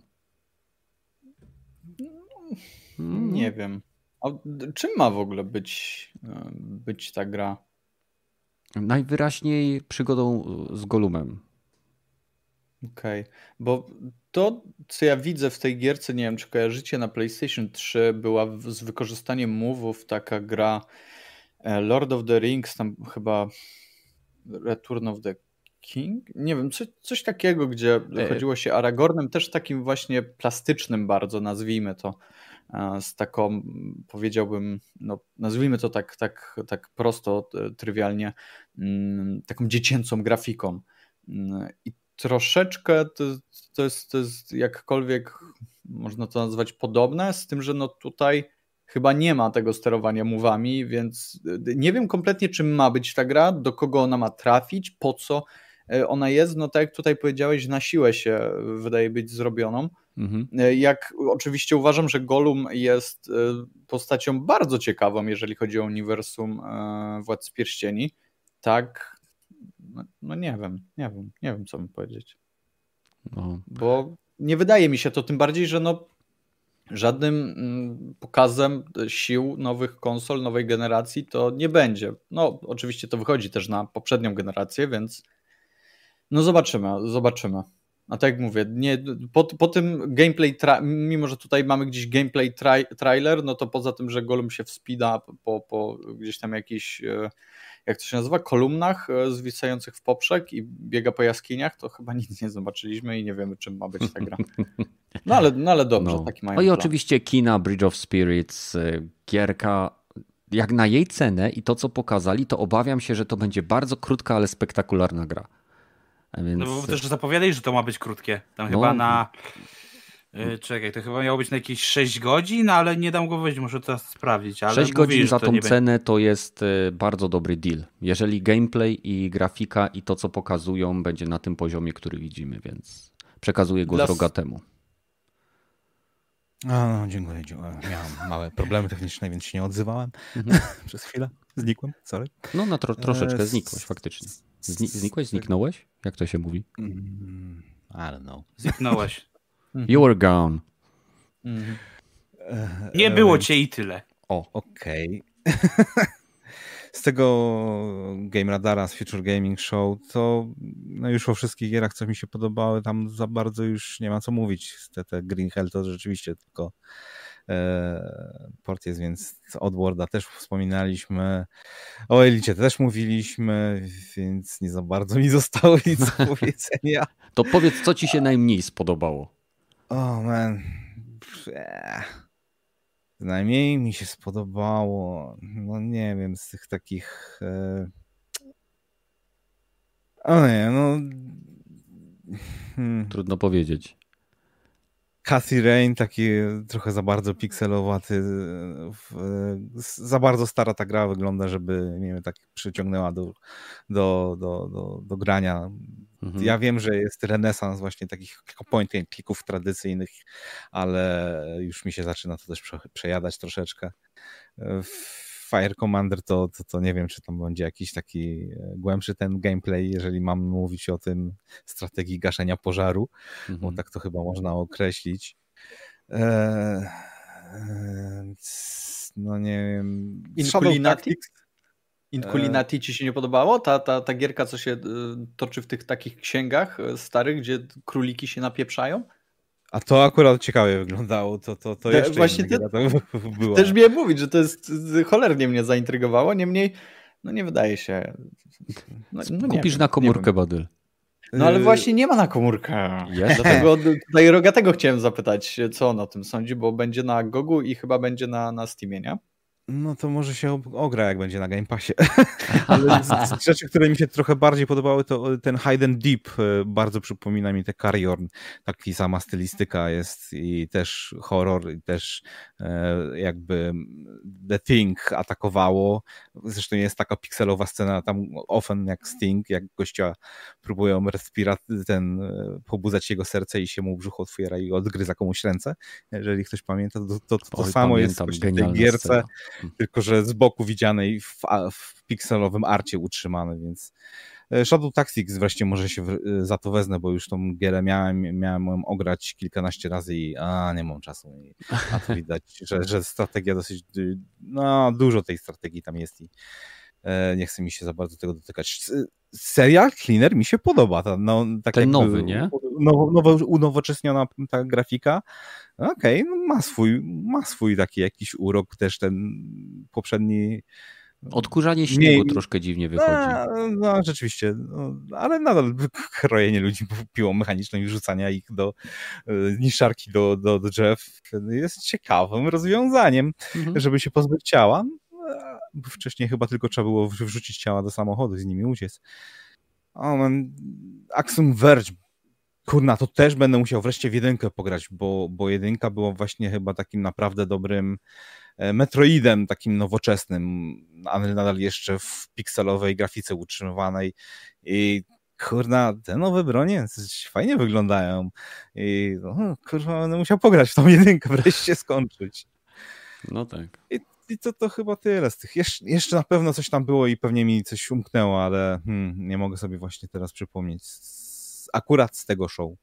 Nie wiem. A czym ma w ogóle być, być ta gra?
Najwyraźniej przygodą z Gollumem.
Okej, okay. Bo to, co ja widzę w tej gierce, nie wiem, czy kojarzycie, na PlayStation trzy była z wykorzystaniem move'ów taka gra Lord of the Rings, tam chyba Return of the King? Nie wiem, coś, coś takiego, gdzie chodziło się Aragornem, też takim właśnie plastycznym bardzo, nazwijmy to, z taką, powiedziałbym, no nazwijmy to tak, tak, tak prosto, trywialnie, taką dziecięcą grafiką. I troszeczkę to, to, jest, to jest jakkolwiek można to nazwać podobne, z tym, że no tutaj chyba nie ma tego sterowania mówami, więc nie wiem kompletnie, czym ma być ta gra, do kogo ona ma trafić, po co ona jest. No tak jak tutaj powiedziałeś, na siłę się wydaje być zrobioną. Mhm. Jak oczywiście uważam, że Gollum jest postacią bardzo ciekawą, jeżeli chodzi o uniwersum Władcy Pierścieni. Tak, no, no nie wiem, nie wiem, nie wiem co mam powiedzieć. No. Bo nie wydaje mi się to, tym bardziej, że no żadnym pokazem sił nowych konsol, nowej generacji to nie będzie. No oczywiście to wychodzi też na poprzednią generację, więc no zobaczymy, zobaczymy. A tak jak mówię, nie, po, po tym gameplay, tra- mimo że tutaj mamy gdzieś gameplay tra- trailer, no to poza tym, że Gollum się wspina po, po gdzieś tam jakichś, jak to się nazywa, kolumnach zwisających w poprzek i biega po jaskiniach, to chyba nic nie zobaczyliśmy i nie wiemy, czym ma być ta gra. No ale, no ale dobrze, no. Taki mają
No i
plan.
oczywiście kina Bridge of Spirits, gierka, jak na jej cenę i to, co pokazali, to obawiam się, że to będzie bardzo krótka, ale spektakularna gra. A więc...
No bo też zapowiadali, że to ma być krótkie. Tam
no.
chyba na... Yy, czekaj, to chyba miało być na jakieś sześć godzin, ale nie dam go wejść, muszę to sprawdzić. Ale
sześć
mówili,
godzin za
to
tą
nie
cenę to jest bardzo dobry deal. Jeżeli gameplay i grafika i to, co pokazują, będzie na tym poziomie, który widzimy, więc przekazuję go
Dla...
z Rogatemu.
A, no, dziękuję, dziękuję. Miałem małe problemy techniczne, więc się nie odzywałem mhm. przez chwilę. Znikłem, sorry.
No na tro, troszeczkę znikłeś faktycznie. Zni, znikłeś, zniknąłeś? Jak to się mówi?
Mm, I don't know.
Zniknąłeś.
You were gone.
Mhm.
Nie było cię i tyle.
O,
okej. Okay. Z tego Game Radara, z Future Gaming Show, to no już o wszystkich gierach, co mi się podobały, tam za bardzo już nie ma co mówić. Te, te Green Hell to rzeczywiście tylko e, port jest, więc Oddworlda też wspominaliśmy. O Elicie też mówiliśmy, więc nie za bardzo mi zostało nic do powiedzenia.
To powiedz, co ci się najmniej spodobało?
O oh, man. Najmniej mi się spodobało, no nie wiem, z tych takich... E... O nie, no...
Hmm. Trudno powiedzieć.
Cathy Rain, taki trochę za bardzo pikselowaty, za bardzo stara ta gra wygląda, żeby, nie wiem, tak przyciągnęła do, do, do, do, do grania. Mhm. Ja wiem, że jest renesans właśnie takich point and clicków tradycyjnych, ale już mi się zaczyna to też przejadać troszeczkę. Fire Commander to, to, to nie wiem, czy tam będzie jakiś taki głębszy ten gameplay, jeżeli mam mówić o tym strategii gaszenia pożaru, mhm. bo tak to chyba można określić. Eee, no nie wiem...
Inculinati? Inculinati ci się nie podobało? Ta, ta, ta gierka, co się toczy w tych takich księgach starych, gdzie króliki się napieprzają?
A to akurat ciekawie wyglądało, to, to, to jeszcze
właśnie
inna
te,
to była.
Też miałem mówić, że to jest cholernie mnie zaintrygowało, niemniej no nie wydaje się...
No, no Kupisz wiem, na komórkę, Badyl.
No ale właśnie nie ma na komórkę.
Jest?
Dlatego tutaj Rogatego chciałem zapytać, co on o tym sądzi, bo będzie na Gogu i chyba będzie na, na Steamie, nie?
No to może się ogra, jak będzie na Game Passie. Ale z, z rzeczy, które mi się trochę bardziej podobały, to ten Hide and Deep bardzo przypomina mi te Carrion. Taka sama stylistyka jest i też horror, i też e, jakby The Thing atakowało. Zresztą jest taka pikselowa scena tam often jak Sting, jak gościa próbują respirat, ten, pobudzać jego serce i się mu brzuch otwiera i odgryza komuś ręce. Jeżeli ktoś pamięta, to, to, to, to
Oj,
samo jest w tej gierce. Scena. Tylko że z boku widzianej w, w pikselowym arcie utrzymany, więc Shadow Tactics wreszcie może się w, za to wezmę, bo już tą gierę miałem, miałem ją ograć kilkanaście razy i a, nie mam czasu. I, a to widać, że, że strategia dosyć, no dużo tej strategii tam jest i e, nie chce mi się za bardzo tego dotykać. Serial Cleaner mi się podoba. Ta, no, tak
Ten
jakby,
nowy, nie?
Nowo, nowo, unowocześniona ta grafika. Okej, okay, no ma swój, ma swój taki jakiś urok, też ten poprzedni...
Odkurzanie śniegu nie, troszkę dziwnie wychodzi.
No, no rzeczywiście, no, ale nadal krojenie ludzi piłą mechaniczną i rzucania ich do niszczarki do, do, do drzew jest ciekawym rozwiązaniem, mhm. żeby się pozbyć ciała. Wcześniej chyba tylko trzeba było wrzucić ciała do samochodu i z nimi uciec. O man, Axiom Verge, kurna, to też będę musiał wreszcie w jedynkę pograć, bo, bo jedynka była właśnie chyba takim naprawdę dobrym Metroidem, takim nowoczesnym, ale nadal jeszcze w pikselowej grafice utrzymywanej i kurna, te nowe bronie fajnie wyglądają i no, kurwa, będę musiał pograć w tą jedynkę, wreszcie skończyć.
No tak.
I, i to, to chyba tyle z tych. Jesz, jeszcze na pewno coś tam było i pewnie mi coś umknęło, ale hmm, nie mogę sobie właśnie teraz przypomnieć z, akurat z tego show.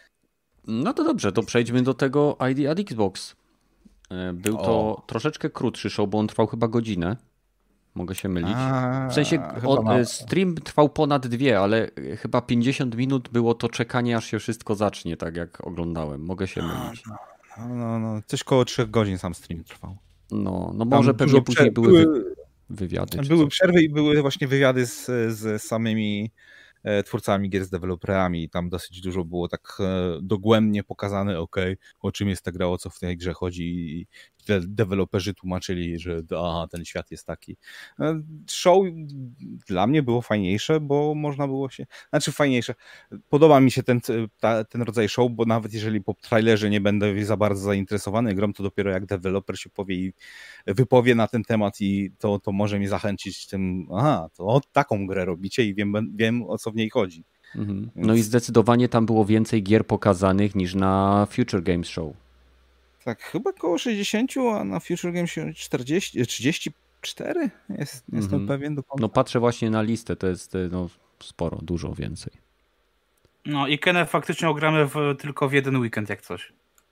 No to dobrze, to przejdźmy do tego I D at Xbox. Był to o. troszeczkę krótszy show, bo on trwał chyba godzinę. Mogę się mylić.
A,
w sensie on, stream trwał ponad dwie, ale chyba pięćdziesiąt minut było to czekanie, aż się wszystko zacznie, tak jak oglądałem. Mogę się mylić.
No, no, no. Coś koło trzech godzin sam stream trwał.
No, no może Tam pewnie później były, były wywiady.
Były przerwy i były właśnie wywiady z, z samymi twórcami gier, z deweloperami i tam dosyć dużo było tak dogłębnie pokazane, okej, okay, o czym jest ta gra, o co w tej grze chodzi i de- deweloperzy tłumaczyli, że aha, ten świat jest taki. Show dla mnie było fajniejsze, bo można było się... Znaczy fajniejsze. Podoba mi się ten, ta, ten rodzaj show, bo nawet jeżeli po trailerze nie będę za bardzo zainteresowany grą, to dopiero jak deweloper się powie i wypowie na ten temat i to, to może mnie zachęcić tym, aha, to o, taką grę robicie i wiem, wiem o co w niej chodzi.
Mhm. No i zdecydowanie tam było więcej gier pokazanych niż na Future Games Show.
Tak, chyba koło sześćdziesiąt, a na Future Games czterdzieści, trzydzieści cztery? Jest, jestem
Mhm.
pewien do końca.
No patrzę właśnie na listę, to jest no, sporo, dużo więcej.
No i Kenę faktycznie ogramy w, tylko w jeden weekend jak coś.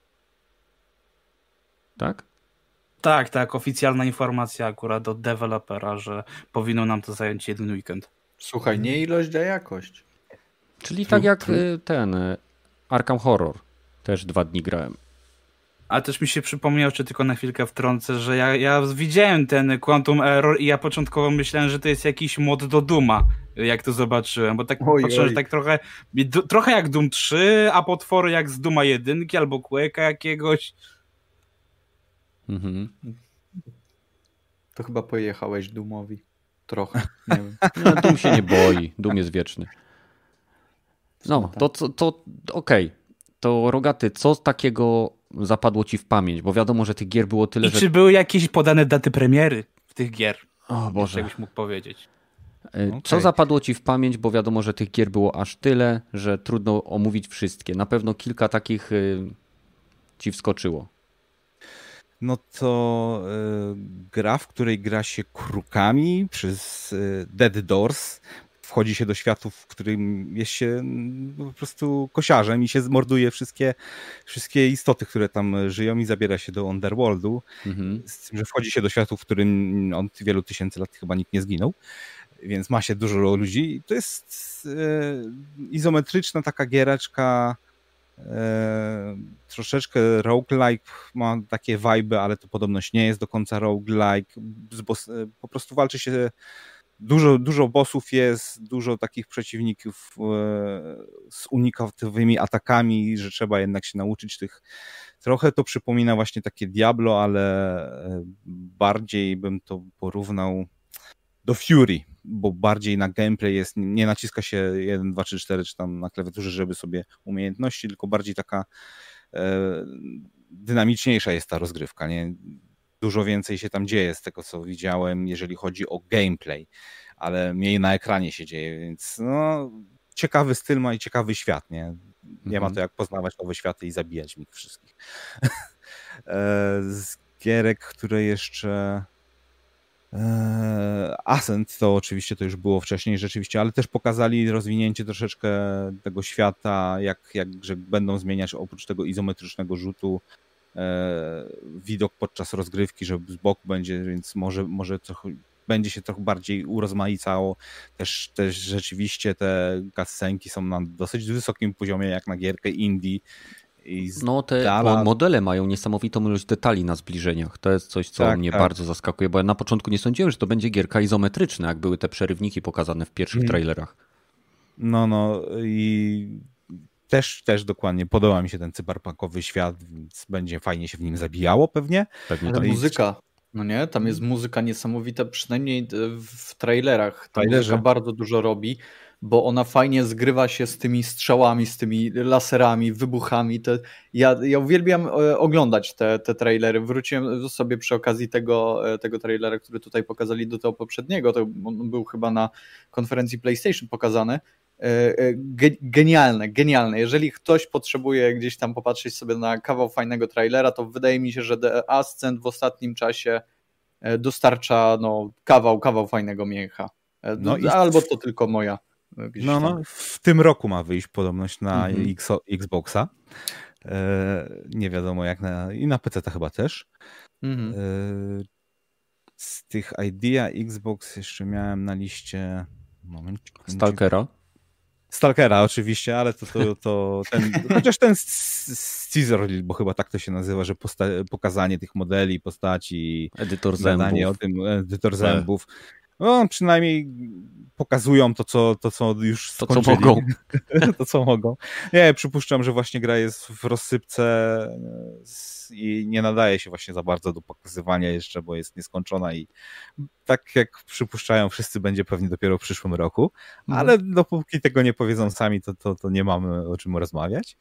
Tak?
Tak, tak, oficjalna informacja akurat od dewelopera, że powinno nam to zająć jeden weekend.
Słuchaj, nie ilość, a jakość.
Czyli tak jak y, ten y, Arkham Horror. Też dwa dni grałem.
A też mi się przypomniało, czy tylko na chwilkę wtrącę, że ja, ja widziałem ten Quantum Error i ja początkowo myślałem, że to jest jakiś mod do Dooma, jak to zobaczyłem, bo tak
Oj,
patrzyłem,
oj.
że tak trochę, d- trochę jak Doom trzy, a potwory jak z Dooma jeden albo Quake'a jakiegoś.
Mhm.
To chyba pojechałeś Doomowi. Trochę, nie wiem.
No, Doom się nie boi, Doom jest wieczny. No, to, to, to okej. Okay. To Rogaty, co takiego zapadło ci w pamięć? Bo wiadomo, że tych gier było tyle,
I
że...
czy były jakieś podane daty premiery w tych gier?
O Boże.
Jakbyś mógł powiedzieć.
Co
Okay.
zapadło ci w pamięć? Bo wiadomo, że tych gier było aż tyle, że trudno omówić wszystkie. Na pewno kilka takich y, ci wskoczyło.
No to y, gra, w której gra się krukami przez y, Dead Doors. Wchodzi się do światu, w którym jest się no, po prostu kosiarzem i się zmorduje wszystkie, wszystkie istoty, które tam żyją i zabiera się do Underworldu.
Mhm.
Z tym, że wchodzi się do światu, w którym od wielu tysięcy lat chyba nikt nie zginął. Więc ma się dużo ludzi. To jest y, izometryczna taka giereczka, e, troszeczkę roguelike, ma takie vibe, ale to podobność nie jest do końca roguelike. Z boss, po prostu walczy się, dużo, dużo bossów jest, dużo takich przeciwników e, z unikatowymi atakami, że trzeba jednak się nauczyć tych. Trochę to przypomina właśnie takie Diablo, ale bardziej bym to porównał do Fury, bo bardziej na gameplay jest, nie naciska się jeden, dwa, trzy, cztery czy tam na klawiaturze, żeby sobie umiejętności, tylko bardziej taka e, dynamiczniejsza jest ta rozgrywka, nie? Dużo więcej się tam dzieje z tego, co widziałem, jeżeli chodzi o gameplay, ale mniej na ekranie się dzieje, więc no, ciekawy styl ma i ciekawy świat, nie? Nie ma to jak poznawać nowe światy i zabijać ich wszystkich. Z gierek, które jeszcze... Ascent to oczywiście to już było wcześniej rzeczywiście, ale też pokazali rozwinięcie troszeczkę tego świata, jak, jak że będą zmieniać oprócz tego izometrycznego rzutu e, widok podczas rozgrywki, że z boku będzie, więc może, może trochę, będzie się trochę bardziej urozmaicało. Też, też rzeczywiście te cutscenki są na dosyć wysokim poziomie, jak na gierkę indie. I
No te
dala...
modele mają niesamowitą ilość detali na zbliżeniach. To jest coś, co
tak,
mnie
tak.
bardzo zaskakuje, bo ja na początku nie sądziłem, że to będzie gierka izometryczna, jak były te przerywniki pokazane w pierwszych
hmm.
trailerach.
No, no i też, też dokładnie podoba mi się ten cyberpunkowy świat, więc będzie fajnie się w nim zabijało pewnie.
Pewnie
Ale
tak.
muzyka, no nie? Tam jest muzyka niesamowita, przynajmniej w trailerach. Ta
Trailerze.
muzyka bardzo dużo robi, bo ona fajnie zgrywa się z tymi strzałami, z tymi laserami, wybuchami. Te, ja, ja uwielbiam oglądać te, te trailery. Wróciłem sobie przy okazji tego, tego trailera, który tutaj pokazali do tego poprzedniego. To on był chyba na konferencji PlayStation pokazany. Genialne, genialne. Jeżeli ktoś potrzebuje gdzieś tam popatrzeć sobie na kawał fajnego trailera, to wydaje mi się, że The Ascent w ostatnim czasie dostarcza no, kawał, kawał fajnego mięcha. No i... Albo to tylko moja.
No, no, w tym roku ma wyjść podobność na
mhm.
X, Xboxa. E, nie wiadomo jak na... I na P C chyba też. Mhm. E, z tych Idea Xbox jeszcze miałem na liście... Moment.
Stalkera?
Stalkera oczywiście, ale to, to, to ten, chociaż ten Scissor, bo chyba tak to się nazywa, że posta- pokazanie tych modeli, postaci,
edytor
gadanie
zębów.
o tym, edytor zębów. No, przynajmniej pokazują to, co, to, co już
To,
skończyli.
co mogą.
To, co mogą. Nie, przypuszczam, że właśnie gra jest w rozsypce i nie nadaje się właśnie za bardzo do pokazywania jeszcze, bo jest nieskończona i tak jak przypuszczają wszyscy, będzie pewnie dopiero w przyszłym roku, ale mm. dopóki tego nie powiedzą sami, to, to, to nie mamy o czym rozmawiać.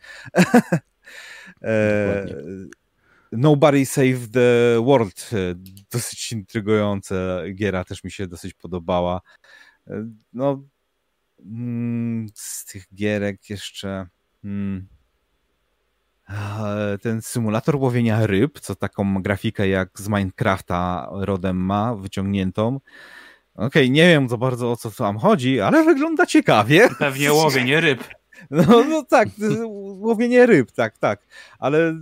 e, Nobody Save the World, dosyć intrygująca giera, też mi się dosyć podobała. No, z tych gierek jeszcze ten symulator łowienia ryb, co taką grafikę jak z Minecrafta rodem ma, wyciągniętą. Okej, okay, nie wiem za bardzo o co tam chodzi, ale wygląda ciekawie.
Pewnie łowienie ryb.
No, no tak, łowienie ryb, tak, tak, ale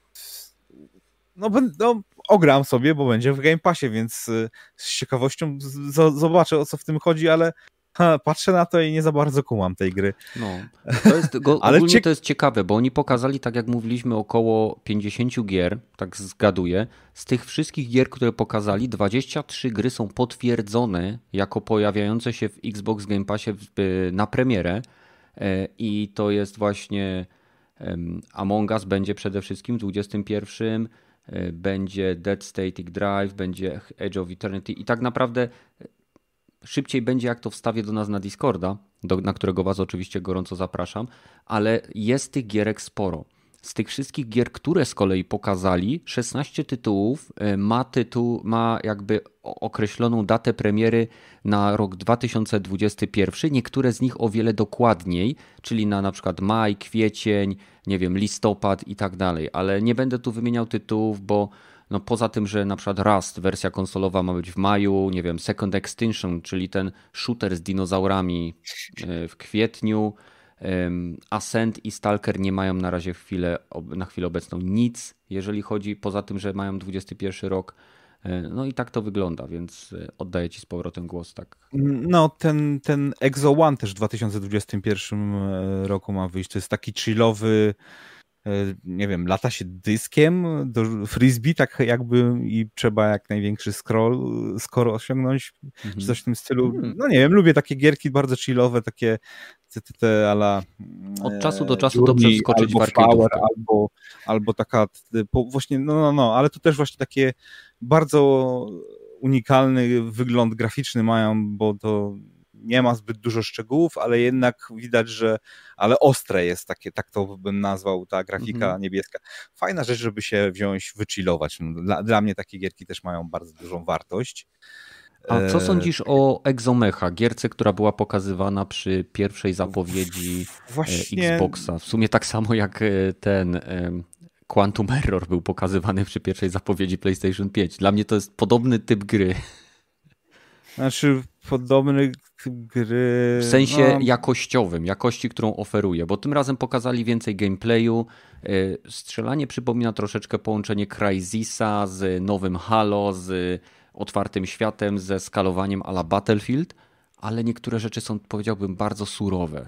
no, no ogram sobie, bo będzie w Game Passie, więc z ciekawością z- zobaczę o co w tym chodzi, ale ha, patrzę na to i nie za bardzo kumam tej gry.
No, to jest, go,
ale
ogólnie
cie...
to jest ciekawe, bo oni pokazali, tak jak mówiliśmy, około pięćdziesiąt gier, tak zgaduję. Z tych wszystkich gier, które pokazali, dwadzieścia trzy gry są potwierdzone jako pojawiające się w Xbox Game Passie na premierę i to jest właśnie Among Us będzie przede wszystkim w dwudziestym pierwszym, będzie Dead Static Drive, będzie Edge of Eternity i tak naprawdę szybciej będzie, jak to wstawię do nas na Discorda, do, na którego was oczywiście gorąco zapraszam, ale jest tych gierek sporo. Z tych wszystkich gier, które z kolei pokazali, szesnaście tytułów ma tytuł, ma jakby określoną datę premiery na rok dwa tysiące dwudziesty pierwszy, niektóre z nich o wiele dokładniej, czyli na na przykład maj, kwiecień, nie wiem, listopad i tak dalej, ale nie będę tu wymieniał tytułów, bo no poza tym, że na przykład Rust, wersja konsolowa ma być w maju, nie wiem, Second Extinction, czyli ten shooter z dinozaurami w kwietniu, Ascent i Stalker nie mają na razie chwilę, na chwilę obecną nic, jeżeli chodzi, poza tym, że mają dwudziesty pierwszy rok. No i tak to wygląda, więc oddaję ci z powrotem głos. Tak.
No ten, ten Exo One też w dwa tysiące dwudziestym pierwszym roku ma wyjść. To jest taki chillowy, nie wiem, lata się dyskiem do frisbee, tak jakby i trzeba jak największy scroll, score osiągnąć, mhm. czy coś w tym stylu. No nie wiem, lubię takie gierki bardzo chillowe, takie te, te, te ala
od czasu do czasu dobrze wskoczyć w arcade'ówkę.
Albo, albo taka właśnie, no, no, no, ale to też właśnie takie bardzo unikalny wygląd graficzny mają, bo to nie ma zbyt dużo szczegółów, ale jednak widać, że ale ostre jest takie, tak to bym nazwał, ta grafika mhm. niebieska. Fajna rzecz, żeby się wziąć, wychillować. Dla, dla mnie takie gierki też mają bardzo dużą wartość.
A co sądzisz o Exomecha, gierce, która była pokazywana przy pierwszej zapowiedzi Właśnie... Xboxa? W sumie tak samo jak ten Quantum Error był pokazywany przy pierwszej zapowiedzi PlayStation pięć. Dla mnie to jest podobny typ gry.
Znaczy podobny typ gry...
W sensie
no...
jakościowym, jakości, którą oferuje, bo tym razem pokazali więcej gameplayu. Strzelanie przypomina troszeczkę połączenie Crysisa z nowym Halo, z otwartym światem, ze skalowaniem a la Battlefield, ale niektóre rzeczy są, powiedziałbym, bardzo surowe.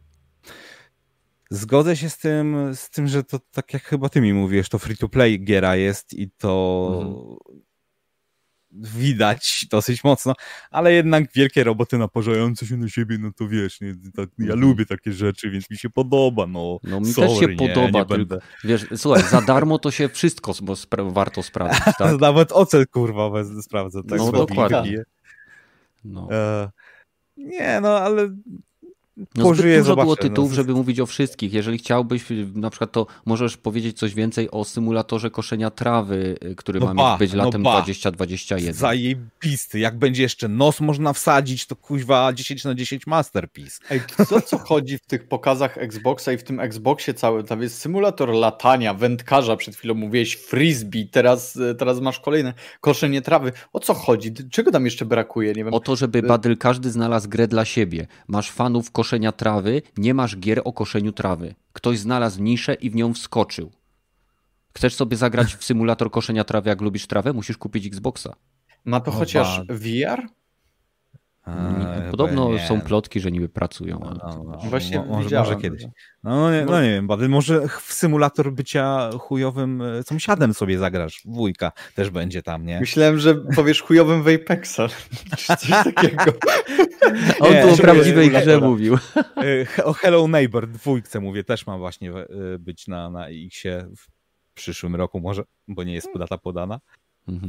Zgodzę się z tym, z tym, że to tak jak chyba ty mi mówisz, to free-to-play giera jest i to mhm. widać dosyć mocno, ale jednak wielkie roboty naparzające się na siebie, no to wiesz, nie, tak, ja mhm. lubię takie rzeczy, więc mi się podoba. No,
no mi
sorry,
też się
nie,
podoba,
nie
tylko, wiesz, słuchaj, za darmo to się wszystko bo spra- warto sprawdzić. Tak?
Nawet ocen kurwa sprawdzę. Tak
no dokładnie. No.
E, nie, no ale
No
pożyję,
zbyt dużo
zobaczę,
było tytułów,
no.
żeby mówić o wszystkich. Jeżeli chciałbyś, na przykład to możesz powiedzieć coś więcej o symulatorze koszenia trawy, który
no
ma
ba,
być latem
no
dwa tysiące dwudziestym pierwszym.
Zajebisty. Jak będzie jeszcze nos można wsadzić, to kuźwa dziesięć na dziesięć masterpiece.
Ej, co, co chodzi w tych pokazach Xboxa i w tym Xboxie całym? Tam jest symulator latania, wędkarza, przed chwilą mówiłeś frisbee, teraz, teraz masz kolejne koszenie trawy. O co chodzi? Czego tam jeszcze brakuje? Nie wiem.
O to, żeby Badyl każdy znalazł grę dla siebie. Masz fanów koszenia trawy, nie masz gier o koszeniu trawy. Ktoś znalazł niszę i w nią wskoczył. Chcesz sobie zagrać w symulator koszenia trawy, jak lubisz trawę? Musisz kupić Xboxa.
Ma to
o
chociaż
ba.
V R?
A,
Podobno
nie.
są plotki, że niby pracują. Ale...
No, no,
Właśnie
może,
widziałem.
może kiedyś. No nie, no nie wiem, Badyl, może w symulator bycia chujowym sąsiadem sobie zagrasz. Wujka też będzie tam, nie?
Myślałem, że powiesz chujowym w Apexa, czy coś takiego.
On
Nie,
tu o
żeby-
prawdziwej grze
Dobra.
mówił.
E, O Hello Neighbor, dwójce mówię, też ma właśnie e, być na, na X-ie w przyszłym roku może, bo nie jest data podana.
Mhm.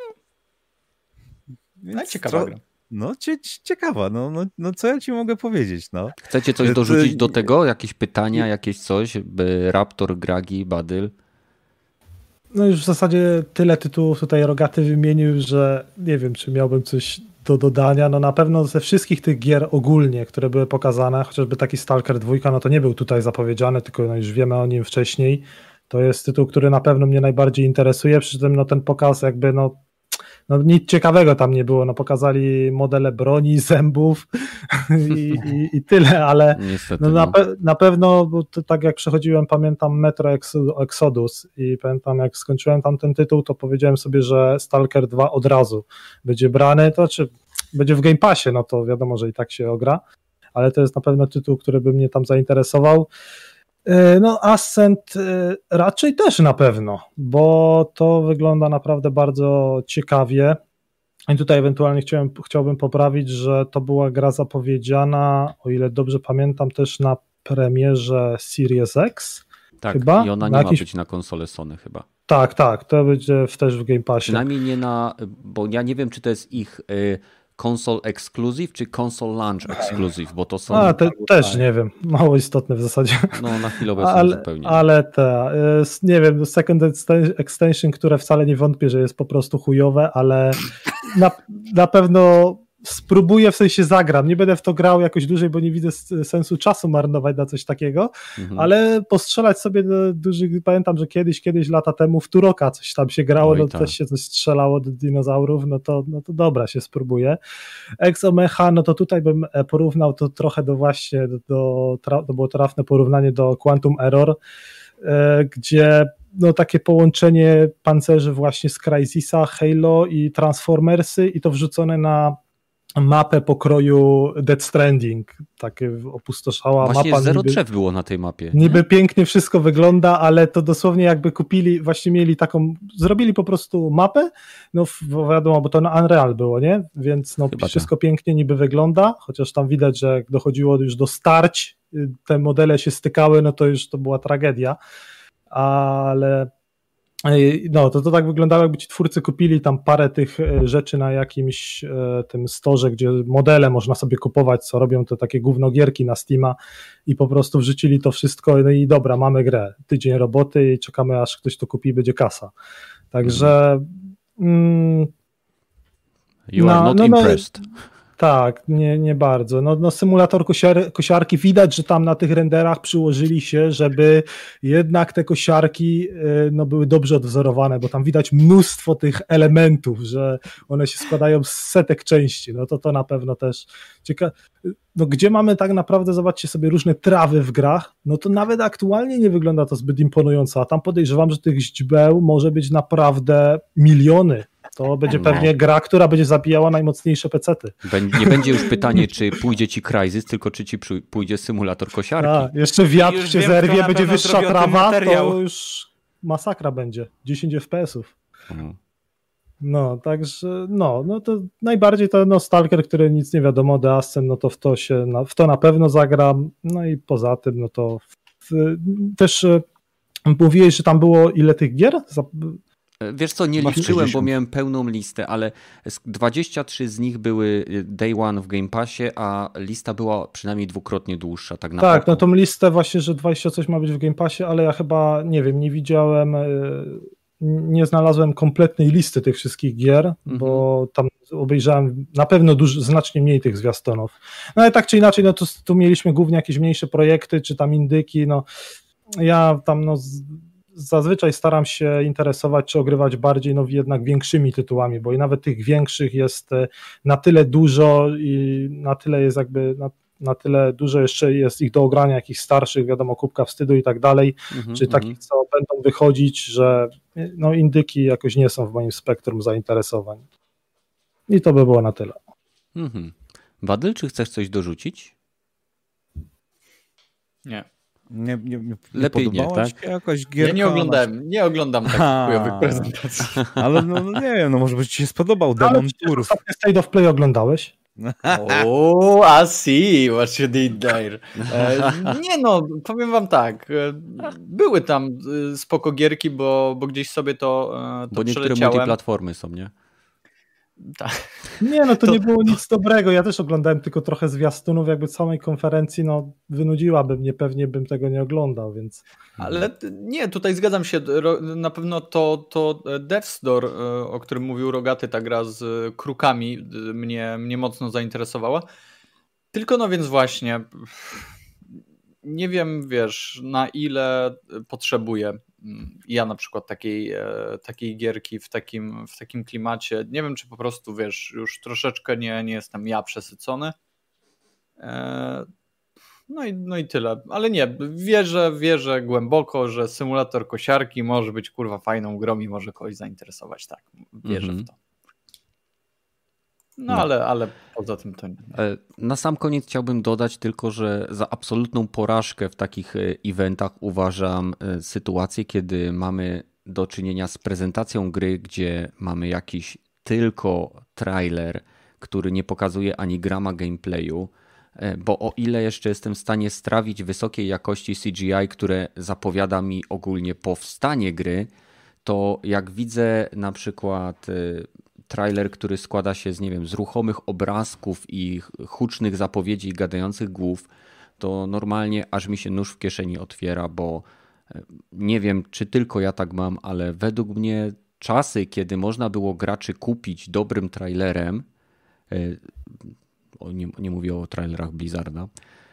Więc
No ciekawa
tro-
gra.
No cie, ciekawa, no, no, no co ja ci mogę powiedzieć, no.
Chcecie coś
To-
dorzucić do tego? Jakieś pytania, jakieś coś? By Raptor, Gragi, Badyl?
No już w zasadzie tyle tytułów tutaj Rogaty wymienił, że nie wiem, czy miałbym coś do dodania. No na pewno ze wszystkich tych gier ogólnie, które były pokazane, chociażby taki Stalker dwa, no to nie był tutaj zapowiedziany, tylko no już wiemy o nim wcześniej. To jest tytuł, który na pewno mnie najbardziej interesuje, przy czym no ten pokaz jakby no No nic ciekawego tam nie było, no pokazali modele broni, zębów i, i, i tyle, ale
Niestety.
no na,
no.
pe- na pewno, bo to tak jak przechodziłem, pamiętam Metro Exo- Exodus i pamiętam jak skończyłem tam ten tytuł, to powiedziałem sobie, że Stalker dwa od razu będzie brany, to czy będzie w Game Passie, no to wiadomo, że i tak się ogra, ale to jest na pewno tytuł, który by mnie tam zainteresował. No Ascent raczej też na pewno, bo to wygląda naprawdę bardzo ciekawie i tutaj ewentualnie chciałem, chciałbym poprawić, że to była gra zapowiedziana, o ile dobrze pamiętam, też na premierze Series X.
Tak,
chyba?
i ona nie
Na
ma
jakiś-
być na konsolę Sony chyba.
Tak, tak, to będzie w, też w Game Passie.
Przynajmniej nie na, bo ja nie wiem, czy to jest ich y, console exclusive, czy console launch exclusive, bo to są,
A, te, też nie wiem, mało istotne w zasadzie.
no na chwilę obecną
Ale,
zupełnie.
ale te, y, nie wiem, Second Extension, które wcale nie wątpię, że jest po prostu chujowe, ale na, na pewno spróbuję, w sensie zagram. Nie będę w to grał jakoś dłużej, bo nie widzę s- sensu czasu marnować na coś takiego,
Mhm.
ale postrzelać sobie do dużych, pamiętam, że kiedyś, kiedyś lata temu w Turoka coś tam się grało,
Oj,
no
tak.
też się coś strzelało do dinozaurów, no to, no to dobra, się spróbuję. Exomecha, no to tutaj bym e, porównał to trochę do właśnie, do, do, tra- to było trafne porównanie do Quantum Error, e, gdzie no takie połączenie pancerzy właśnie z Crysisa, Halo i Transformersy i to wrzucone na mapę pokroju Death Stranding, takie opustoszała
Właśnie
mapa.
zero
niby,
drzew było na tej mapie.
niby pięknie wszystko wygląda, ale to dosłownie jakby kupili, właśnie mieli taką, zrobili po prostu mapę, no w- bo wiadomo, bo to na Unreal było, nie? Więc no
Chyba
wszystko pięknie niby wygląda, chociaż tam widać, że jak dochodziło już do starć, y, te modele się stykały, no to już to była tragedia, ale Ej, no, to, to tak wyglądało, jakby ci twórcy kupili tam parę tych e, rzeczy na jakimś e, tym storze, gdzie modele można sobie kupować, co robią to takie gównogierki na Steama i po prostu wrzucili to wszystko, no i dobra, mamy grę, tydzień roboty i czekamy, aż ktoś to kupi i będzie kasa. Także mm,
You
No,
are not
no, no.
impressed.
tak, nie, nie bardzo. No, no symulator kosiar, kosiarki, widać, że tam na tych renderach przyłożyli się, żeby jednak te kosiarki y, no, były dobrze odwzorowane, bo tam widać mnóstwo tych elementów, że one się składają z setek części. No to to na pewno też ciekawe. No gdzie mamy tak naprawdę, zobaczcie sobie, różne trawy w grach, no to nawet aktualnie nie wygląda to zbyt imponująco, a tam podejrzewam, że tych źdźbeł może być naprawdę miliony. To będzie
No.
pewnie gra, która będzie zabijała najmocniejsze pecety.
Bę- Nie będzie już pytanie, czy pójdzie ci Crysis, tylko czy ci przy- pójdzie symulator kosiarki.
A, jeszcze wiatr
Już
cię
wiem,
zerwie,
kto na
będzie
pewno
wyższa
zrobi o tym
trawa,
materiał.
to już masakra będzie. dziesięć F P S-ów.
Mhm.
No, także, no, no to najbardziej to no, Stalker, który nic nie wiadomo, The Ascent, no to w to się, na, w to na pewno zagram, no i poza tym, no to w, też e, mówiłeś, że tam było ile tych gier? Za,
Wiesz co, nie
Chyba
liczyłem, bo
sześćdziesiąt.
miałem pełną listę, ale z- dwadzieścia trzy z nich były day one w Game Passie, a lista była przynajmniej dwukrotnie dłuższa. Tak, na
tak,
oko.
no tą listę właśnie, że dwadzieścia coś ma być w Game Passie, ale ja chyba, nie wiem, nie widziałem, e, nie znalazłem kompletnej listy tych wszystkich gier, bo tam obejrzałem na pewno dużo, znacznie mniej tych zwiastunów. No ale tak czy inaczej, no to tu mieliśmy głównie jakieś mniejsze projekty, czy tam indyki, no ja tam no z, zazwyczaj staram się interesować, czy ogrywać bardziej no jednak większymi tytułami, bo i nawet tych większych jest e, na tyle dużo i na tyle jest jakby, na, na tyle dużo jeszcze jest ich do ogrania, jakichś starszych, wiadomo, kubka wstydu i tak dalej,
Mhm,
czy
mhm.
takich, co będą wychodzić, że no indyki jakoś nie są w moim spektrum zainteresowań. I to by było na tyle.
Mhm. Wadyl, czy chcesz coś dorzucić?
Nie.
Nie, nie, nie,
Lepiej nie, tak?
Jakaś gierka,
ja nie oglądałem, nie oglądam takich chujowych prezentacji.
Ale no, no nie wiem, no może by ci się spodobał Demon Tour.
Ostatnio State of Play oglądałeś?
O, I see what you did there. E, nie no, powiem wam tak, były tam spoko gierki, bo, bo gdzieś sobie to, to
Bo niektóre
przeleciałem.
multiplatformy są, nie?
Tak.
Nie, no to,
To-
nie było nic dobrego. Ja też oglądałem tylko trochę zwiastunów, jakby samej konferencji, no wynudziłaby mnie, pewnie bym tego nie oglądał, więc...
Ale nie, tutaj zgadzam się, ro- na pewno to, to Death's Door, e, o którym mówił Rogaty, ta gra z e, krukami, e, mnie, mnie mocno zainteresowała. Tylko no więc właśnie, nie wiem, wiesz, na ile potrzebuję mm, ja na przykład takiej, e, takiej gierki w takim, w takim klimacie. Nie wiem, czy po prostu, wiesz, już troszeczkę nie, nie jestem ja przesycony. E, No i, no i tyle, ale nie, wierzę, wierzę głęboko, że symulator kosiarki może być kurwa fajną grą i może kogoś zainteresować, tak, wierzę
Mhm.
w to. No,
No.
Ale, ale poza tym to nie.
E, Na sam koniec chciałbym dodać tylko, że za absolutną porażkę w takich e, eventach uważam e, sytuację, kiedy mamy do czynienia z prezentacją gry, gdzie mamy jakiś tylko trailer, który nie pokazuje ani grama gameplayu, e, bo o ile jeszcze jestem w stanie strawić wysokiej jakości C G I, które zapowiada mi ogólnie powstanie gry, to jak widzę na przykład e, trailer, który składa się z, nie wiem, z ruchomych obrazków i hucznych zapowiedzi i gadających głów, to normalnie aż mi się nóż w kieszeni otwiera, bo e, nie wiem, czy tylko ja tak mam, ale według mnie czasy, kiedy można było graczy kupić dobrym trailerem, e, o, nie, nie mówię o trailerach Blizzarda,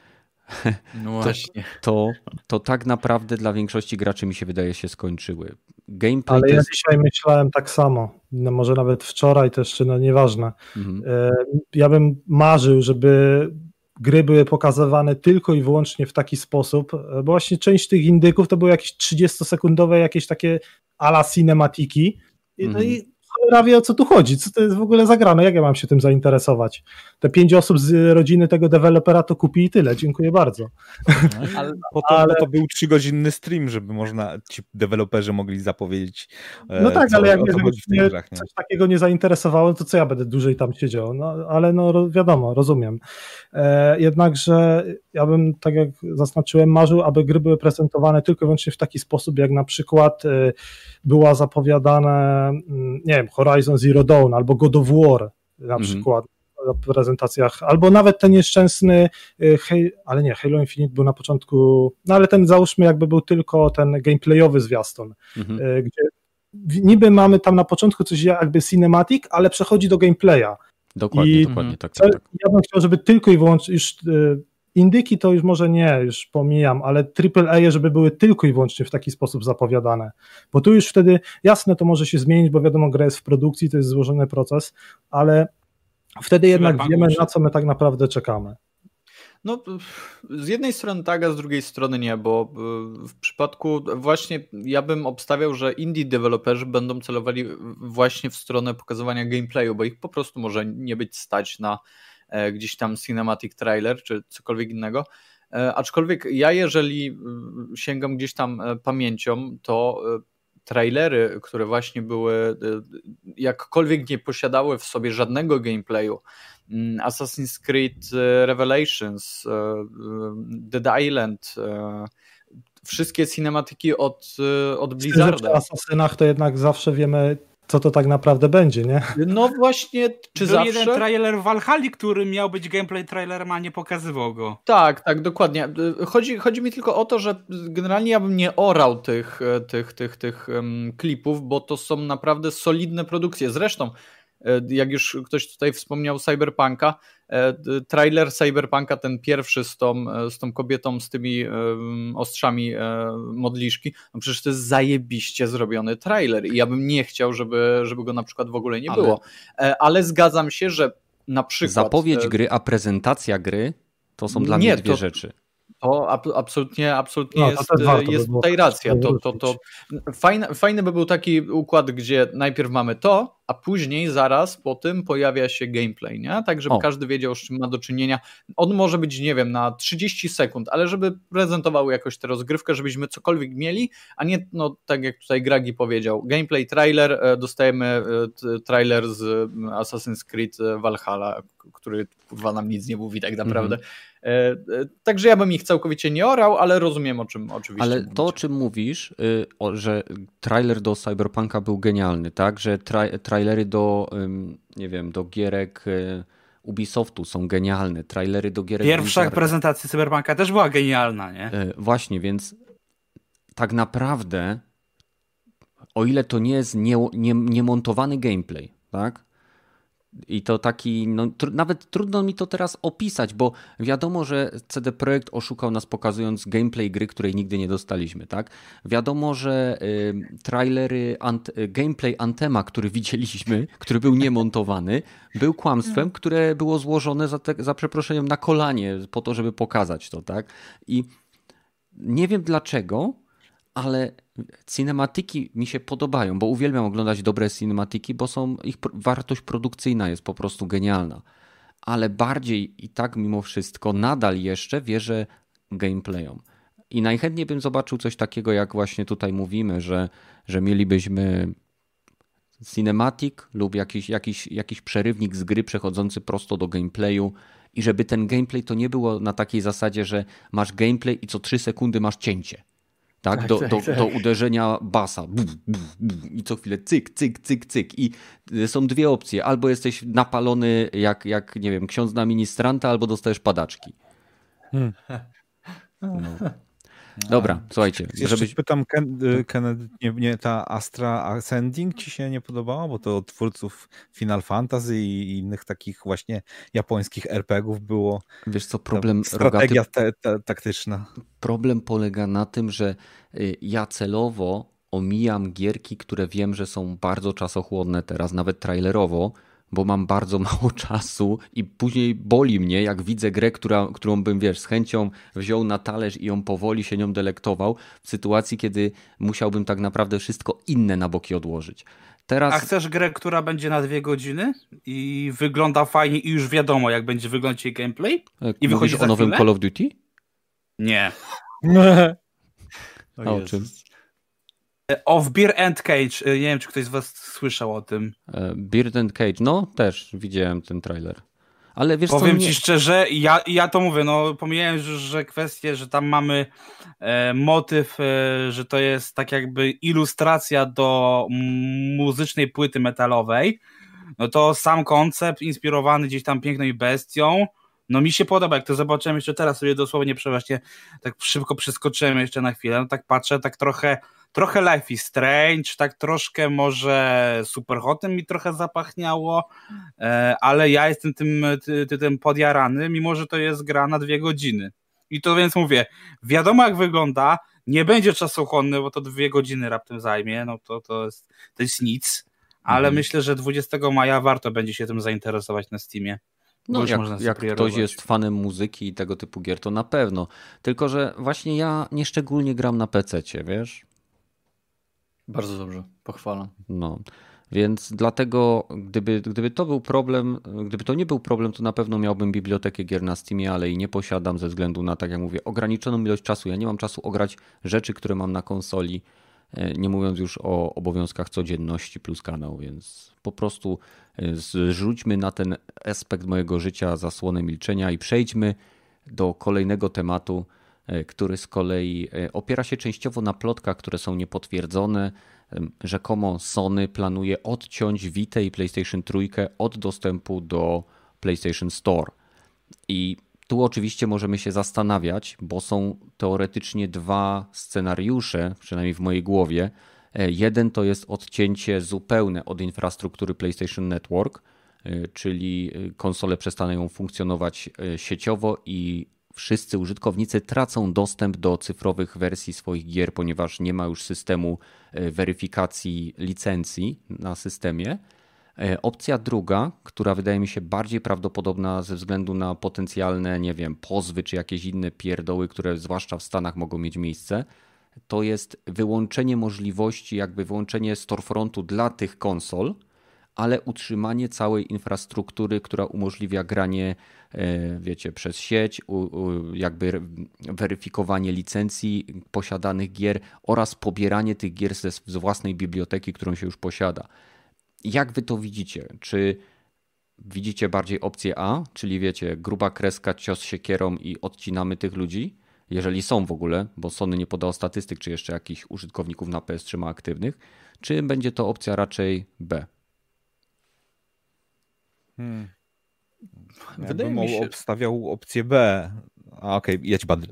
No właśnie.
to, to tak naprawdę dla większości graczy mi się wydaje się skończyły. Gameplay
Ale
to
ja
jest...
dzisiaj myślałem tak samo, no może nawet wczoraj też, czy no nieważne.
Mhm.
E, Ja bym marzył, żeby gry były pokazywane tylko i wyłącznie w taki sposób, e, bo właśnie część tych indyków to były jakieś trzydziestosekundowe jakieś takie a la cinematiki. I, no
Mhm.
i cholera wie, o co tu chodzi, co to jest w ogóle za gra, no jak ja mam się tym zainteresować? Te pięć osób z rodziny tego dewelopera to kupi i tyle, dziękuję bardzo.
Ale,
Po to,
Ale-
po to był trzygodzinny stream, żeby można, ci deweloperzy mogli zapowiedzieć, e,
No tak,
co,
ale jak
o co
mnie
chodzi w tych
mnie
grach. Nie?
coś takiego nie zainteresowało, to co ja będę dłużej tam siedział? No, ale no ro- wiadomo, rozumiem. E, jednakże ja bym, tak jak zaznaczyłem, marzył, aby gry były prezentowane tylko i wyłącznie w taki sposób, jak na przykład e, była zapowiadane, mm, nie wiem, Horizon Zero Dawn albo God of War na
Mhm.
przykład na prezentacjach, albo nawet ten nieszczęsny, e, Hej, ale nie, Halo Infinite był na początku, no ale ten załóżmy jakby był tylko ten gameplayowy zwiastun,
Mhm.
e, gdzie w- niby mamy tam na początku coś jakby cinematic, ale przechodzi do gameplaya.
Dokładnie,
I-
dokładnie, tak,
Co,
tak, tak.
ja bym chciał, żeby tylko i wyłącznie już y, indyki to już może nie, już pomijam, ale triple A, żeby były tylko i wyłącznie w taki sposób zapowiadane, bo tu już wtedy, jasne, to może się zmienić, bo wiadomo, gra jest w produkcji, to jest złożony proces, ale wtedy jednak
Cyberpunk
wiemy,
musi-
na co my tak naprawdę czekamy.
No, z jednej strony tak, a z drugiej strony nie, bo w przypadku właśnie ja bym obstawiał, że indie deweloperzy będą celowali właśnie w stronę pokazywania gameplayu, bo ich po prostu może nie być stać na e, gdzieś tam cinematic trailer czy cokolwiek innego. E, aczkolwiek ja, jeżeli mm, sięgam gdzieś tam e, pamięcią, to e, trailery, które właśnie były, e, jakkolwiek nie posiadały w sobie żadnego gameplayu, mm, Assassin's Creed e, Revelations, e, e, Dead Island, e, wszystkie cinematyki od, e, od
Z tym, że przy
Blizzarda.
Asasynach to jednak zawsze wiemy, co to tak naprawdę będzie, nie?
No właśnie, czy
Był
zawsze?
jeden trailer w Valhalla, który miał być gameplay trailerem, a nie pokazywał go.
Tak, tak, dokładnie. Chodzi, chodzi mi tylko o to, że generalnie ja bym nie orał tych, tych, tych, tych um, klipów, bo to są naprawdę solidne produkcje. Zresztą, jak już ktoś tutaj wspomniał Cyberpunka, trailer Cyberpunka, ten pierwszy z tą, z tą kobietą z tymi um, ostrzami um, modliszki, no przecież to jest zajebiście zrobiony trailer i ja bym nie chciał, żeby, żeby go na przykład w ogóle nie
Ale-
było. Ale zgadzam się, że na przykład...
Zapowiedź gry, a prezentacja gry to są dla
Nie,
mnie dwie
to-
rzeczy.
To ab- absolutnie, absolutnie
No, to
jest,
też warto
jest
by było
tutaj
tak
racja. To, to,
wrócić.
to fajny, fajny by był taki układ, gdzie najpierw mamy to, a później zaraz po tym pojawia się gameplay, nie? Tak, żeby o. każdy wiedział, z czym ma do czynienia. On może być, nie wiem, na trzydzieści sekund, ale żeby prezentował jakoś tę rozgrywkę, żebyśmy cokolwiek mieli, a nie, no tak jak tutaj Gragi powiedział, gameplay, trailer, dostajemy trailer z Assassin's Creed Valhalla, który kurwa nam nic nie mówi tak naprawdę. Mm-hmm. Także ja bym ich całkowicie nie orał, ale rozumiem, o czym oczywiście
Ale
mówicie.
to, o czym mówisz, że trailer do Cyberpunka był genialny, tak? Że tra- trailery do, nie wiem, do gierek Ubisoftu są genialne, trailery do gierek...
Pierwsza Blizzarda. Prezentacja Cyberpunka też była genialna, nie?
Właśnie, więc tak naprawdę, o ile to nie jest nie, nie, niemontowany gameplay, tak? I to taki, no tr- nawet trudno mi to teraz opisać, bo wiadomo, że C D Projekt oszukał nas pokazując gameplay gry, której nigdy nie dostaliśmy, tak? Wiadomo, że y, trailery, ant- gameplay Anthema, który widzieliśmy, który był niemontowany, był kłamstwem, które było złożone za, te, za przeproszeniem na kolanie po to, żeby pokazać to, tak? I nie wiem dlaczego, ale cinematyki mi się podobają, bo uwielbiam oglądać dobre cinematyki, bo są ich wartość produkcyjna jest po prostu genialna. Ale bardziej i tak mimo wszystko nadal jeszcze wierzę gameplayom. I najchętniej bym zobaczył coś takiego, jak właśnie tutaj mówimy, że, że mielibyśmy cinematic lub jakiś, jakiś, jakiś przerywnik z gry przechodzący prosto do gameplayu i żeby ten gameplay to nie było na takiej zasadzie, że masz gameplay i co trzy sekundy masz cięcie. Tak,
tak,
do,
tak,
do,
tak.
do uderzenia basa buf, buf, buf, i co chwilę cyk, cyk, cyk, cyk i są dwie opcje, albo jesteś napalony jak, jak nie wiem, ksiądz na ministranta, albo dostajesz padaczki. Hmm. No. Dobra, słuchajcie.
Jeszcze
żebyś...
pytam, Kennedy, nie, nie, ta Astra Ascending ci się nie podobała? Bo to od twórców Final Fantasy i innych takich właśnie japońskich er pe gie ów było.
Wiesz co, problem...
Strategia rogaty... te, te, taktyczna.
Problem polega na tym, że ja celowo omijam gierki, które wiem, że są bardzo czasochłonne teraz, nawet trailerowo, bo mam bardzo mało czasu i później boli mnie, jak widzę grę, która, którą bym, wiesz, z chęcią wziął na talerz i ją powoli się nią delektował, w sytuacji, kiedy musiałbym tak naprawdę wszystko inne na boki odłożyć. Teraz...
A chcesz grę, która będzie na dwie godziny i wygląda fajnie i już wiadomo, jak będzie wyglądać jej gameplay? I
wychodzi o nowym
chwilę?
Call of Duty?
Nie.
A o czym?
Of Beer and Cage. Nie wiem, czy ktoś z was słyszał o tym.
Beer and Cage, no też widziałem ten trailer. Ale wiesz
Powiem
co,
ci
nie...
szczerze, ja, ja to mówię, no pomijając, że, że kwestię, że tam mamy e, motyw, e, że to jest tak jakby ilustracja do muzycznej płyty metalowej, no to sam koncept inspirowany gdzieś tam Piękną i Bestią, no mi się podoba, jak to zobaczyłem jeszcze teraz sobie dosłownie przeważnie tak szybko przeskoczyłem jeszcze na chwilę, no tak patrzę, tak trochę trochę Life is Strange, tak troszkę może Superhotem mi trochę zapachniało, ale ja jestem tym, tym, tym podjarany, mimo że to jest gra na dwie godziny. I to więc mówię, wiadomo jak wygląda, nie będzie czasochłonny, bo to dwie godziny raptem zajmie, no to, to, jest, to jest nic, ale mhm. myślę, że dwudziestego maja warto będzie się tym zainteresować na Steamie.
No jak, jak ktoś jest fanem muzyki i tego typu gier, to na pewno. Tylko, że właśnie ja nieszczególnie gram na pececie, wiesz?
Bardzo dobrze, pochwalam.
No, więc dlatego gdyby, gdyby to był problem, gdyby to nie był problem, to na pewno miałbym bibliotekę gier na Steamie, ale i nie posiadam ze względu na, tak jak mówię, ograniczoną ilość czasu. Ja nie mam czasu ograć rzeczy, które mam na konsoli, nie mówiąc już o obowiązkach codzienności plus kanał, więc po prostu zrzućmy na ten aspekt mojego życia zasłonę milczenia i przejdźmy do kolejnego tematu, który z kolei opiera się częściowo na plotkach, które są niepotwierdzone. Rzekomo Sony planuje odciąć Vitę i PlayStation trzy od dostępu do PlayStation Store. I tu oczywiście możemy się zastanawiać, bo są teoretycznie dwa scenariusze, przynajmniej w mojej głowie. Jeden to jest odcięcie zupełne od infrastruktury PlayStation Network, czyli konsole przestaną funkcjonować sieciowo i wszyscy użytkownicy tracą dostęp do cyfrowych wersji swoich gier, ponieważ nie ma już systemu weryfikacji licencji na systemie. Opcja druga, która wydaje mi się bardziej prawdopodobna ze względu na potencjalne, nie wiem, pozwy czy jakieś inne pierdoły, które zwłaszcza w Stanach mogą mieć miejsce, to jest wyłączenie możliwości, jakby wyłączenie storefrontu dla tych konsol, ale utrzymanie całej infrastruktury, która umożliwia granie, wiecie, przez sieć, jakby weryfikowanie licencji posiadanych gier oraz pobieranie tych gier ze, z własnej biblioteki, którą się już posiada. Jak wy to widzicie? Czy widzicie bardziej opcję A, czyli wiecie, gruba kreska, cios siekierą i odcinamy tych ludzi, jeżeli są w ogóle, bo Sony nie podało statystyk, czy jeszcze jakichś użytkowników na P S trzy ma aktywnych, czy będzie to opcja raczej B?
Hmm. Ja
Wydaje
bym
mi się...
obstawiał opcję B. A okej, okay, jedź Badr.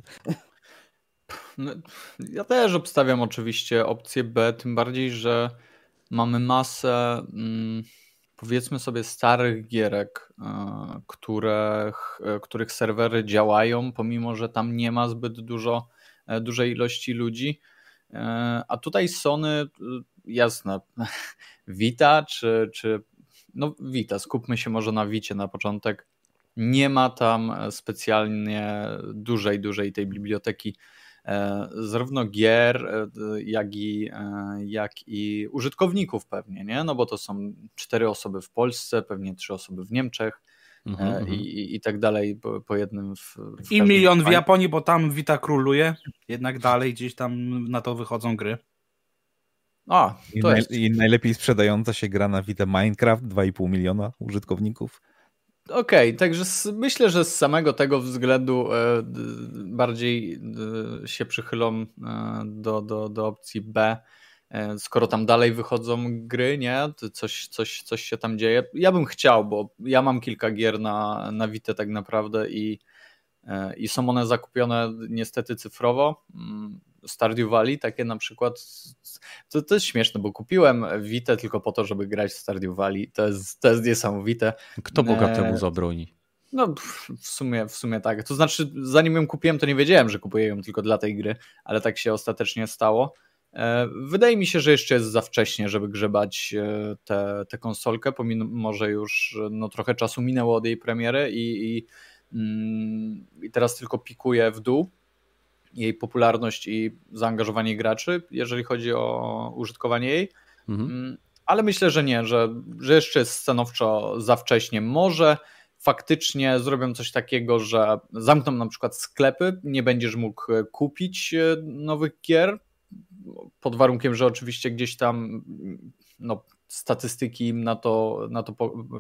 No, ja też obstawiam oczywiście opcję B, tym bardziej, że mamy masę mm, powiedzmy sobie starych gierek, y, których, y, których serwery działają, pomimo że tam nie ma zbyt dużo, y, dużej ilości ludzi. Y, a tutaj Sony, y, jasne, Vita czy, czy no Vita, skupmy się może na Vicie na początek. Nie ma tam specjalnie dużej, dużej tej biblioteki zarówno gier, jak i, jak i użytkowników pewnie, nie? No bo to są cztery osoby w Polsce, pewnie trzy osoby w Niemczech mm-hmm. i, i tak dalej po, po jednym w, w
I milion w Japonii, bo tam Vita króluje, jednak dalej gdzieś tam na to wychodzą gry.
A,
I,
to
naj,
jest...
I najlepiej sprzedająca się gra na Vita Minecraft, dwa i pół miliona użytkowników.
Okej, okay, także z, myślę, że z samego tego względu e, bardziej e, się przychylą e, do, do, do opcji B, e, skoro tam dalej wychodzą gry, nie? Coś, coś, coś się tam dzieje. Ja bym chciał, bo ja mam kilka gier na, na Vitę tak naprawdę i, e, i są one zakupione niestety cyfrowo. Stardew Valley, takie na przykład, to, to jest śmieszne, bo kupiłem Vitę tylko po to, żeby grać w Stardew Valley, to jest, to jest niesamowite.
Kto bogatemu zabroni?
No w sumie, w sumie tak, to znaczy zanim ją kupiłem, to nie wiedziałem, że kupuję ją tylko dla tej gry, ale tak się ostatecznie stało. Wydaje mi się, że jeszcze jest za wcześnie, żeby grzebać tę te, te konsolkę, pomimo że już no, trochę czasu minęło od jej premiery i, i, i teraz tylko pikuje w dół jej popularność i zaangażowanie graczy, jeżeli chodzi o użytkowanie jej. Mhm. Ale myślę, że nie, że, że jeszcze jest stanowczo za wcześnie. Może faktycznie zrobią coś takiego, że zamkną na przykład sklepy, nie będziesz mógł kupić nowych gier, pod warunkiem, że oczywiście gdzieś tam no, statystyki im na to, na to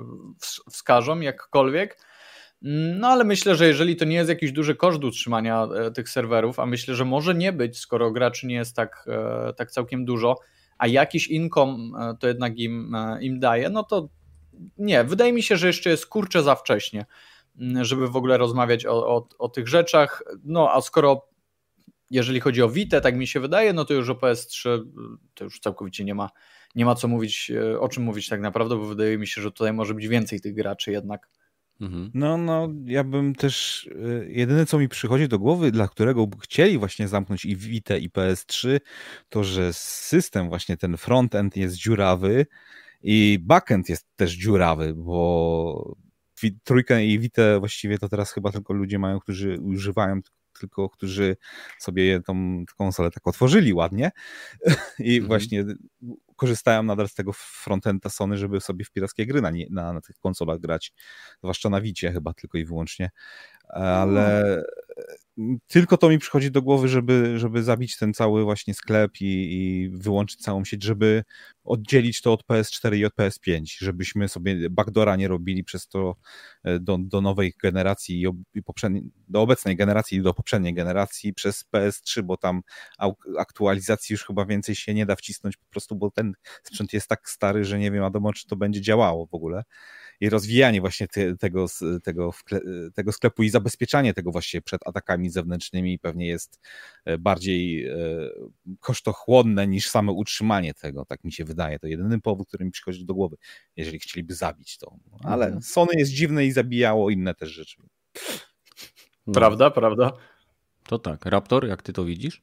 wskażą jakkolwiek. No ale myślę, że jeżeli to nie jest jakiś duży koszt utrzymania tych serwerów, a myślę, że może nie być, skoro graczy nie jest tak, tak całkiem dużo, a jakiś income to jednak im, im daje, no to nie, wydaje mi się, że jeszcze jest kurczę za wcześnie, żeby w ogóle rozmawiać o, o, o tych rzeczach. No a skoro jeżeli chodzi o Vitę, tak mi się wydaje, no to już o P S trzy to już całkowicie nie ma, nie ma co mówić, o czym mówić tak naprawdę, bo wydaje mi się, że tutaj może być więcej tych graczy jednak.
No, no, ja bym też, jedyne co mi przychodzi do głowy, dla którego chcieli właśnie zamknąć i Vitę i P S trzy, to że system właśnie ten frontend jest dziurawy i backend jest też dziurawy, bo trójkę i Vitę właściwie to teraz chyba tylko ludzie mają, którzy używają, tylko którzy sobie tą konsolę tak otworzyli ładnie i mhm. właśnie korzystają nadal z tego frontenda Sony, żeby sobie w pirackie gry na, nie, na, na tych konsolach grać, zwłaszcza na Vicie chyba tylko i wyłącznie, ale no. tylko to mi przychodzi do głowy, żeby, żeby zabić ten cały właśnie sklep i, i wyłączyć całą sieć, żeby oddzielić to od P S cztery i od P S pięć, żebyśmy sobie backdoora nie robili przez to do, do nowej generacji i poprzedniej, do obecnej generacji i do poprzedniej generacji przez P S trzy, bo tam aktualizacji już chyba więcej się nie da wcisnąć po prostu, bo ten sprzęt jest tak stary, że nie wiadomo, czy to będzie działało w ogóle. I rozwijanie właśnie te, tego, tego, tego sklepu i zabezpieczanie tego właśnie przed atakami zewnętrznymi pewnie jest bardziej kosztochłonne niż same utrzymanie tego, tak mi się wydaje. To jedyny powód, który mi przychodzi do głowy, jeżeli chcieliby zabić to. Ale mhm. Sony jest dziwne i zabijało inne też rzeczy.
Prawda, no. prawda.
To tak. Raptor, jak ty to widzisz?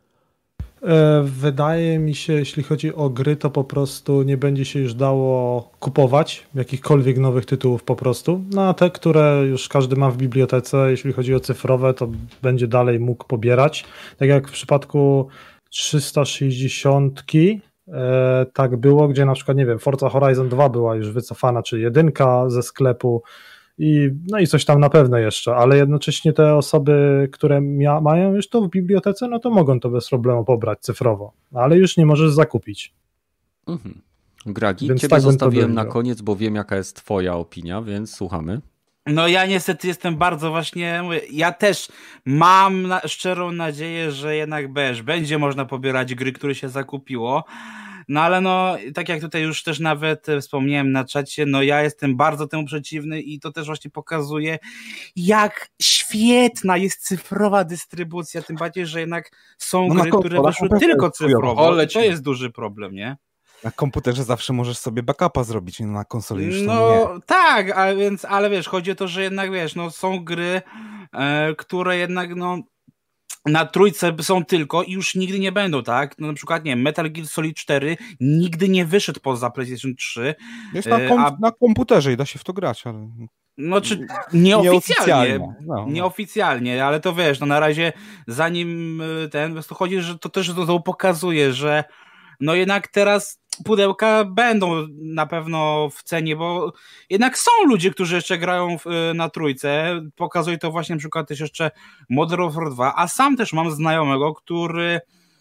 Wydaje mi się, jeśli chodzi o gry, to po prostu nie będzie się już dało kupować jakichkolwiek nowych tytułów po prostu. No a te, które już każdy ma w bibliotece, jeśli chodzi o cyfrowe, to będzie dalej mógł pobierać. Tak jak w przypadku trzysta sześćdziesiąt e, tak było, gdzie na przykład, nie wiem, Forza Horizon dwa była już wycofana, czy jedynka ze sklepu i no i coś tam na pewno jeszcze, ale jednocześnie te osoby, które mia- mają już to w bibliotece, no to mogą to bez problemu pobrać cyfrowo, ale już nie możesz zakupić.
Mhm. Gragi,
Więc
ciebie
tak bym
zostawiłem na
powiedział.
koniec, bo wiem jaka jest twoja opinia, więc słuchamy.
No ja niestety jestem bardzo właśnie, mówię, ja też mam na, szczerą nadzieję, że jednak wiesz, będzie można pobierać gry, które się zakupiło, no ale no, tak jak tutaj już też nawet wspomniałem na czacie, no ja jestem bardzo temu przeciwny i to też właśnie pokazuje, jak świetna jest cyfrowa dystrybucja, tym bardziej, że jednak są
No na
gry, które
konsolach
wyszły
na pewno
tylko
jest chujowo.
cyfrowo,
Ale
i to
ci-
jest duży problem, nie?
Na komputerze zawsze możesz sobie backupa zrobić, no na konsoli już to
No
nie.
tak, a więc, ale wiesz, chodzi o to, że jednak wiesz, no są gry, e, które jednak no na trójce są tylko i już nigdy nie będą, tak? No, na przykład, nie wiem, Metal Gear Solid cztery nigdy nie wyszedł poza PlayStation trzy.
Jest na,
e,
kom-
a-
na komputerze i da się w to grać, ale
No czy nieoficjalnie,
nieoficjalnie. No, no.
nieoficjalnie, ale to wiesz, no na razie zanim y, ten, wiesz, to chodzi, że to też to, to pokazuje, że no jednak teraz pudełka będą na pewno w cenie, bo jednak są ludzie, którzy jeszcze grają w, na trójce. Pokazuje to właśnie na przykład też jeszcze Modern Warfare dwa, a sam też mam znajomego, który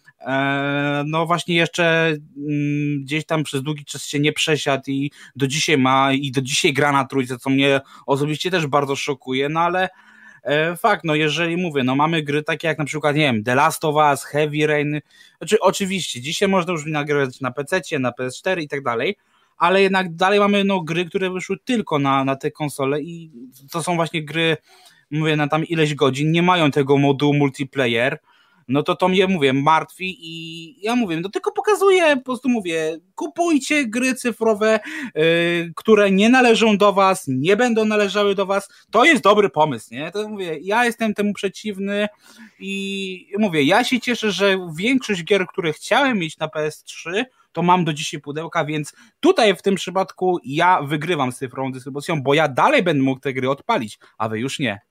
e, no właśnie jeszcze mm, gdzieś tam przez długi czas się nie przesiadł i do dzisiaj ma i do dzisiaj gra na trójce, co mnie osobiście też bardzo szokuje, no ale E, fakt, no jeżeli mówię, no mamy gry takie jak na przykład, nie wiem, The Last of Us, Heavy Rain, znaczy oczywiście, dzisiaj można już nagrywać na pececie, na P S cztery i tak dalej, ale jednak dalej mamy no gry, które wyszły tylko na, na te konsole i to są właśnie gry, mówię, na tam ileś godzin, nie mają tego modułu multiplayer, no to to mnie, mówię, martwi i ja mówię, no tylko pokazuję, po prostu mówię, kupujcie gry cyfrowe, yy, które nie należą do was, nie będą należały do was, to jest dobry pomysł, nie? To mówię, ja jestem temu przeciwny i mówię, ja się cieszę, że większość gier, które chciałem mieć na P S trzy, to mam do dzisiaj pudełka, więc tutaj w tym przypadku ja wygrywam z cyfrową dystrybucją, bo ja dalej będę mógł te gry odpalić, a wy już nie.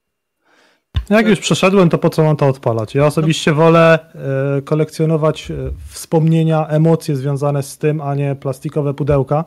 Jak już przeszedłem, to po co mam to odpalać? Ja osobiście wolę e, kolekcjonować e, wspomnienia, emocje związane z tym, a nie plastikowe pudełka.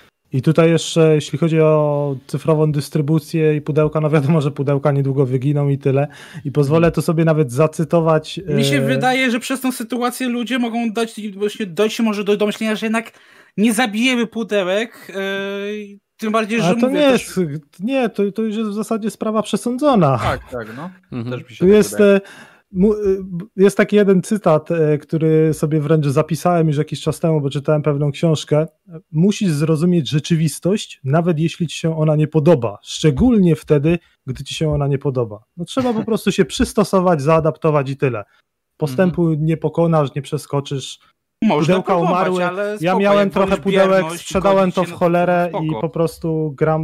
I tutaj jeszcze, jeśli chodzi o cyfrową dystrybucję i pudełka, no wiadomo, że pudełka niedługo wyginą i tyle. I pozwolę to sobie nawet zacytować.
Mi się
e,
wydaje, że przez tą sytuację ludzie mogą dać, właśnie dojść może do, do myślenia, że jednak nie zabijemy pudełek, yy, tym bardziej, że
Ale to
mówię,
nie
też...
jest, nie, to, to już jest w zasadzie sprawa przesądzona.
Tak, tak, no.
Mhm.
Też mi się
Tu
tak
jest,
wydaje.
e, mu- e, jest taki jeden cytat, e, który sobie wręcz zapisałem już jakiś czas temu, bo czytałem pewną książkę. Musisz zrozumieć rzeczywistość, nawet jeśli ci się ona nie podoba. Szczególnie wtedy, gdy ci się ona nie podoba. No trzeba po prostu się przystosować, zaadaptować i tyle. Postępu nie pokonasz, nie przeskoczysz.
Można
Pudełka
próbować,
umarły.
ale
Ja
spoko,
miałem
jak
trochę
wolisz
pudełek,
bierność i
sprzedałem to
godzić
w
się, no
cholerę
spoko.
i po prostu gram e,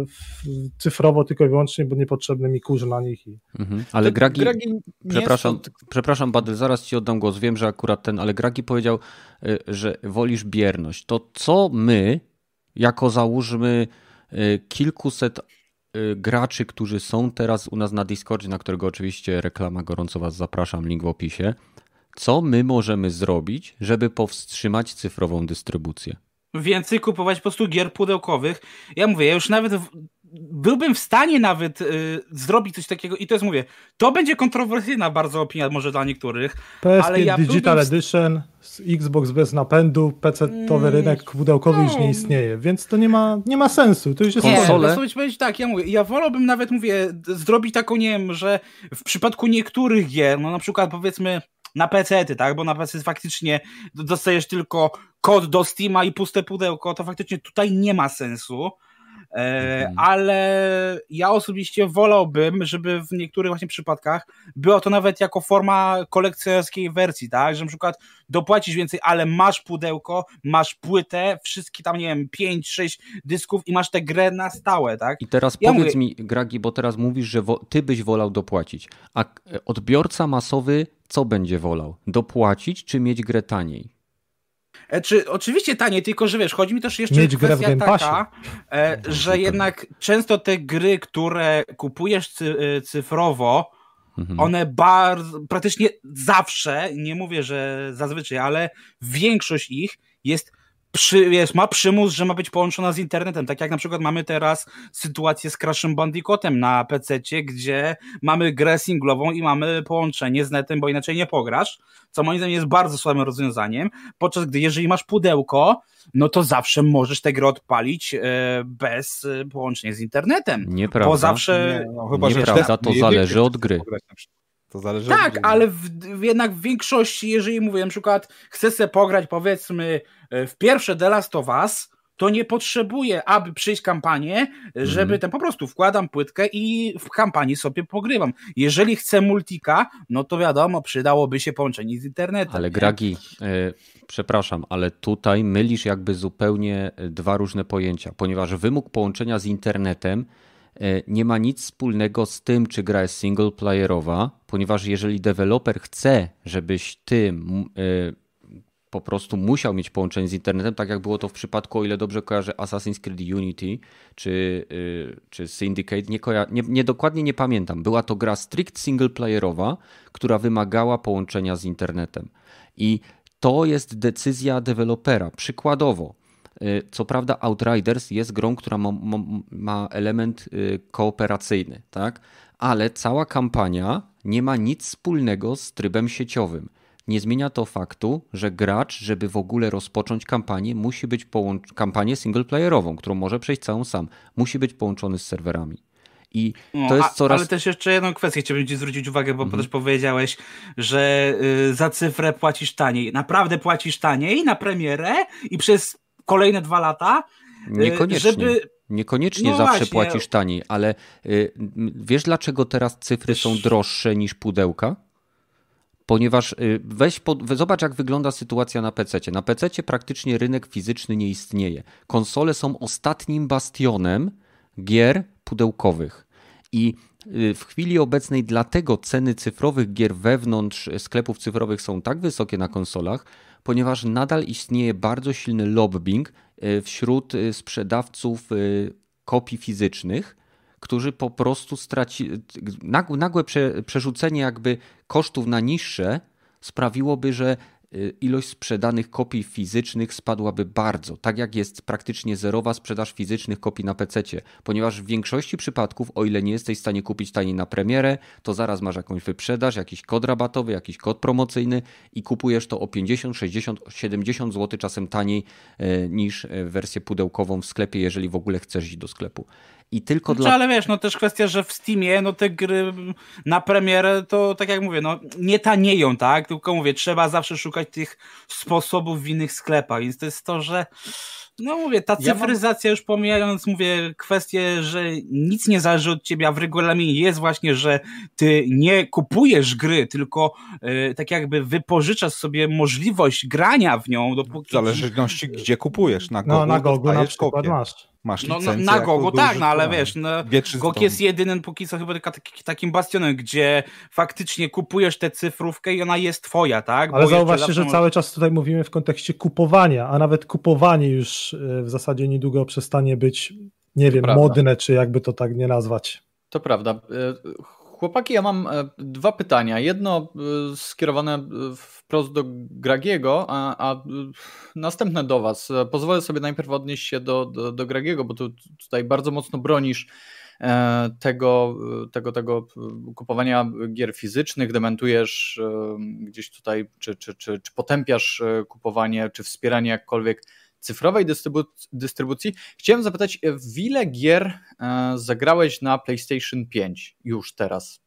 w- cyfrowo tylko i wyłącznie, bo niepotrzebny mi kurz na nich. I...
Mhm. Ale
To
Gragi,
Gragi nie
przepraszam,
są-
przepraszam Badel, zaraz ci oddam głos, wiem, że akurat ten, ale Gragi powiedział, y, że wolisz bierność. To co my, jako załóżmy y, kilkuset y, graczy, którzy są teraz u nas na Discordzie, na którego oczywiście reklama, gorąco was zapraszam, link w opisie, co my możemy zrobić, żeby powstrzymać cyfrową dystrybucję?
Więcej kupować po prostu gier pudełkowych. Ja mówię, ja już nawet w... byłbym w stanie nawet y, zrobić coś takiego i to jest, mówię, to będzie kontrowersyjna bardzo opinia może dla niektórych,
P S
ale
pięć
ja
Digital
byłbym w-
Edition, Xbox bez napędu, PC-towy
Mm,
rynek pudełkowy już nie
no.
istnieje, więc to nie ma, nie ma sensu. To już jest
Nie,
Konsole?
to sobie powiedzieć tak, ja mówię, ja wolałbym nawet, mówię, d- zrobić taką, nie wiem, że w przypadku niektórych gier, no na przykład powiedzmy na pecety, tak, bo na P C faktycznie d- dostajesz tylko kod do Steama i puste pudełko, to faktycznie tutaj nie ma sensu, e,
Mhm.
ale ja osobiście wolałbym, żeby w niektórych właśnie przypadkach było to nawet jako forma kolekcjonerskiej wersji, tak, że na przykład dopłacisz więcej, ale masz pudełko, masz płytę, wszystkie tam, nie wiem, pięć, sześć dysków i masz tę grę na stałe, tak?
I teraz
Ja
powiedz
mówię-
mi, Gragi, bo teraz mówisz, że wo- ty byś wolał dopłacić, a k- odbiorca masowy co będzie wolał? Dopłacić czy mieć grę taniej?
E, Czy oczywiście taniej, tylko że wiesz, chodzi mi też jeszcze
Mieć grę w
kwestia
Game Passie.
taka, e, że jednak często te gry, które kupujesz cy, e, cyfrowo, mhm. one bardzo, praktycznie zawsze, nie mówię, że zazwyczaj, ale większość ich jest Przy, wiesz, ma przymus, że ma być połączona z internetem, tak jak na przykład mamy teraz sytuację z Crashem Bandicootem na pececie, gdzie mamy grę singlową i mamy połączenie z netem, bo inaczej nie pograsz, co moim zdaniem jest bardzo słabym rozwiązaniem, podczas gdy jeżeli masz pudełko, no to zawsze możesz tę grę odpalić e, bez e, połączenia z internetem.
Nieprawda.
Bo zawsze...
Nie, no, chyba,
Nieprawda, to zależy od gry.
To zależy
tak,
od gry.
ale w, w, jednak w większości, jeżeli mówię, na przykład chcę sobie pograć, powiedzmy, w pierwsze The Last of Us, to nie potrzebuję, aby przyjść kampanię, żeby mm. ten po prostu wkładam płytkę i w kampanii sobie pogrywam. Jeżeli chcę multika, no to wiadomo, przydałoby się połączenie z internetem.
Ale Gragi, e, przepraszam, ale tutaj mylisz jakby zupełnie dwa różne pojęcia, ponieważ wymóg połączenia z internetem nie ma nic wspólnego z tym, czy gra jest single playerowa, ponieważ jeżeli deweloper chce, żebyś ty po prostu musiał mieć połączenie z internetem, tak jak było to w przypadku, o ile dobrze kojarzę, Assassin's Creed Unity czy, czy Syndicate, nie, koja- nie, nie dokładnie nie pamiętam. Była to gra strict single playerowa, która wymagała połączenia z internetem. I to jest decyzja dewelopera. Przykładowo, co prawda Outriders jest grą, która ma, ma, ma element kooperacyjny, tak? Ale cała kampania nie ma nic wspólnego z trybem sieciowym. Nie zmienia to faktu, że gracz, żeby w ogóle rozpocząć kampanię, musi być połącz- kampanię singleplayerową, którą może przejść całą sam, musi być połączony z serwerami. I
no,
to jest
a,
coraz...
Ale też jeszcze jedną kwestię chciałbym ci zwrócić uwagę, bo
mhm.
też powiedziałeś, że y, za cyfrę płacisz taniej. Naprawdę płacisz taniej na premierę i przez kolejne dwa lata, y,
Niekoniecznie.
żeby...
Niekoniecznie
no
zawsze
właśnie.
płacisz taniej, ale y, wiesz dlaczego teraz cyfry są droższe niż pudełka? Ponieważ weź pod, zobacz jak wygląda sytuacja na pececie. Na pececie praktycznie rynek fizyczny nie istnieje. Konsole są ostatnim bastionem gier pudełkowych. I w chwili obecnej dlatego ceny cyfrowych gier wewnątrz sklepów cyfrowych są tak wysokie na konsolach, ponieważ nadal istnieje bardzo silny lobbying wśród sprzedawców kopii fizycznych, którzy po prostu stracili, nagłe przerzucenie jakby kosztów na niższe sprawiłoby, że ilość sprzedanych kopii fizycznych spadłaby bardzo, tak jak jest praktycznie zerowa sprzedaż fizycznych kopii na pececie, ponieważ w większości przypadków, o ile nie jesteś w stanie kupić taniej na premierę, to zaraz masz jakąś wyprzedaż, jakiś kod rabatowy, jakiś kod promocyjny i kupujesz to o pięćdziesiąt, sześćdziesiąt, siedemdziesiąt złotych czasem taniej niż wersję pudełkową w sklepie, jeżeli w ogóle chcesz iść do sklepu. I tylko
znaczy,
dla...
Ale wiesz, no też kwestia, że w Steamie no te gry na premierę to tak jak mówię, no nie tanieją, tak? Tylko mówię, trzeba zawsze szukać tych sposobów w innych sklepach, więc to jest to, że no mówię, ta cyfryzacja ja mam... już pomijając, mówię, kwestię, że nic nie zależy od ciebie, a w regulaminie jest właśnie, że ty nie kupujesz gry, tylko yy, tak jakby wypożyczasz sobie możliwość grania w nią. Dopóki...
W zależności gdzie kupujesz. Na Gogu,
no na Gogu na przykład
kopię.
masz.
Masz
no,
licencję.
no, na Gogu tak, no ale wiesz, no, Gog jest jedynym póki co chyba taki, takim bastionem, gdzie faktycznie kupujesz tę cyfrówkę i ona jest twoja, tak?
Ale
Bo
zauważcie, że
może...
cały czas tutaj mówimy w kontekście kupowania, a nawet kupowanie już w zasadzie niedługo przestanie być, nie wiem,
prawda.
modne, czy jakby to tak nie nazwać.
To prawda. Chłopaki, ja mam dwa pytania. Jedno skierowane wprost do Gragiego, a, a następne do was. Pozwolę sobie najpierw odnieść się do, do, do Gragiego, bo tu, tutaj bardzo mocno bronisz tego, tego, tego kupowania gier fizycznych, dementujesz gdzieś tutaj, czy, czy, czy, czy potępiasz kupowanie, czy wspieranie jakkolwiek cyfrowej dystrybu- dystrybucji. Chciałem zapytać, w ile gier e, zagrałeś na PlayStation pięć już teraz?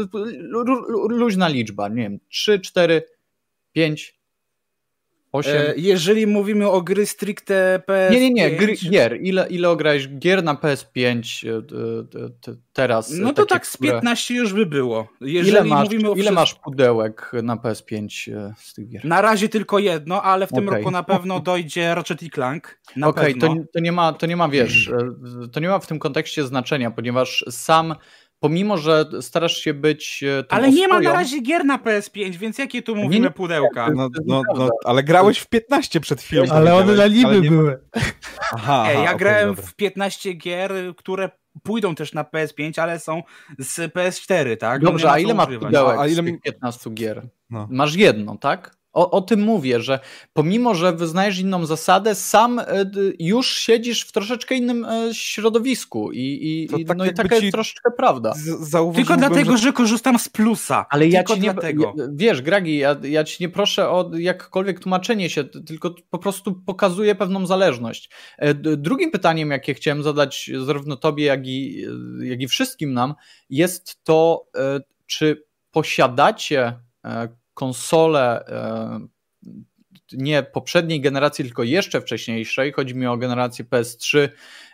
Luźna liczba, nie wiem, trzy, cztery, pięć, osiem?
E, jeżeli mówimy o gry stricte P S pięć...
Nie, nie, nie, gry, gier. Ile, ile ograłeś gier na P S pięć e, te, teraz?
No to
takie,
tak z piętnaście które... już by było. Jeżeli
ile masz,
mówimy o
ile
wszystko...
masz pudełek na P S pięć z tych gier?
Na razie tylko jedno, ale w tym
okay.
roku na pewno dojdzie Ratchet i Clank.
Okej, okay, to, to nie ma, to nie ma, wiesz, to nie ma w tym kontekście znaczenia, ponieważ sam, pomimo że starasz się być...
Ale nie ma na razie gier na P S pięć, więc jakie tu mówimy nie, pudełka?
No, no, no, ale grałeś w piętnaście przed chwilą.
Ale one na niby były.
Aha,
Ej, ja
okay,
grałem
dobra.
w piętnaście gier, które pójdą też na P S pięć, ale są z P S cztery, tak?
Dobrze,
no
a ile masz pudełek
a ile...
z tych piętnastu gier?
No.
Masz jedno, tak? O, o tym mówię, że pomimo, że wyznajesz inną zasadę, sam y, już siedzisz w troszeczkę innym y, środowisku i, i,
tak
no i taka jest troszeczkę prawda.
Tylko dlatego, że... że korzystam z plusa.
Ale
tylko
ja ci nie,
dlatego.
Ja, wiesz, Gragi, ja, ja ci nie proszę o jakkolwiek tłumaczenie się, tylko po prostu pokazuję pewną zależność. Drugim pytaniem, jakie chciałem zadać zarówno tobie, jak i, jak i wszystkim nam, jest to, czy posiadacie konsole nie poprzedniej generacji, tylko jeszcze wcześniejszej, chodzi mi o generację P S trzy,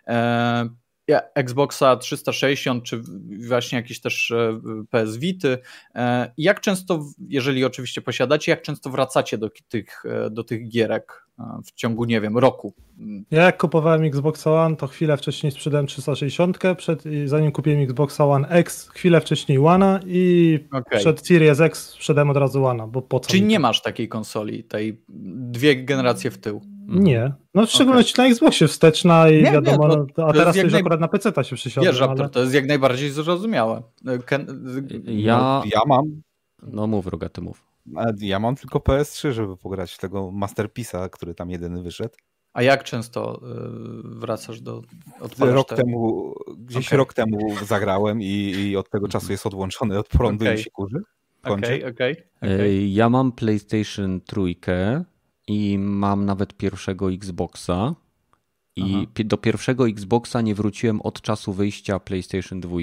Xboxa trzysta sześćdziesiąt, czy właśnie jakieś też P S Vity. Jak często, jeżeli oczywiście posiadacie, jak często wracacie do tych, do tych gierek w ciągu, nie wiem, roku?
Ja jak kupowałem Xboxa One, to chwilę wcześniej sprzedałem trzysta sześćdziesiąt, przed, zanim kupiłem Xboxa One X, chwilę wcześniej One'a i okay. przed Series X sprzedałem od razu One'a, bo po co?
Czyli nie masz takiej konsoli, tej dwie generacje w tył?
Nie. No w szczególności okay. na Xboxie wsteczna i nie,
nie,
wiadomo,
to,
no,
to
a teraz już
naj...
akurat na peceta się przysiadłem.
Wiesz, ale... to jest jak najbardziej zrozumiałe. Ken...
Ja... No, ja mam...
No mów, Rogaty, mów.
Ja mam tylko P S trzy, żeby pograć w tego Masterpiece'a, który tam jedyny wyszedł.
A jak często y, wracasz do odpalasz
Rok
te...
temu, gdzieś okay. rok temu zagrałem i, i od tego czasu jest odłączony od prądu okay. i się kurzy.
Okay, okay,
okay. Ja mam PlayStation trójkę i mam nawet pierwszego Xboxa i Aha. do pierwszego Xboxa nie wróciłem od czasu wyjścia PlayStation dwa.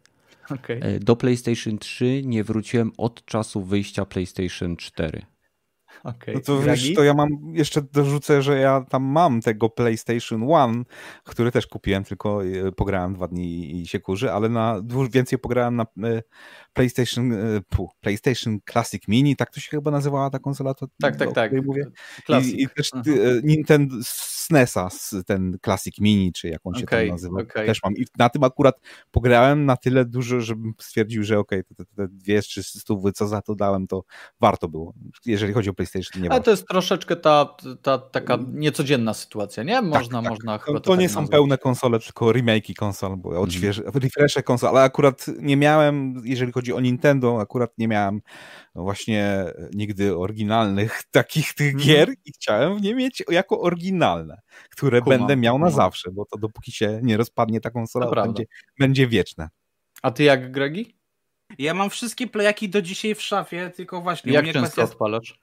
Okay. Do PlayStation trzy nie wróciłem od czasu wyjścia PlayStation cztery.
Okay.
No to wiesz, to ja mam, jeszcze dorzucę, że ja tam mam tego PlayStation One, który też kupiłem, tylko pograłem dwa dni i się kurzy, ale na więcej pograłem na PlayStation, PlayStation Classic Mini, tak to się chyba nazywała ta konsola? To,
tak, tak, tak.
Mówię. I, I też uh-huh. Nintendo S N E S a, ten Classic Mini, czy jak on się okay, tam nazywa, okay. też mam. I na tym akurat pograłem na tyle dużo, żebym stwierdził, że okej, okay, te, te dwie czy stówy, co za to dałem, to warto było, jeżeli chodzi o PlayStation. Nie
Ale to jest troszeczkę ta, ta taka niecodzienna sytuacja, nie? Można, tak, można
tak.
chyba
to, to
tak
nie są
nazwać.
pełne konsole, tylko remake'i konsol, bo odświeżę, mm. refreshe konsol, ale akurat nie miałem, jeżeli chodzi o Nintendo, akurat nie miałem właśnie nigdy oryginalnych takich tych mm. gier i chciałem nie mieć jako oryginalne, które Kuma. będę miał na zawsze, bo to dopóki się nie rozpadnie ta konsola, będzie, będzie wieczne.
A ty jak, Gregi?
Ja mam wszystkie playaki do dzisiaj w szafie, tylko właśnie...
Jak często kwestia... odpalasz?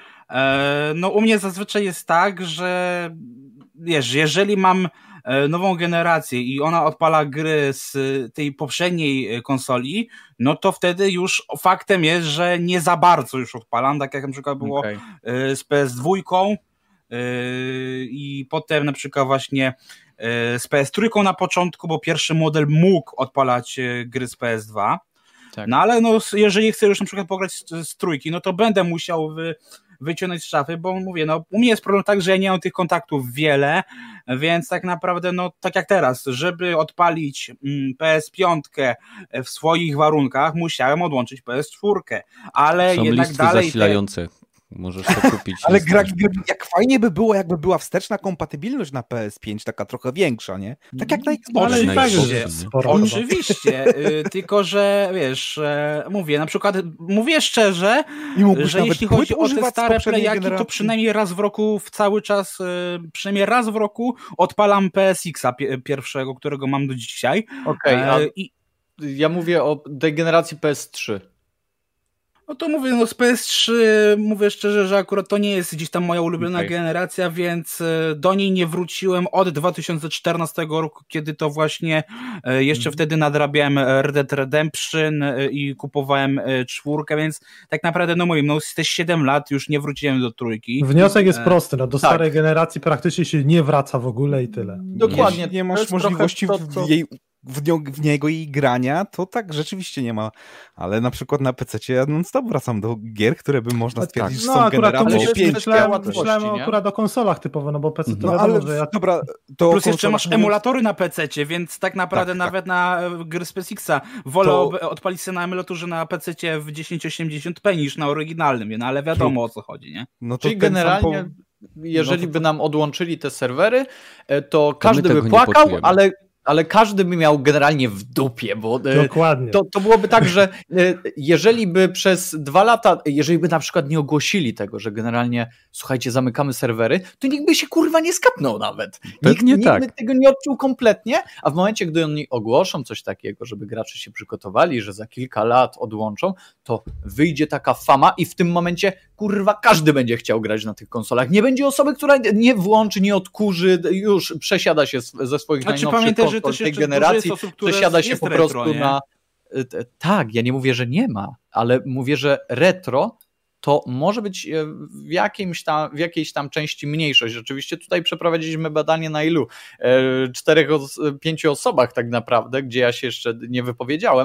No u mnie zazwyczaj jest tak, że wiesz, jeżeli mam nową generację i ona odpala gry z tej poprzedniej konsoli, no to wtedy już faktem jest, że nie za bardzo już odpalam, tak jak na przykład było okay. z P S dwa i potem na przykład właśnie z P S trzy na początku, bo pierwszy model mógł odpalać gry z P S dwa. Tak. No ale no, jeżeli chcę już na przykład pograć z, z trójki, no to będę musiał wy, wyciągnąć z szafy, bo mówię, no u mnie jest problem tak, że ja nie mam tych kontaktów wiele, więc tak naprawdę, no tak jak teraz, żeby odpalić mm, P S pięć w swoich warunkach, musiałem odłączyć P S cztery, ale
Są
jednak
listwy
dalej...
zasilające.
Te...
Możesz to kupić.
Ale gra, gra, jak fajnie by było, jakby była wsteczna kompatybilność na P S pięć, taka trochę większa, nie? Tak jak na Xboxie.
Ale tak, oczywiście, y, tylko że wiesz, y, mówię, na przykład mówię szczerze, że jeśli chodzi o te stare playaki, to przynajmniej raz w roku, w cały czas, y, przynajmniej raz w roku odpalam P S X-a pi- pierwszego, którego mam do dzisiaj.
Okej, okay, i ja mówię o tej generacji P S trzy.
No to mówię, no z P S trzy mówię szczerze, że akurat to nie jest gdzieś tam moja ulubiona okay. generacja, więc do niej nie wróciłem od dwa tysiące czternastego roku, kiedy to właśnie jeszcze mm. wtedy nadrabiałem Red Dead Redemption i kupowałem czwórkę, więc tak naprawdę, no mówię, no z te siedem lat już nie wróciłem do trójki.
Wniosek jest prosty, no do tak. starej generacji praktycznie się nie wraca w ogóle i tyle.
Dokładnie, nie, nie masz możliwości to, co... w jej W, nią, w niego i grania, to tak rzeczywiście nie ma, ale na przykład na pececie ja non-stop wracam do gier, które by można stwierdzić, tak. że
no,
są generalnie
pięć. Myślałem, myślałem akurat o konsolach typowo, no bo P C to
no,
wiadomo,
ale
że ja...
Dobra, to
plus jeszcze masz mówiąc... emulatory na pececie, więc tak naprawdę tak, nawet tak. na gry z P S X-a wolę to... odpalić sobie na emulatorze na pececie w tysiąc osiemdziesiąt p niż na oryginalnym, no ale wiadomo True. o co chodzi, nie?
No to Czyli generalnie... Po... Jeżeli no to... by nam odłączyli te serwery, to każdy to by płakał, ale ale każdy by miał generalnie w dupie, bo
Dokładnie.
To, to byłoby tak, że jeżeli by przez dwa lata, jeżeli by na przykład nie ogłosili tego, że generalnie słuchajcie, zamykamy serwery, to nikt by się kurwa nie skapnął nawet. Nikt, nikt
tak.
by tego nie odczuł kompletnie, a w momencie, gdy oni ogłoszą coś takiego, żeby gracze się przygotowali, że za kilka lat odłączą, to wyjdzie taka fama i w tym momencie kurwa każdy będzie chciał grać na tych konsolach. Nie będzie osoby, która nie włączy, nie odkurzy, już przesiada się ze swoich
znaczy,
najnowszych
pamiętaj,
konsol
że
tej
też
generacji,
osób,
przesiada się po
retro,
prostu
nie?
na... Tak, ja nie mówię, że nie ma, ale mówię, że retro to może być w, jakimś tam, w jakiejś tam części mniejszość. Rzeczywiście tutaj przeprowadziliśmy badanie na ilu? Czterech, pięciu osobach tak naprawdę, gdzie ja się jeszcze nie wypowiedziałem.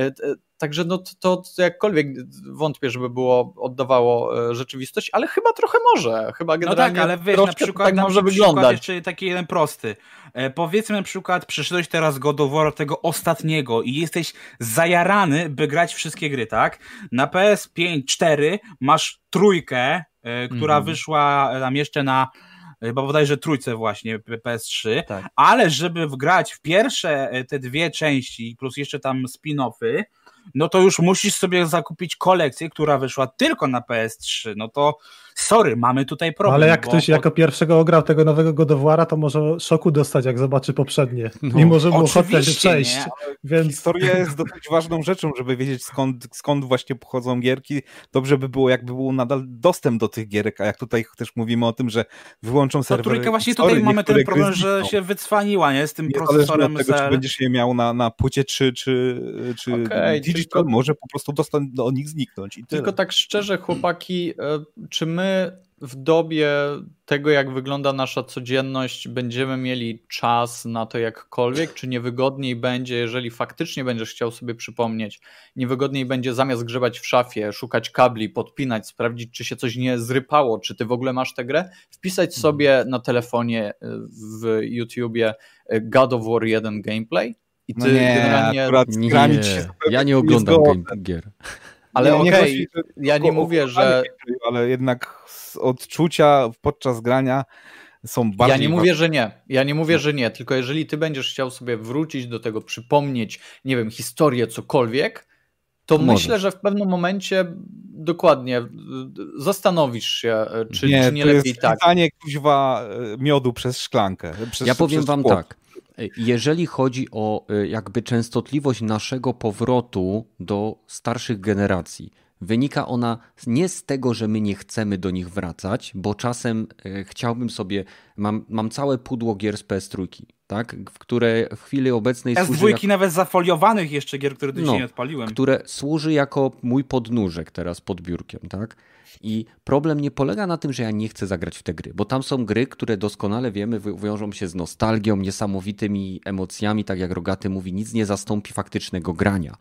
Także no to, to jakkolwiek wątpię, żeby było oddawało rzeczywistość, ale chyba trochę może. Chyba generalnie
no tak, ale wiesz, na przykład,
tak
na
może
przykład
wyglądać.
Jeszcze taki jeden prosty. E, powiedzmy na przykład, przyszedłeś teraz God of War tego ostatniego i jesteś zajarany, by grać wszystkie gry, tak? Na P S pięć, cztery masz trójkę, e, która mm. wyszła tam jeszcze na chyba bodajże trójce właśnie, P S trzy, tak. Ale żeby wgrać w pierwsze te dwie części, plus jeszcze tam spin-offy, no to już musisz sobie zakupić kolekcję, która wyszła tylko na P S trzy, no to sorry, mamy tutaj problem.
Ale jak
bo...
ktoś jako pierwszego ograł tego nowego God of War'a, to może szoku dostać, jak zobaczy poprzednie, no, mimo że było ochotę się przejść. Więc...
Historia jest dosyć ważną rzeczą, żeby wiedzieć skąd, skąd właśnie pochodzą gierki. Dobrze by było, jakby był nadal dostęp do tych gierek, a jak tutaj też mówimy o tym, że wyłączą serwery.
To trójka właśnie tutaj mamy ten problem, że się wycwaniła, nie? Z tym procesorem.
Od tego, czy będziesz je miał na, na płycie czy, czy, czy okay, digital, tylko... może po prostu dostać do nich zniknąć. I
tylko tak szczerze, chłopaki, czy my w dobie tego, jak wygląda nasza codzienność, będziemy mieli czas na to jakkolwiek, czy niewygodniej będzie, jeżeli faktycznie będziesz chciał sobie przypomnieć, niewygodniej będzie zamiast grzebać w szafie, szukać kabli, podpinać, sprawdzić, czy się coś nie zrypało, czy ty w ogóle masz tę grę, wpisać sobie na telefonie w YouTubie God of War jeden gameplay i ty
no nie,
generalnie...
Nie,
się
ja nie oglądam gier.
Ale okej, okay, ja nie mówię, że...
Ale jednak odczucia podczas grania są bardziej...
Ja nie mówię, że nie. Ja nie mówię, że nie. Tylko jeżeli ty będziesz chciał sobie wrócić do tego, przypomnieć, nie wiem, historię, cokolwiek, to Możesz. myślę, że w pewnym momencie dokładnie zastanowisz się, czy nie, czy nie lepiej
jest
tak.
Nie, kuźwa miodu przez szklankę. Przez,
ja powiem
przez
wam
płot.
tak. Jeżeli chodzi o jakby częstotliwość naszego powrotu do starszych generacji, wynika ona nie z tego, że my nie chcemy do nich wracać, bo czasem chciałbym sobie, mam, mam całe pudło gier z P S trzy, tak, w które w chwili obecnej
P S dwa jak... nawet zafoliowanych jeszcze gier, które do dzisiaj no, nie odpaliłem.
Które służy jako mój podnóżek teraz pod biurkiem, tak? I problem nie polega na tym, że ja nie chcę zagrać w te gry, bo tam są gry, które doskonale wiemy, wiążą się z nostalgią, niesamowitymi emocjami, tak jak Rogaty mówi, nic nie zastąpi faktycznego grania.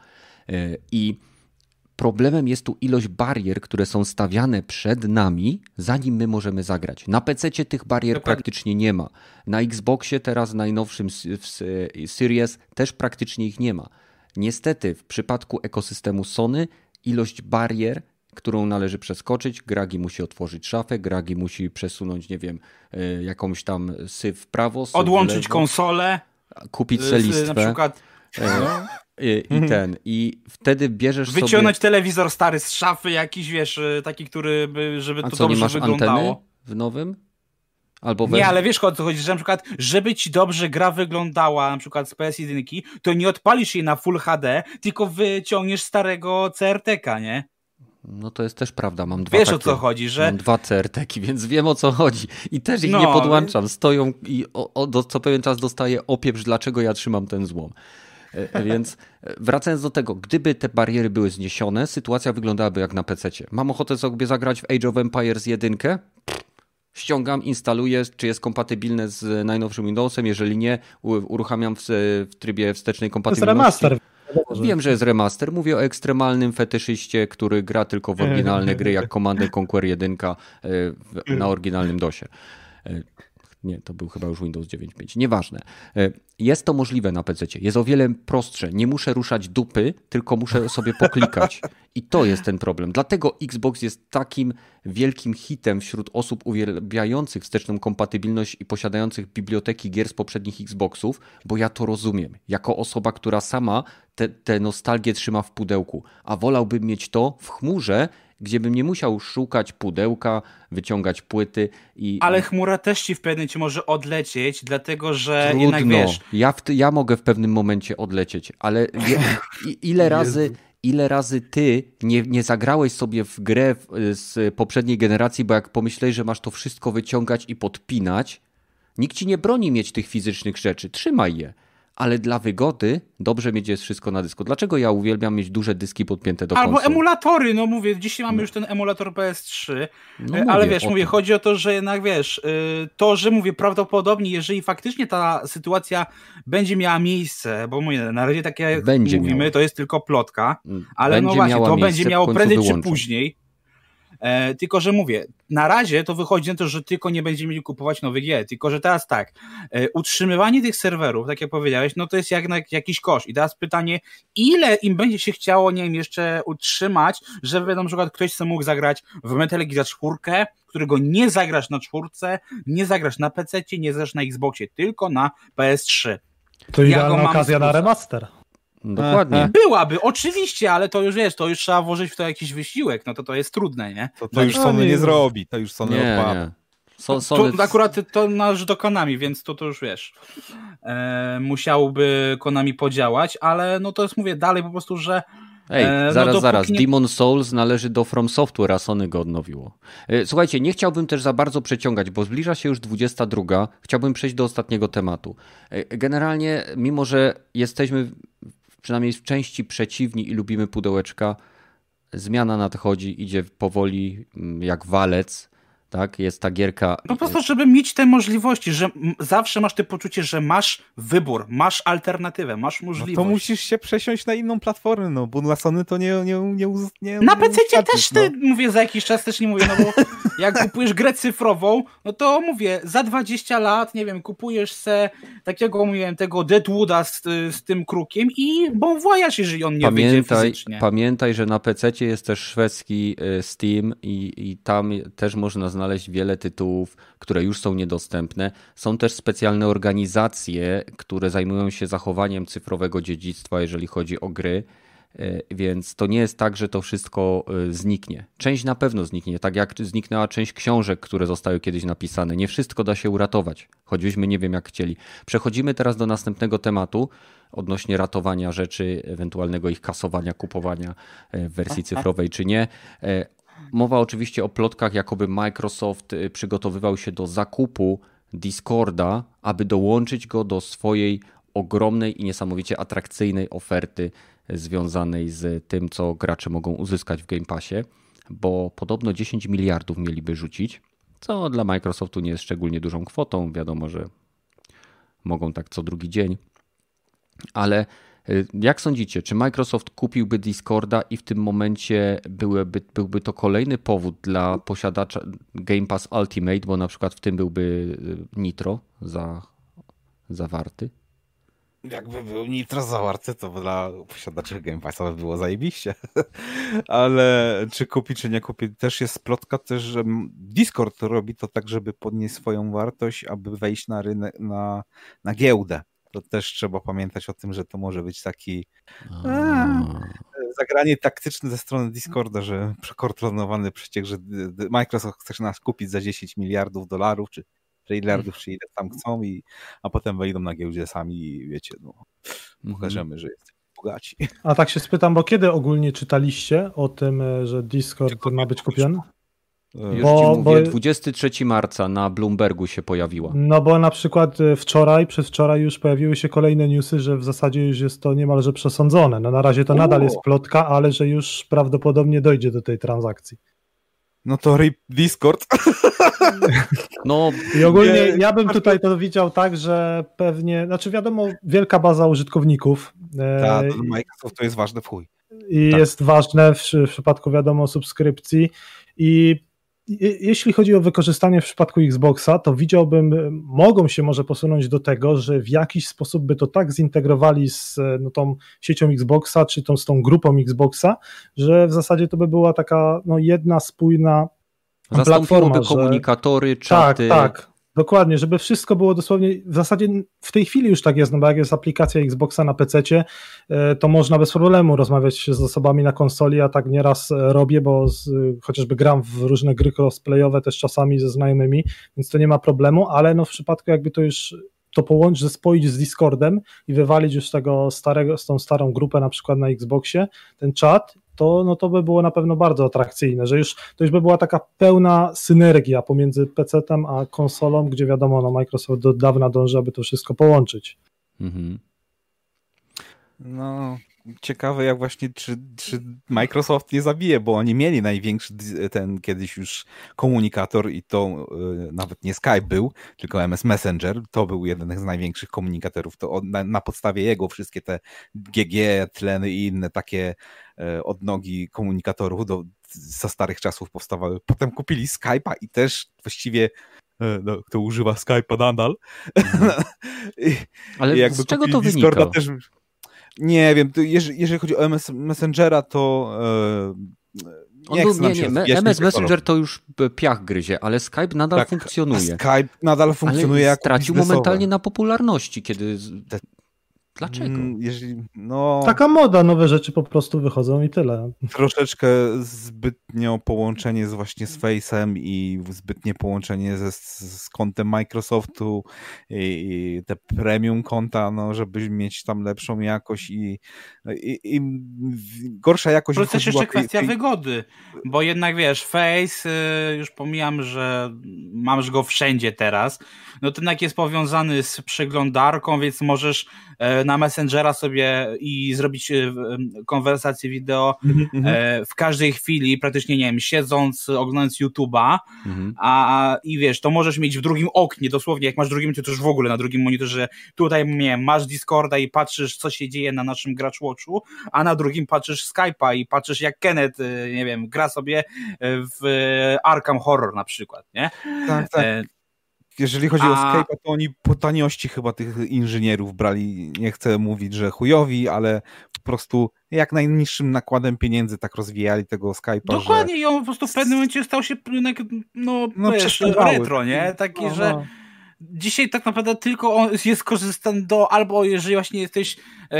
I problemem jest tu ilość barier, które są stawiane przed nami, zanim my możemy zagrać. Na pececie tych barier Dokładnie. praktycznie nie ma. Na Xboxie teraz najnowszym w Series też praktycznie ich nie ma. Niestety w przypadku ekosystemu Sony ilość barier, którą należy przeskoczyć, Gragi musi otworzyć szafę, Gragi musi przesunąć, nie wiem, jakąś tam syf w prawo, syf
odłączyć
w lewo,
konsolę,
kupić selistwę.
Na przykład...
I, i ten, i wtedy bierzesz
Wyciągnąć
sobie...
Wyciągnąć telewizor stary z szafy jakiś, wiesz, taki, który by, żeby
A
to
co,
dobrze
nie masz
wyglądało.
anteny w nowym? Albo
nie, ale wiesz o co chodzi, że na przykład, żeby ci dobrze gra wyglądała, na przykład z P S jeden, to nie odpalisz jej na Full H D, tylko wyciągniesz starego C R T ka, nie?
No to jest też prawda, mam dwa
Wiesz
takie,
o co chodzi, że...
Mam dwa C R T ki, więc wiem o co chodzi. I też ich
no,
nie podłączam, stoją i o, o, do, co pewien czas dostaję opieprz, dlaczego ja trzymam ten złom. Więc wracając do tego, gdyby te bariery były zniesione, sytuacja wyglądałaby jak na pececie. Mam ochotę sobie zagrać w Age of Empires jeden, ściągam, instaluję, czy jest kompatybilne z najnowszym Windowsem, jeżeli nie, uruchamiam w, w trybie wstecznej kompatybilności.
To jest remaster.
Wiem, że jest remaster. Mówię o ekstremalnym fetyszyście, który gra tylko w oryginalne gry, jak Command and Conquer jeden na oryginalnym dosie. Nie, to był chyba już Windows dziewięć pięć. Nieważne. Jest to możliwe na pececie. Jest o wiele prostsze. Nie muszę ruszać dupy, tylko muszę sobie poklikać. I to jest ten problem. Dlatego Xbox jest takim wielkim hitem wśród osób uwielbiających wsteczną kompatybilność i posiadających biblioteki gier z poprzednich Xboxów, bo ja to rozumiem. Jako osoba, która sama tę te, te nostalgię trzyma w pudełku, a wolałbym mieć to w chmurze, gdzie bym nie musiał szukać pudełka, wyciągać płyty. I...
Ale chmura też ci w pewnym momencie może odlecieć, dlatego że
Trudno.
jednak wiesz...
Ja, w, ja mogę w pewnym momencie odlecieć, ale je, ile razy... Ile razy ty nie, nie zagrałeś sobie w grę z poprzedniej generacji, bo jak pomyślałeś, że masz to wszystko wyciągać i podpinać, nikt ci nie broni mieć tych fizycznych rzeczy, trzymaj je. Ale dla wygody dobrze mieć jest wszystko na dysku. Dlaczego ja uwielbiam mieć duże dyski podpięte do konsol?
Albo emulatory, no mówię, dzisiaj mamy no. już ten emulator P S trzy,
no
ale
mówię,
wiesz, mówię, chodzi o to, że jednak wiesz, to, że mówię, prawdopodobnie, jeżeli faktycznie ta sytuacja będzie miała miejsce, bo mówię, na razie tak jak będzie mówimy, miała. To jest tylko plotka, ale
będzie
no właśnie, to
miejsce,
będzie miało prędzej
wyłączę.
czy później. E, tylko, że mówię, na razie to wychodzi na to, że tylko nie będziemy mieli kupować nowych gier, tylko, że teraz tak, e, utrzymywanie tych serwerów, tak jak powiedziałeś, no to jest jak na jakiś koszt i teraz pytanie, ile im będzie się chciało, nie wiem, jeszcze utrzymać, żeby na przykład ktoś sobie mógł zagrać w Metal Gear czwórkę, którego nie zagrasz na czwórce, nie zagrasz na pececie, nie zagrasz na Xboxie, tylko na P S trzy.
To idealna okazja na remaster.
Dokładnie.
Byłaby, oczywiście, ale to już wiesz, to już trzeba włożyć w to jakiś wysiłek, no to to jest trudne, nie?
To, to już Sony nie, nie zrobi, to już Sony
nie,
odpada.
Nie. So, Sony...
To, akurat to należy do Konami, więc to, to już wiesz, e, musiałby Konami podziałać, ale no to jest, mówię, dalej po prostu, że
Ej,
e,
zaraz,
no
zaraz,
nie...
Demon Souls należy do From Software, a Sony go odnowiło. Słuchajcie, nie chciałbym też za bardzo przeciągać, bo zbliża się już dwudziesta druga, chciałbym przejść do ostatniego tematu. Generalnie, mimo że jesteśmy przynajmniej w części przeciwni i lubimy pudełeczka, zmiana nadchodzi, idzie powoli jak walec. Tak, jest ta gierka.
No po prostu, żeby mieć te możliwości, że zawsze masz to poczucie, że masz wybór, masz alternatywę, masz możliwość.
No to musisz się przesiąść na inną platformę, no bo na Sony to nie nie nie, nie, nie
Na pececie też ty,
no.
mówię, za jakiś czas też nie mówię, no bo jak kupujesz grę cyfrową, no to mówię, za dwadzieścia lat, nie wiem, kupujesz se takiego, mówiłem, tego Deadwooda z, z tym krukiem i bon voyage, jeżeli on nie
pamiętaj,
wyjdzie fizycznie.
Pamiętaj, że na pececie jest też szwedzki Steam i, i tam też można znaleźć znaleźć wiele tytułów, które już są niedostępne. Są też specjalne organizacje, które zajmują się zachowaniem cyfrowego dziedzictwa, jeżeli chodzi o gry, więc to nie jest tak, że to wszystko zniknie. Część na pewno zniknie, tak jak zniknęła część książek, które zostały kiedyś napisane. Nie wszystko da się uratować, choćbyśmy nie wiem jak chcieli. Przechodzimy teraz do następnego tematu odnośnie ratowania rzeczy, ewentualnego ich kasowania, kupowania w wersji cyfrowej czy nie. Mowa oczywiście o plotkach, jakoby Microsoft przygotowywał się do zakupu Discorda, aby dołączyć go do swojej ogromnej i niesamowicie atrakcyjnej oferty związanej z tym, co gracze mogą uzyskać w Game Passie, bo podobno dziesięć miliardów mieliby rzucić, co dla Microsoftu nie jest szczególnie dużą kwotą. Wiadomo, że mogą tak co drugi dzień, ale jak sądzicie, czy Microsoft kupiłby Discorda i w tym momencie byłby, byłby to kolejny powód dla posiadacza Game Pass Ultimate, bo na przykład w tym byłby Nitro za, zawarty?
Jakby był Nitro zawarty, to dla posiadaczy Game Passa by było zajebiście. Ale czy kupi, czy nie kupi, też jest plotka też, że Discord robi to tak, żeby podnieść swoją wartość, aby wejść na rynek, na, na giełdę. To też trzeba pamiętać o tym, że to może być taki a, zagranie taktyczne ze strony Discorda, że przekontrolowany przeciek, że Microsoft chce nas kupić za dziesięć miliardów dolarów, czy miliardów, czy ile tam chcą, i, a potem wejdą na giełdzie sami i wiecie, no, pokażemy, że jesteśmy bogaci.
A tak się spytam, bo kiedy ogólnie czytaliście o tym, że Discord ma być kupiony?
Już bo, ci mówię, bo... dwudziestego trzeciego marca na Bloombergu się pojawiła.
No bo na przykład wczoraj, przedwczoraj już pojawiły się kolejne newsy, że w zasadzie już jest to niemalże przesądzone. No na razie to Uuu. nadal jest plotka, ale że już prawdopodobnie dojdzie do tej transakcji.
No to rip Discord.
No, i ogólnie nie, ja bym tutaj to widział tak, że pewnie, znaczy wiadomo, wielka baza użytkowników.
Tak, to Microsoft to jest ważne w chuj.
I tak. jest ważne w, w przypadku, wiadomo, subskrypcji i jeśli chodzi o wykorzystanie w przypadku Xboxa, to widziałbym, mogą się może posunąć do tego, że w jakiś sposób by to tak zintegrowali z no, tą siecią Xboxa, czy tą, z tą grupą Xboxa, że w zasadzie to by była taka no, jedna spójna platforma.
Zastąpiłoby komunikatory, czaty.
Tak, tak. Dokładnie, żeby wszystko było dosłownie, w zasadzie w tej chwili już tak jest, no bo jak jest aplikacja Xboxa na pececie, to można bez problemu rozmawiać z osobami na konsoli, a tak nieraz robię, bo z, chociażby gram w różne gry crossplayowe też czasami ze znajomymi, więc to nie ma problemu, ale no w przypadku jakby to już to połączyć, spoić z Discordem i wywalić już tego starego, z tą starą grupę na przykład na Xboxie, ten czat, to, no to by było na pewno bardzo atrakcyjne, że już to już by była taka pełna synergia pomiędzy pecetem a konsolą, gdzie wiadomo, no Microsoft do dawna dąży, aby to wszystko połączyć. Mhm.
No, ciekawe jak właśnie, czy, czy Microsoft nie zabije, bo oni mieli największy ten kiedyś już komunikator i to y, nawet nie Skype był, tylko M S Messenger, to był jeden z największych komunikatorów, to od, na, na podstawie jego wszystkie te G G, tleny i inne takie y, odnogi komunikatorów do, za starych czasów powstawały. Potem kupili Skype'a i też właściwie no, kto używa Skype'a nadal.
I, Ale jakby z czego to
Discorda
wynika?
Też, nie wiem, jeżeli, jeżeli chodzi o M S Messengera, to e, nie,
był, nie, nie, M S Messenger to już piach gryzie, ale Skype nadal
tak,
funkcjonuje.
Skype nadal funkcjonuje
ale
jako
stracił
biznesowe.
momentalnie na popularności, kiedy... Dlaczego?
Jeżeli, no,
taka moda, nowe rzeczy po prostu wychodzą i tyle.
Troszeczkę zbytnio połączenie z właśnie z Face'em i zbytnie połączenie ze, z kontem Microsoftu i, i te premium konta, no, żeby mieć tam lepszą jakość i, i, i gorsza jakość.
To jest jeszcze kwestia tej... wygody, bo jednak wiesz, Face, już pomijam, że masz go wszędzie teraz, no to jednak jest powiązany z przeglądarką, więc możesz na Messengera sobie i zrobić konwersację wideo mm-hmm. w każdej chwili, praktycznie, nie wiem, siedząc, oglądając YouTube'a, mm-hmm. a i wiesz, to możesz mieć w drugim oknie, dosłownie, jak masz drugi monitor, to już w ogóle na drugim monitorze, tutaj, nie wiem, masz Discorda i patrzysz, co się dzieje na naszym Gracz Watchu, a na drugim patrzysz Skype'a i patrzysz, jak Kenneth, nie wiem, gra sobie w Arkham Horror na przykład, nie?
Tak, tak. E- Jeżeli chodzi A... o Skype'a, to oni po taniości chyba tych inżynierów brali, nie chcę mówić, że chujowi, ale po prostu jak najniższym nakładem pieniędzy tak rozwijali tego Skype'a.
Dokładnie,
że...
i on po prostu w pewnym momencie stał się no, no wiesz, retro, nie? Taki, Aha. że dzisiaj tak naprawdę tylko on jest korzystany do, albo jeżeli właśnie jesteś,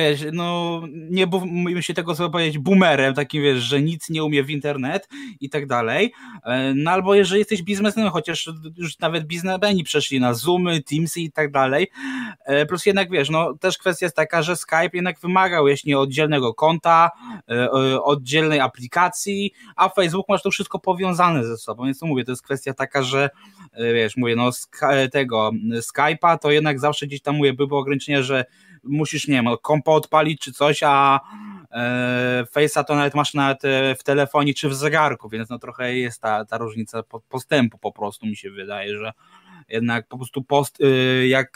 no nie bym się tego sobie powiedzieć, boomerem, takim wiesz, że nic nie umie w internet i tak dalej, no albo jeżeli jesteś biznesmenem, chociaż już nawet biznesmeni przeszli na Zoomy, Teamsy i tak dalej, plus jednak wiesz, no też kwestia jest taka, że Skype jednak wymagał właśnie oddzielnego konta, oddzielnej aplikacji, a Facebook masz to wszystko powiązane ze sobą, więc to mówię, to jest kwestia taka, że wiesz, mówię, no tego Skype'a, to jednak zawsze gdzieś tam, mówię, były ograniczenia, że musisz, nie wiem, kompa odpalić czy coś, a e, Face'a to nawet masz nawet w telefonie czy w zegarku, więc no trochę jest ta, ta różnica postępu po prostu, mi się wydaje, że jednak po prostu post, jak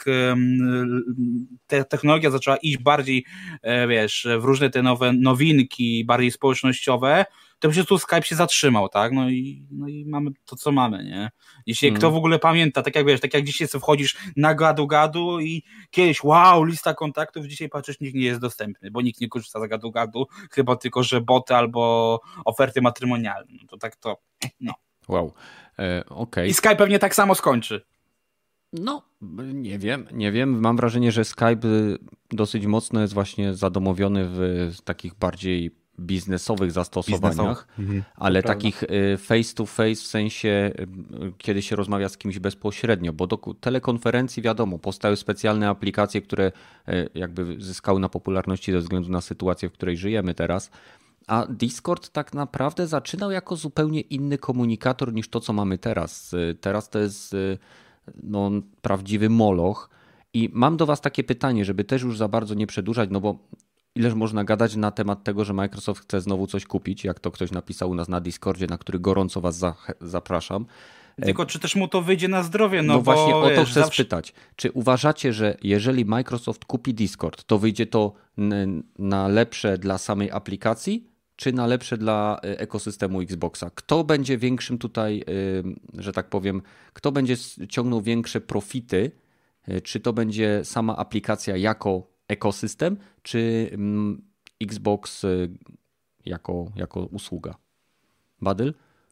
ta technologia zaczęła iść bardziej, wiesz, w różne te nowe nowinki, bardziej społecznościowe, to po prostu Skype się zatrzymał, tak? No i, no i mamy to, co mamy, nie? Dzisiaj hmm. kto w ogóle pamięta, tak jak wiesz, tak jak dzisiaj sobie wchodzisz na gadu-gadu i kiedyś, wow, lista kontaktów, dzisiaj patrzysz, nikt nie jest dostępny, bo nikt nie korzysta z gadu-gadu, chyba tylko, że boty albo oferty matrymonialne. No to tak to, no.
Wow, e, okej. Okay.
I Skype pewnie tak samo skończy.
No, nie wiem, nie wiem. Mam wrażenie, że Skype dosyć mocno jest właśnie zadomowiony w takich bardziej biznesowych zastosowaniach, mhm, ale takich face to face w sensie, kiedy się rozmawia z kimś bezpośrednio, bo do telekonferencji wiadomo, powstały specjalne aplikacje, które jakby zyskały na popularności ze względu na sytuację, w której żyjemy teraz, a Discord tak naprawdę zaczynał jako zupełnie inny komunikator niż to, co mamy teraz. Teraz to jest no, prawdziwy moloch i mam do was takie pytanie, żeby też już za bardzo nie przedłużać, no bo ileż można gadać na temat tego, że Microsoft chce znowu coś kupić, jak to ktoś napisał u nas na Discordzie, na który gorąco was za, zapraszam.
Tylko czy też mu to wyjdzie na zdrowie? No,
no bo, właśnie o to
wiesz,
chcę
zawsze...
spytać. Czy uważacie, że jeżeli Microsoft kupi Discord, to wyjdzie to na lepsze dla samej aplikacji, czy na lepsze dla ekosystemu Xboxa? Kto będzie większym tutaj, że tak powiem, kto będzie ciągnął większe profity? Czy to będzie sama aplikacja jako ekosystem, czy Xbox jako, jako usługa? Badyl?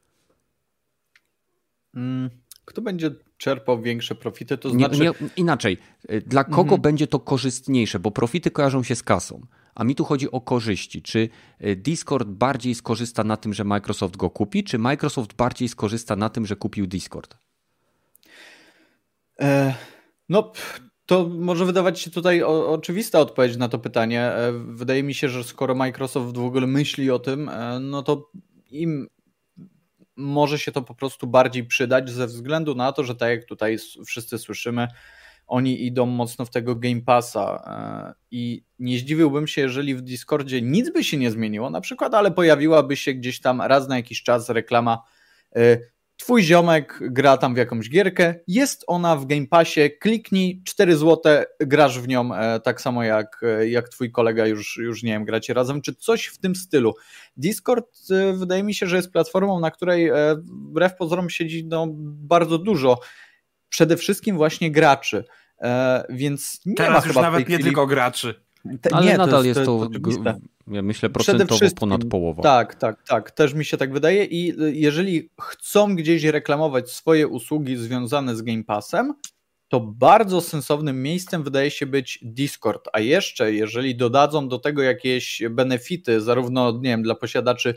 Kto będzie czerpał większe profity? To znaczy...
Nie, nie, inaczej. Dla kogo mhm. będzie to korzystniejsze? Bo profity kojarzą się z kasą. A mi tu chodzi o korzyści. Czy Discord bardziej skorzysta na tym, że Microsoft go kupi, czy Microsoft bardziej skorzysta na tym, że kupił Discord?
E, no, to może wydawać się tutaj o, oczywista odpowiedź na to pytanie. Wydaje mi się, że skoro Microsoft w ogóle myśli o tym, no to im może się to po prostu bardziej przydać ze względu na to, że tak jak tutaj wszyscy słyszymy, oni idą mocno w tego Game Passa i nie zdziwiłbym się, jeżeli w Discordzie nic by się nie zmieniło, na przykład, ale pojawiłaby się gdzieś tam raz na jakiś czas reklama: twój ziomek gra tam w jakąś gierkę, jest ona w Game Passie, kliknij, cztery złote, grasz w nią tak samo jak, jak twój kolega, już, już nie wiem, gracie razem, czy coś w tym stylu. Discord wydaje mi się, że jest platformą, na której wbrew pozorom siedzi no, bardzo dużo, przede wszystkim właśnie graczy, więc nie
Teraz
ma
już
chyba
nawet
w tej
nie
chwili...
tylko graczy.
Te,
Ale
nie,
nadal
to jest,
jest to,
to, to
ja myślę, procentowo ponad połowa.
Tak, tak, tak. Też mi się tak wydaje i jeżeli chcą gdzieś reklamować swoje usługi związane z Game Passem, to bardzo sensownym miejscem wydaje się być Discord, a jeszcze jeżeli dodadzą do tego jakieś benefity, zarówno nie wiem, dla posiadaczy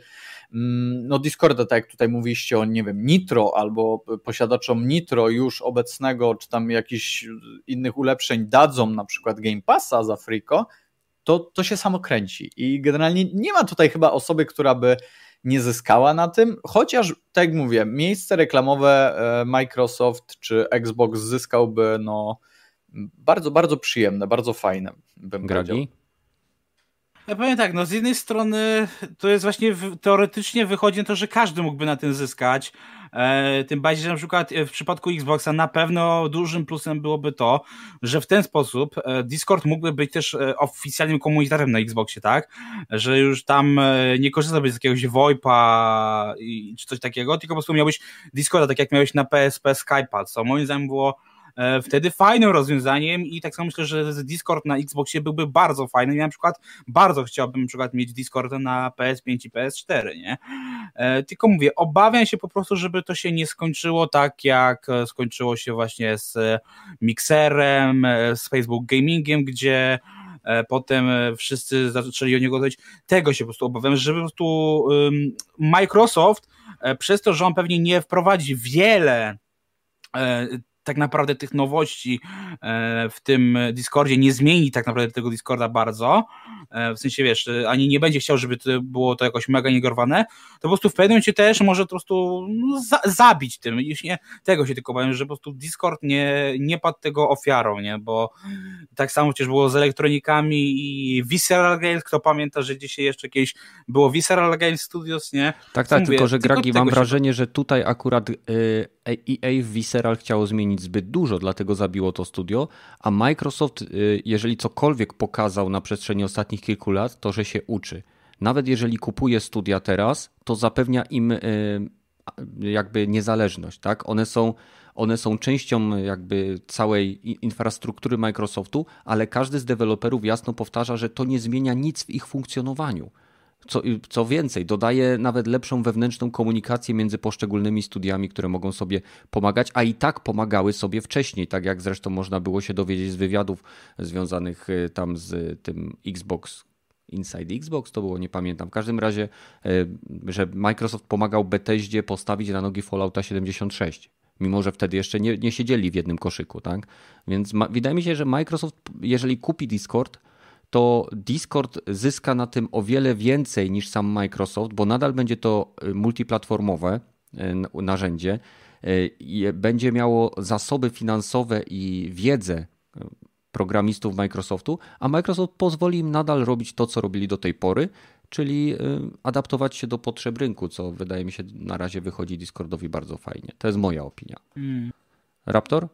no Discorda, tak jak tutaj mówiliście o, nie wiem, Nitro albo posiadaczom Nitro już obecnego, czy tam jakichś innych ulepszeń dadzą na przykład Game Passa za friko, to, to się samo kręci i generalnie nie ma tutaj chyba osoby, która by nie zyskała na tym, chociaż tak jak mówię, miejsce reklamowe Microsoft czy Xbox zyskałby no bardzo, bardzo przyjemne, bardzo fajne, bym
Gragi?
powiedział.
Ja powiem tak, no z jednej strony to jest właśnie w, teoretycznie wychodzi na to, że każdy mógłby na tym zyskać, e, tym bardziej, że na przykład w przypadku Xboxa na pewno dużym plusem byłoby to, że w ten sposób e, Discord mógłby być też e, oficjalnym komunikatorem na Xboxie, tak? Że już tam e, nie korzystałbyś z jakiegoś VoIPa i, czy coś takiego, tylko po prostu miałbyś Discorda, tak jak miałeś na P S P Skype'a, co moim zdaniem było wtedy fajnym rozwiązaniem i tak samo myślę, że Discord na Xboxie byłby bardzo fajny. Ja na przykład bardzo chciałbym na przykład mieć Discord na P S pięć i P S cztery, nie? E, tylko mówię, obawiam się po prostu, żeby to się nie skończyło tak, jak skończyło się właśnie z Mixerem, z Facebook Gamingiem, gdzie potem wszyscy zaczęli o niego mówić. Tego się po prostu obawiam, że po prostu um, Microsoft przez to, że on pewnie nie wprowadzi wiele e, tak naprawdę tych nowości w tym Discordzie, nie zmieni tak naprawdę tego Discorda bardzo, w sensie wiesz, ani nie będzie chciał, żeby to było to jakoś mega negorowane, to po prostu w pewnym momencie też może po prostu no, za, zabić tym. Już nie, tego się tylko powiem, że po prostu Discord nie, nie padł tego ofiarą, nie, bo tak samo przecież było z elektronikami i Visceral Games, kto pamięta, że dzisiaj jeszcze kiedyś było Visceral Games Studios, nie?
Tak, tak, mówię, tylko że Gragi, mam wrażenie, się... że tutaj akurat E A w Visceral chciało zmienić zbyt dużo, dlatego zabiło to studio, a Microsoft, jeżeli cokolwiek pokazał na przestrzeni ostatnich kilku lat, to że się uczy. Nawet jeżeli kupuje studia teraz, to zapewnia im jakby niezależność, tak? One są, one są częścią jakby całej infrastruktury Microsoftu, ale każdy z deweloperów jasno powtarza, że to nie zmienia nic w ich funkcjonowaniu. Co, co więcej, dodaje nawet lepszą wewnętrzną komunikację między poszczególnymi studiami, które mogą sobie pomagać, a i tak pomagały sobie wcześniej, tak jak zresztą można było się dowiedzieć z wywiadów związanych tam z tym Xbox, Inside Xbox to było, nie pamiętam. W każdym razie, że Microsoft pomagał Bethesdzie postawić na nogi Fallouta siedemdziesiąt sześć. Mimo że wtedy jeszcze nie, nie siedzieli w jednym koszyku, tak? Więc ma, wydaje mi się, że Microsoft, jeżeli kupi Discord, to Discord zyska na tym o wiele więcej niż sam Microsoft, bo nadal będzie to multiplatformowe narzędzie i będzie miało zasoby finansowe i wiedzę programistów Microsoftu, a Microsoft pozwoli im nadal robić to, co robili do tej pory, czyli adaptować się do potrzeb rynku, co wydaje mi się na razie wychodzi Discordowi bardzo fajnie. To jest moja opinia. Hmm. Raptor?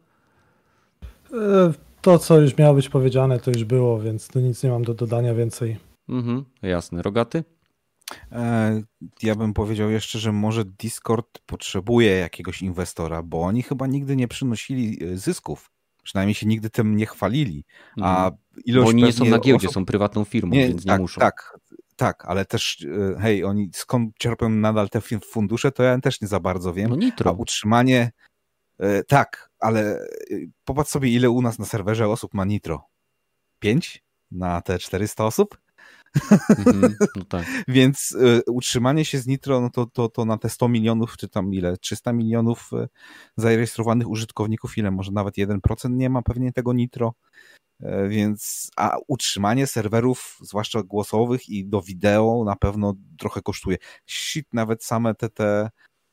To, co już miało być powiedziane, to już było, więc tu nic nie mam do dodania więcej.
Mhm, jasne. Rogaty?
Ja bym powiedział jeszcze, że może Discord potrzebuje jakiegoś inwestora, bo oni chyba nigdy nie przynosili zysków. Przynajmniej się nigdy tym nie chwalili. A ilość
bo oni nie są na giełdzie,
osób...
są prywatną firmą,
nie,
więc
tak,
nie muszą.
Tak, tak, ale też hej, oni skąd czerpią nadal te fundusze, to ja też nie za bardzo wiem.
No nitro.
A utrzymanie... Tak, ale popatrz sobie, ile u nas na serwerze osób ma nitro. Pięć? Na te czterysta osób?
Mm-hmm, no tak.
Więc y, utrzymanie się z nitro, no to, to, to na te sto milionów, czy tam ile, trzysta milionów y, zarejestrowanych użytkowników, ile może nawet jeden procent nie ma pewnie tego nitro, y, więc a utrzymanie serwerów, zwłaszcza głosowych i do wideo na pewno trochę kosztuje. Shit, nawet same te te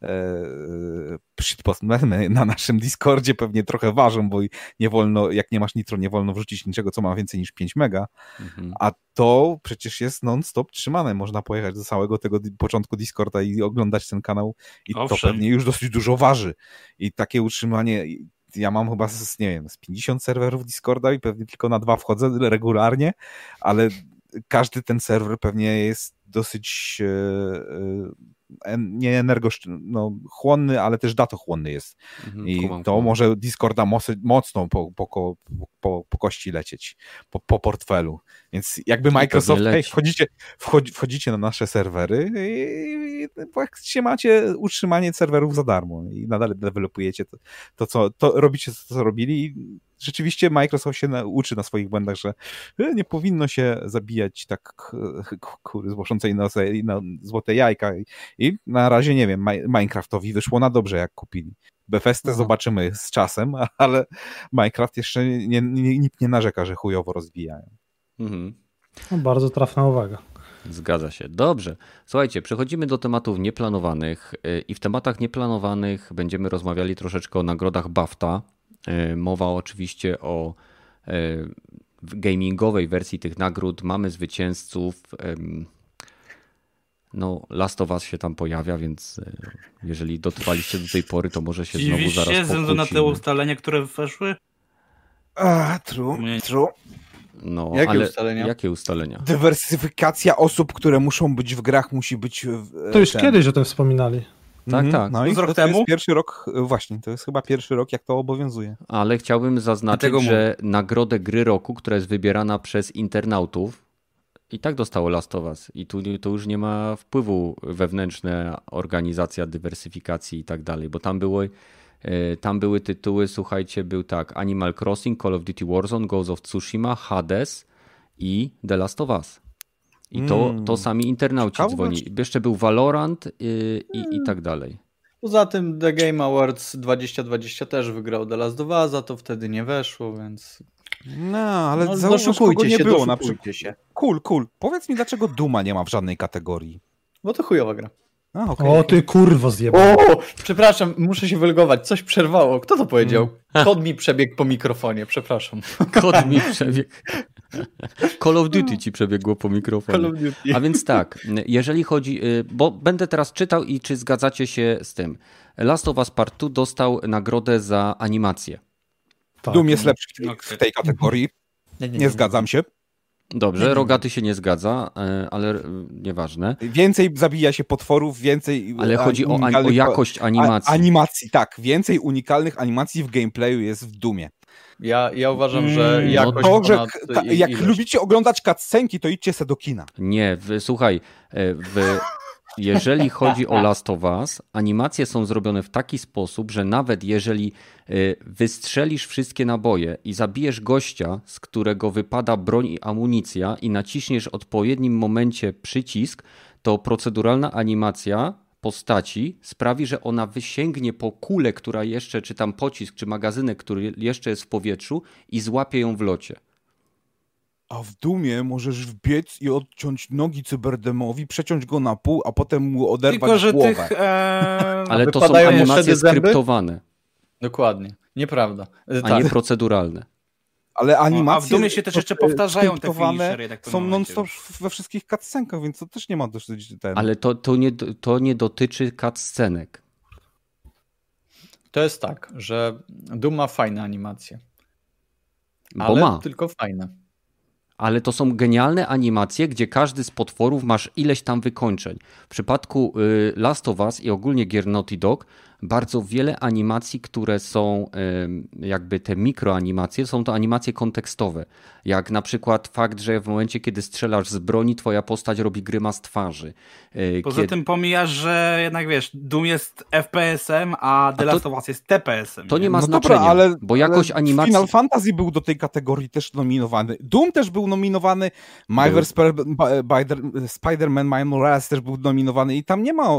shitpostmy na naszym Discordzie pewnie trochę ważą, bo nie wolno, jak nie masz nitro, nie wolno wrzucić niczego, co ma więcej niż pięć mega, mhm. a to przecież jest non-stop trzymane. Można pojechać do całego tego początku Discorda i oglądać ten kanał i Owszem. To pewnie już dosyć dużo waży. I takie utrzymanie, ja mam chyba z, nie wiem, z pięćdziesiąt serwerów Discorda i pewnie tylko na dwa wchodzę regularnie, ale każdy ten serwer pewnie jest dosyć yy, nie energochłonny, no, ale też datochłonny jest. Mhm, I kumam, to kumam. Może Discorda mocno po, po, po, po kości lecieć, po, po portfelu. Więc jakby I Microsoft, hej, wchodzicie, wchodzi, wchodzicie na nasze serwery i, i praktycznie macie utrzymanie serwerów za darmo i nadal dewelopujecie to, to co to robicie, to, co robili i rzeczywiście Microsoft się nauczy na swoich błędach, że nie powinno się zabijać tak kury z błoszącej nosy i na złote jajka. I, I na razie, nie wiem, Minecraftowi wyszło na dobrze, jak kupili. Bethesdę Aha. zobaczymy z czasem, ale Minecraft jeszcze nie, nie, nikt nie narzeka, że chujowo rozwijają.
Mhm.
No, bardzo trafna uwaga.
Zgadza się. Dobrze. Słuchajcie, przechodzimy do tematów nieplanowanych i w tematach nieplanowanych będziemy rozmawiali troszeczkę o nagrodach BAFTA. Mowa oczywiście o gamingowej wersji tych nagród. Mamy zwycięzców. No, Last of Us się tam pojawia, więc jeżeli dotrwaliście do tej pory, to może się znowu zaraz pokłócimy.
ze względu na te ustalenia, które weszły?
A, true, true.
No,
jakie
ale
ustalenia?
Jakie ustalenia?
Dywersyfikacja osób, które muszą być w grach, musi być... W,
to już
ten...
kiedyś o tym wspominali.
Tak,
mm-hmm.
tak.
No i
to,
to, to jest pierwszy rok, właśnie, to jest chyba pierwszy rok, jak to obowiązuje.
Ale chciałbym zaznaczyć, że nagrodę gry roku, która jest wybierana przez internautów, i tak dostało Last of Us. I tu to już nie ma wpływu wewnętrzna organizacja, dywersyfikacji i tak dalej, bo tam były, tam były tytuły, słuchajcie, był tak, Animal Crossing, Call of Duty Warzone, Ghost of Tsushima, Hades i The Last of Us. I to, mm. to sami internauci Ciekawe, dzwonili. Jeszcze był Valorant i, i, i tak dalej.
Poza tym The Game Awards dwadzieścia dwadzieścia też wygrał The Last of Us, a to wtedy nie weszło, więc...
No, ale
no, doszukujcie nie się, było na przykład. się.
Cool, cool. Powiedz mi, dlaczego Duma nie ma w żadnej kategorii?
Bo to chujowa gra.
A, okay,
o, ty kurwo zjebał.
O, przepraszam, muszę się wylogować. Coś przerwało. Kto to powiedział? Kod mi przebiegł po mikrofonie, przepraszam.
Kod mi przebiegł. Call of Duty ci przebiegło po mikrofonie.
Call of Duty.
A więc tak, jeżeli chodzi, bo będę teraz czytał i czy zgadzacie się z tym. Last of Us Part dwa dostał nagrodę za animację.
Tak. Doom jest lepszy w tej kategorii. Nie, nie, nie, nie zgadzam się.
Dobrze, nie, nie. Rogaty się nie zgadza, ale nieważne.
Więcej zabija się potworów, więcej...
Ale chodzi o, o jakość animacji.
A, animacji, tak. Więcej unikalnych animacji w gameplayu jest w Doomie.
Ja, ja uważam, że jakość
no to, że ka- jak ilość. Lubicie oglądać cutscenki, to idźcie se do kina.
Nie, w, słuchaj, w, jeżeli chodzi o Last of Us, animacje są zrobione w taki sposób, że nawet jeżeli wystrzelisz wszystkie naboje i zabijesz gościa, z którego wypada broń i amunicja i naciśniesz w odpowiednim momencie przycisk, to proceduralna animacja postaci sprawi, że ona wysięgnie po kulę, która jeszcze, czy tam pocisk, czy magazynek, który jeszcze jest w powietrzu i złapie ją w locie.
A w Doomie możesz wbiec i odciąć nogi cyberdemowi, przeciąć go na pół, a potem mu oderwać
Tylko, że
głowę.
Tych, e...
Ale to są animacje skryptowane.
Dokładnie, nieprawda.
A
tak.
nie proceduralne.
Ale animacje...
A w Doomie się też jeszcze powtarzają te finishery.
Tak są non-stop we wszystkich cutscenkach, więc to też nie ma dosyć... Ten...
Ale to, to, nie, to nie dotyczy cutscenek.
To jest tak, że Doom ma fajne animacje.
Bo
ale
ma.
tylko fajne.
Ale to są genialne animacje, gdzie każdy z potworów masz ileś tam wykończeń. W przypadku y, Last of Us i ogólnie gier Naughty Dog bardzo wiele animacji, które są y, jakby te mikroanimacje, są to animacje kontekstowe. Jak na przykład fakt, że w momencie, kiedy strzelasz z broni, twoja postać robi grymas twarzy. Y,
Poza
kiedy...
tym pomijasz, że jednak wiesz, Doom jest F P S-em, a The
A to,
Last of Us jest T P S-em.
To nie, nie ma
no
znaczenia,
dobra, ale,
bo jakoś
ale
animacji...
Final Fantasy był do tej kategorii też nominowany. Doom też był nominowany, Marvel Spider-Man Miles Morales też był nominowany i tam nie ma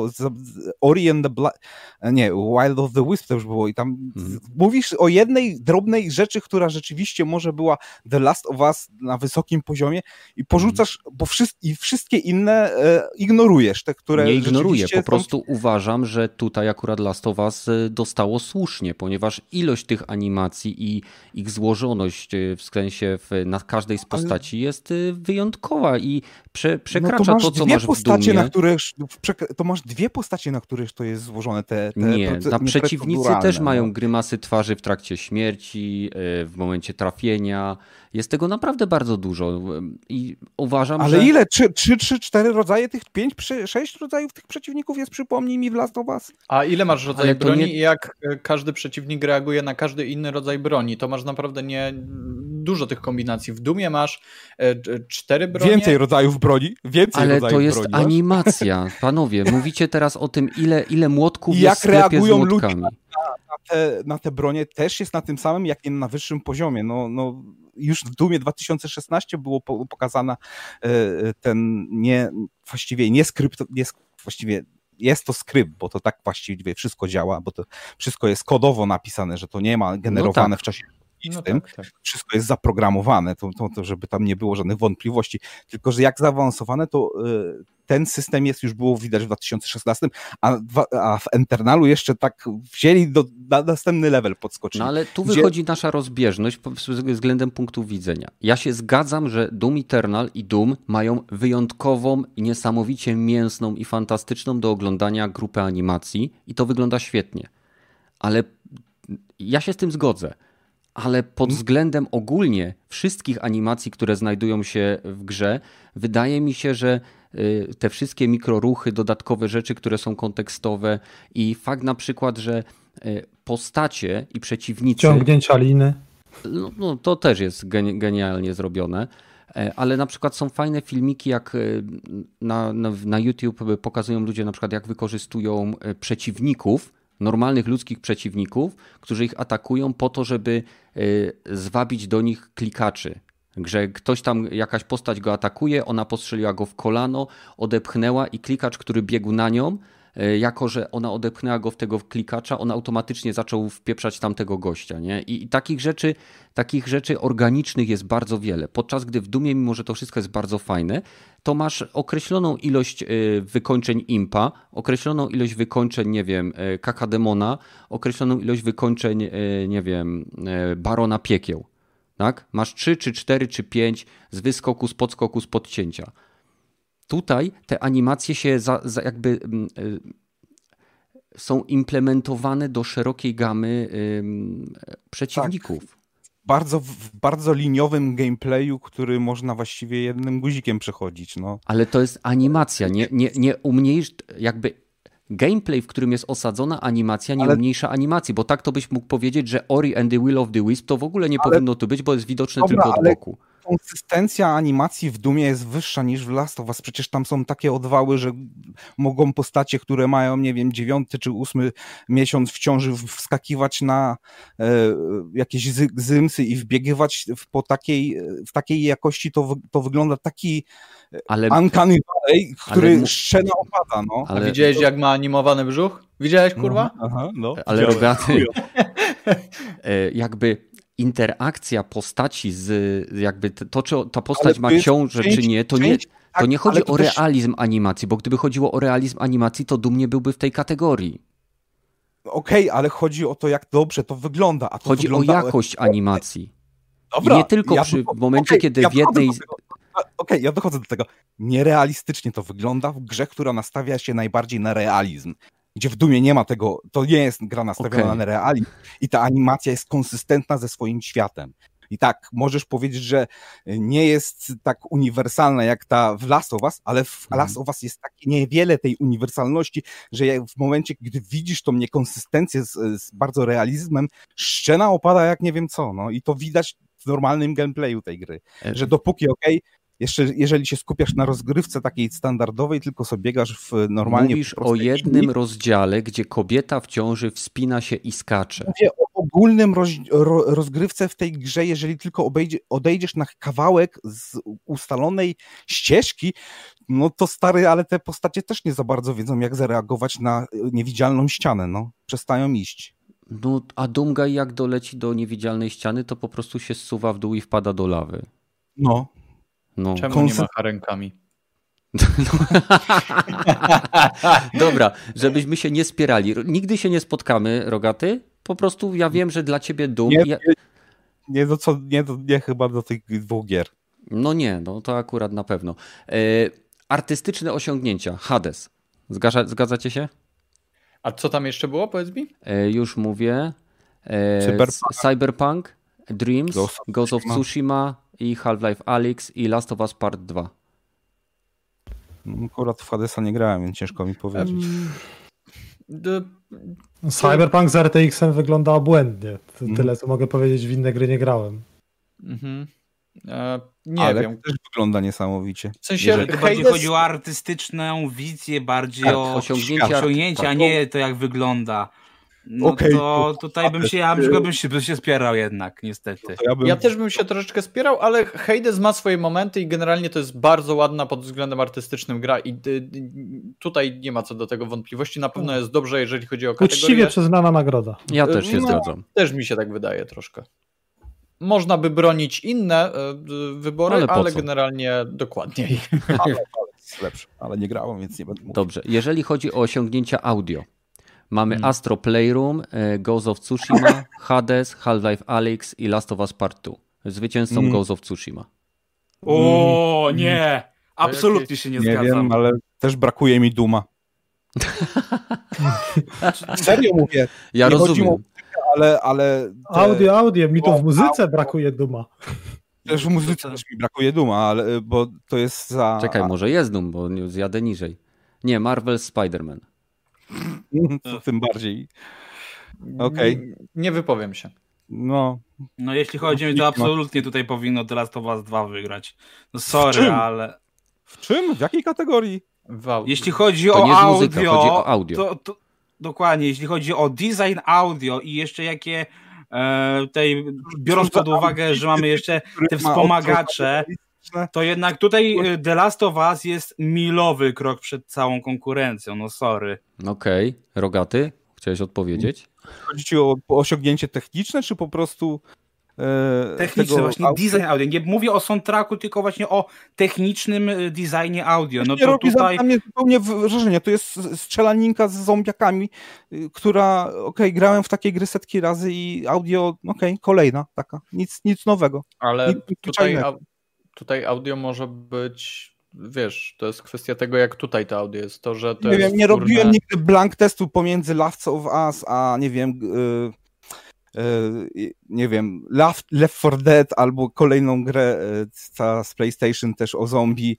Ori and the Bla- nie, Wild of the Wisp też było i tam hmm. mówisz o jednej drobnej rzeczy, która rzeczywiście może była The Last of Us na wysokim poziomie i porzucasz, hmm. bo wszy- i wszystkie inne e, ignorujesz, te, które
nie ignoruję, po
są...
prostu uważam, że tutaj akurat Last of Us dostało słusznie, ponieważ ilość tych animacji i ich złożoność w sensie w, na każdej z postaci Ale... jest wyjątkowa i prze, przekracza
no
to, to, co masz w Dumie.
Na których, to masz dwie postacie, na których to jest złożone. Te, te
nie,
proce-
na przeciwnicy też
no.
mają grymasy twarzy w trakcie śmierci, w momencie trafienia. Jest tego naprawdę bardzo dużo i uważam,
Ale
że...
Ale ile? Trzy, trzy, trzy, cztery rodzaje tych, pięć, sześć rodzajów tych przeciwników jest, przypomnij mi, w Last of Us?
A ile masz rodzajów broni
nie...
i jak każdy przeciwnik reaguje na każdy inny rodzaj broni? To masz naprawdę nie dużo tych kombinacji. W Dumie masz e, cztery bronie.
Więcej rodzajów broni, więcej
Ale
rodzajów
to jest
broni,
animacja. Panowie, mówicie teraz o tym, ile, ile młotków
I
jest
jak
w sklepie
reagują
z młotkami.
ludzie na, na, te, na te bronie też jest na tym samym, jak i na wyższym poziomie. No, no, już w Dumie dwa tysiące szesnastym było po, pokazana e, ten nie, właściwie nie skrypt, nie, właściwie jest to skrypt, bo to tak właściwie wszystko działa, bo to wszystko jest kodowo napisane, że to nie ma generowane no tak. w czasie
No
z tym.
tak, tak.
Wszystko jest zaprogramowane, to, to, to żeby tam nie było żadnych wątpliwości. Tylko że jak zaawansowane, to y, ten system jest, już było widać w dwa tysiące szesnastym, a, a w Internalu jeszcze tak wzięli do, na następny level podskoczyli.
No ale tu
gdzie...
wychodzi nasza rozbieżność względem punktu widzenia. Ja się zgadzam, że Doom Eternal i Doom mają wyjątkową i niesamowicie mięsną i fantastyczną do oglądania grupę animacji i to wygląda świetnie. Ale ja się z tym zgodzę. Ale pod względem ogólnie wszystkich animacji, które znajdują się w grze, wydaje mi się, że te wszystkie mikroruchy, dodatkowe rzeczy, które są kontekstowe i fakt na przykład, że postacie i przeciwnicy...
Ciągnięcia liny.
No, no to też jest genialnie zrobione. Ale na przykład są fajne filmiki, jak na, na, na YouTube pokazują ludzie na przykład, jak wykorzystują przeciwników, normalnych ludzkich przeciwników, którzy ich atakują po to, żeby zwabić do nich klikaczy. Że ktoś tam, jakaś postać go atakuje, ona postrzeliła go w kolano, odepchnęła i klikacz, który biegł na nią, jako że ona odepchnęła go w tego klikacza, on automatycznie zaczął wpieprzać tamtego gościa. Nie? I, i takich rzeczy, takich rzeczy organicznych jest bardzo wiele. Podczas gdy w Dumie, mimo że to wszystko jest bardzo fajne, to masz określoną ilość wykończeń impa, określoną ilość wykończeń, nie wiem, kakademona, określoną ilość wykończeń, nie wiem, barona piekieł. Tak? Masz trzy, czy cztery, czy pięć z wyskoku, z podskoku, z podcięcia. Tutaj te animacje się za, za jakby y, są implementowane do szerokiej gamy y, przeciwników. Tak.
Bardzo, w bardzo liniowym gameplayu, który można właściwie jednym guzikiem przechodzić. No.
Ale to jest animacja, nie, nie, nie umniejsz, jakby gameplay, w którym jest osadzona animacja, nie Ale... umniejsza animacji, bo tak to byś mógł powiedzieć, że Ori and the Will of the Wisp to w ogóle nie Ale... powinno tu być, bo jest widoczne Dobra, tylko od
ale...
boku.
Konsystencja animacji w Dumie jest wyższa niż w Last of Us. Przecież tam są takie odwały, że mogą postacie, które mają, nie wiem, dziewiąty czy ósmy miesiąc w ciąży wskakiwać na e, jakieś zymsy i wbiegiwać w, po takiej, w takiej jakości. To, to wygląda taki ale, Uncanny Valley, który mu... szczena opada. No.
Ale... A widziałeś, jak ma animowany brzuch? Widziałeś, kurwa?
No, aha, no.
Ale Rogaty, jakby interakcja postaci z jakby to, czy ta postać ma ciążę, czy nie, to nie, to nie chodzi o realizm animacji, bo gdyby chodziło o realizm animacji, to Doom nie byłby w tej kategorii.
Okej, okay, ale chodzi o to, jak dobrze to wygląda. A to
chodzi
wygląda...
o jakość animacji.
Dobra,
I nie tylko
ja
przy
do...
w momencie,
okay,
kiedy
ja
w jednej...
Okej, okay, ja dochodzę do tego. Nierealistycznie to wygląda w grze, która nastawia się najbardziej na realizm. Gdzie w Dumie nie ma tego, to nie jest gra nastawiona okay. na realizm i ta animacja jest konsystentna ze swoim światem. I tak, możesz powiedzieć, że nie jest tak uniwersalna jak ta w Last of Us, ale w
Mhm.
Last of Us jest takie niewiele tej uniwersalności, że jak w momencie, gdy widzisz tą niekonsystencję z, z bardzo realizmem, szczena opada jak nie wiem co, no i to widać w normalnym gameplayu tej gry, że dopóki, okej, okay, jeszcze jeżeli się skupiasz na rozgrywce takiej standardowej, tylko sobie biegasz w normalnie...
Mówisz o jednym rozdziale, gdzie kobieta w ciąży wspina się i skacze.
Mówię o ogólnym roz, ro, rozgrywce w tej grze, jeżeli tylko obejdzie, odejdziesz na kawałek z ustalonej ścieżki, no to stary, ale te postacie też nie za bardzo wiedzą, jak zareagować na niewidzialną ścianę, no. Przestają iść.
No, a Doomguy jak doleci do niewidzialnej ściany, to po prostu się zsuwa w dół i wpada do lawy.
No.
No.
Czemu
Konse-
nie macha rękami?
Dobra, żebyśmy się nie spierali. Nigdy się nie spotkamy, Rogaty. Po prostu ja wiem, że dla ciebie Doom...
Nie,
ja...
nie, nie, do co, nie, do, nie chyba do tych dwóch gier.
No nie, no to akurat na pewno. E, artystyczne osiągnięcia. Hades. Zgadza, zgadzacie się?
A co tam jeszcze było, powiedz mi?
E, już mówię. E,
Cyberpunk.
Cyberpunk, Dreams,
Ghost of
Ghost of
Tsushima.
Tsushima i Half-Life Alyx i Last of Us Part dwa.
No, akurat w Hadesa nie grałem, więc ciężko mi powiedzieć.
D-
Cyberpunk z R T X-em wygląda obłędnie. To
Mhm.
tyle, co mogę powiedzieć, w inne gry nie grałem.
mhm. E, nie
Ale
wiem.
też wygląda niesamowicie.
W sensie
Jeżeli to bardziej
Hades-
chodzi o artystyczną wizję, bardziej
Tak,
o
osiągnięcia-
osiągnięcia, a nie to jak wygląda. No
Okej,
to
to-
tutaj bym się, ja na przykład bym się, bym się spierał jednak, niestety.
To ja, bym...
Ja też bym się troszeczkę spierał, ale Hades ma swoje momenty i generalnie to jest bardzo ładna pod względem artystycznym gra i y, y, tutaj nie ma co do tego wątpliwości. Na pewno jest dobrze, jeżeli chodzi o
Uczciwie
kategorię.
przyznana nagroda.
Ja też się
No.
zgadzam.
Też mi się tak wydaje troszkę. Można by bronić inne y, wybory,
Ale
ale,
po co?
generalnie dokładniej.
Ale, jest lepszy, ale nie grałem, więc nie będę mówił.
Dobrze, jeżeli chodzi o osiągnięcia audio, mamy
Hmm.
Astro Playroom, e, Ghost of Tsushima, Hades, Half-Life Alyx i Last of Us Part dwa. Zwycięzcą
Mm.
Ghost of Tsushima.
O nie! Absolutnie się nie,
Nie
zgadzam.
wiem, ale też brakuje mi Duma. Serio mówię,
Ja
Nie chodzi
rozumiem.
o- ale, ale te-
Audio, audio, mi to
o,
w muzyce brakuje Duma.
też w muzyce też mi brakuje Duma, ale bo to jest za...
Czekaj, może jest Doom, bo nie- zjadę niżej. Nie, Marvel Spider-Man.
To tym bardziej. Okej.
Nie, nie wypowiem się.
No,
No jeśli chodzi o mnie, to absolutnie tutaj powinno The Last of Us dwa wygrać. No sorry,
czym?
ale
w czym? W jakiej kategorii?
W audio.
jeśli chodzi
To
o
nie jest
audio,
muzyka, chodzi o audio.
To, to, dokładnie, jeśli chodzi o design audio i jeszcze jakie e, tutaj, biorąc pod uwagę, że mamy jeszcze te
Ma
wspomagacze,
odczucia-
to jednak tutaj e, The Last of Us jest milowy krok przed całą konkurencją, no sorry.
Okej, Rogaty, chciałeś odpowiedzieć?
Chodzi ci o o osiągnięcie techniczne, czy po prostu e,
Techniczny,
tego
właśnie
audio?
design audio. Nie mówię o soundtracku, tylko właśnie o technicznym e, designie audio. No
Nie
to
robi
tutaj...
za mnie zupełnie wrażenia. To jest strzelaninka z zombiakami, y, która, okej, grałem w takie gry setki razy i audio, okej, kolejna taka, nic, nic nowego.
Ale
Nic
tutaj,
zwyczajnego.
au- tutaj audio może być, wiesz, to jest kwestia tego, jak tutaj to audio jest. To, że to
Nie
jest
wiem, nie
wtórne-
robiłem nigdy blank testu pomiędzy Last of Us, a nie wiem, y, y, nie wiem, Left, Left four Dead albo kolejną grę y, ta z PlayStation też o zombie.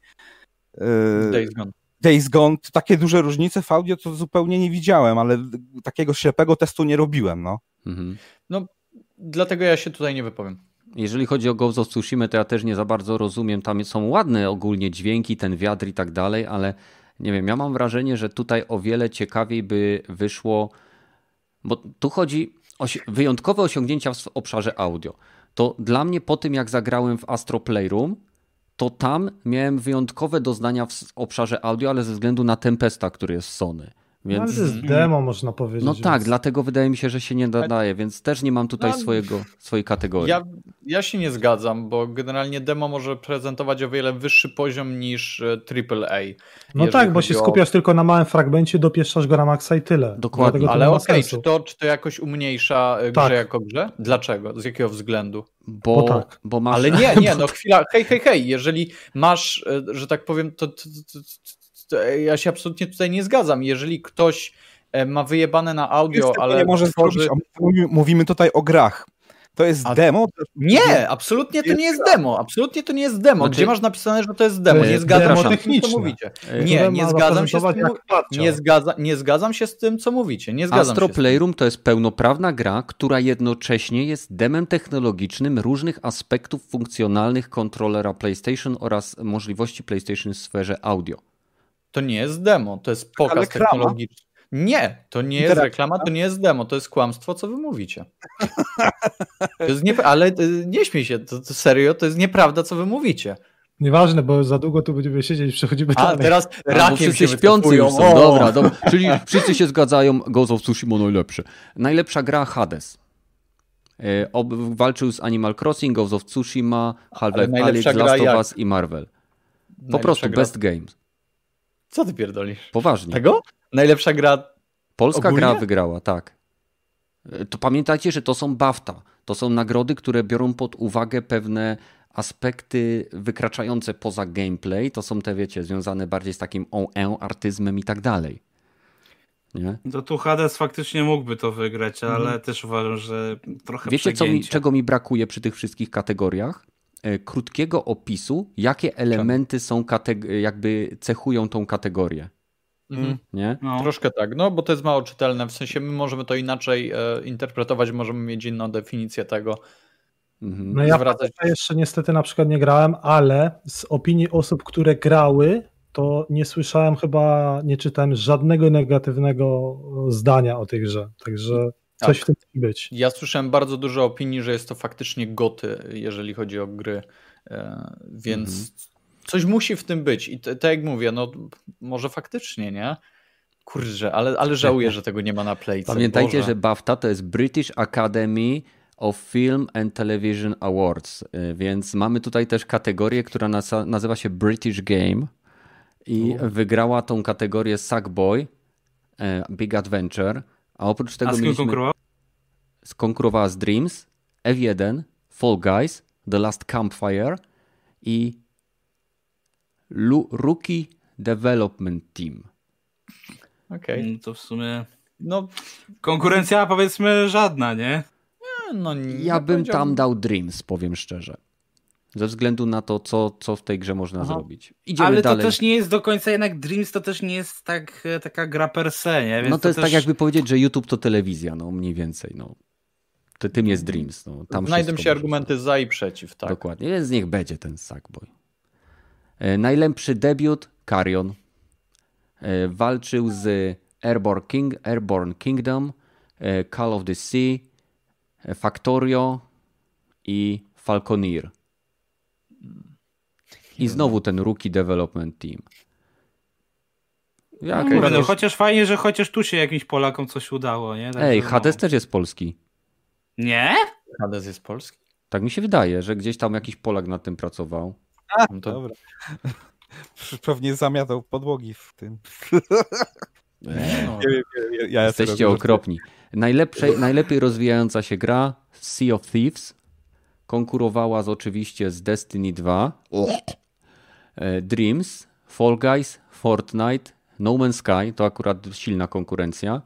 y,
Days Gone.
Days Gone, to takie duże różnice w audio to zupełnie nie widziałem, ale takiego ślepego testu nie robiłem, no.
Mhm.
Dlatego ja się tutaj nie wypowiem.
Jeżeli chodzi o Ghost of Tsushima, to ja też nie za bardzo rozumiem. Tam są ładne ogólnie dźwięki, ten wiatr i tak dalej, ale nie wiem, ja mam wrażenie, że tutaj o wiele ciekawiej by wyszło, bo tu chodzi o si- wyjątkowe osiągnięcia w obszarze audio. To dla mnie po tym, jak zagrałem w Astro Playroom, to tam miałem wyjątkowe doznania w s- obszarze audio, ale ze względu na Tempesta, który jest z Sony.
No, ale
Więc...
to jest demo, można powiedzieć.
No tak,
więc-
dlatego wydaje mi się, że się nie nadaje, więc też nie mam tutaj
No,
swojego, swojej kategorii.
Ja, ja się nie zgadzam, bo generalnie demo może prezentować o wiele wyższy poziom niż e, triple A.
No
jeżeli
tak, bo
chodzi
się
o-
skupiasz tylko na małym fragmencie, dopieszczasz go na maksa i tyle.
Dokładnie.
Dlatego to
Ale
nie ma
okej,
sensu.
czy, to, czy to jakoś umniejsza e,
Tak.
grę jako grze? Dlaczego? Z jakiego względu?
Bo,
Bo tak.
bo masz...
Ale nie, nie, no chwila, hej, hej, hej, jeżeli masz, e, że tak powiem, to, to, to, to, to ja się absolutnie tutaj nie zgadzam. Jeżeli ktoś e, ma wyjebane na audio,
Niestety
ale
nie może
tworzy...
stworzyć, a mówimy, mówimy tutaj o grach. To jest
A-
demo?
Nie, absolutnie to nie jest demo. Absolutnie to nie jest demo.
Znaczy-
Gdzie masz napisane, że to jest demo?
To
Nie
jest
zgadzam
demo
się z tym,
techniczne.
co mówicie.
E,
Nie,
które
nie
ma
zgadzam się z
zaprezentować
tym.
jak patrzał.
Nie, zgadza, nie zgadzam się z tym, co mówicie. Nie zgadzam
Astro
się z tym.
Playroom to jest pełnoprawna gra, która jednocześnie jest demem technologicznym różnych aspektów funkcjonalnych kontrolera PlayStation oraz możliwości PlayStation w sferze audio.
To nie jest demo, to jest pokaz
reklama?
technologiczny. Nie, to nie jest
Interakcja?
reklama, to nie jest demo, to jest kłamstwo, co wy mówicie. To jest nie, ale y, nie śmiej się, to, to serio, to jest nieprawda, co wy mówicie.
Nieważne, bo za długo tu będziemy siedzieć i przechodzimy
A
dalej.
teraz
A, bo
rakiem
wszyscy
się
śpiący
wycofują.
już są,
O!
dobra, dobra. Czyli wszyscy się zgadzają, Ghost of Tsushima najlepsze. Najlepsza gra Hades. E, ob, walczył z Animal Crossing, Ghost of Tsushima, Half-Life
najlepsza
Alyx,
gra
Last of
jak?
Us i Marvel. Po
Najlepsza
prostu
gra-
best games.
Co ty pierdolisz?
Poważnie.
Tego? Najlepsza gra.
Polska
Ogólnie?
gra wygrała, tak. To pamiętajcie, że to są BAFTA. To są nagrody, które biorą pod uwagę pewne aspekty wykraczające poza gameplay. To są te, wiecie, związane bardziej z takim on artyzmem i tak dalej. Nie?
To tu Hades faktycznie mógłby to wygrać, ale też uważam, że trochę
Wiecie, co mi,
przegięcie.
czego mi brakuje przy tych wszystkich kategoriach? E, Krótkiego opisu, jakie elementy są kateg- jakby cechują tą kategorię.
Mhm.
Nie?
No.
Troszkę tak, no bo to jest mało czytelne, w sensie my możemy to inaczej e, interpretować, możemy mieć inną definicję tego.
Mhm.
No ja
zwracać-
w jeszcze niestety na przykład nie grałem, ale z opinii osób, które grały, to nie słyszałem chyba, nie czytałem żadnego negatywnego zdania o tej grze. Także coś
Tak.
w tym musi być.
Ja słyszałem bardzo dużo opinii, że jest to faktycznie goty, jeżeli chodzi o gry, e, więc
Mhm.
coś musi w tym być i tak jak mówię, no może faktycznie, nie? Kurczę, ale, ale żałuję, że tego nie ma na Playce.
Pamiętajcie,
Boże.
że BAFTA to jest British Academy of Film and Television Awards, y, więc mamy tutaj też kategorię, która nasa- nazywa się British Game i wygrała tą kategorię Sackboy, e, Big Adventure, a oprócz tego
A z kim
mieliśmy...
konkurował?
skonkurowała z Dreams, F jeden, Fall Guys, The Last Campfire i Lu- Rookie Development Team.
Okej.
No to w sumie
No,
konkurencja powiedzmy żadna, nie?
no nie
Ja bym tam
powiedziałbym-
dał Dreams, powiem szczerze. Ze względu na to, co, co w tej grze można
Aha.
zrobić. Idziemy
Ale to
dalej.
też nie jest do końca jednak Dreams, to też nie jest tak, e, taka gra per se, nie? Więc
No to jest
też...
tak jakby powiedzieć, że YouTube to telewizja, no mniej więcej. No. To tym jest Dreams. No. Tam
Znajdą
wszystko
się
może
argumenty za i przeciw, tak.
Dokładnie, więc niech będzie ten Sackboy. E, najlepszy debiut Carrion. E, walczył z Airborne, King, Airborne Kingdom, e, Call of the Sea, e, Factorio i Falconeer. I znowu ten Rookie Development Team. Ja
No,
akurat
mówię, no,
już-
chociaż fajnie, że chociaż tu się jakimś Polakom coś udało, nie? Także
Ej,
no.
Hades też jest polski.
Nie?
Hades jest polski?
Tak mi się wydaje, że gdzieś tam jakiś Polak nad tym pracował.
No to
Dobra. Pewnie zamiatał podłogi w tym.
no,
Ja, ja, ja, ja
Jesteście
sobie
okropni. Najlepsze, najlepiej rozwijająca się gra Sea of Thieves. Konkurowała z, oczywiście z Destiny dwa, e, Dreams, Fall Guys, Fortnite, No Man's Sky. To akurat silna konkurencja.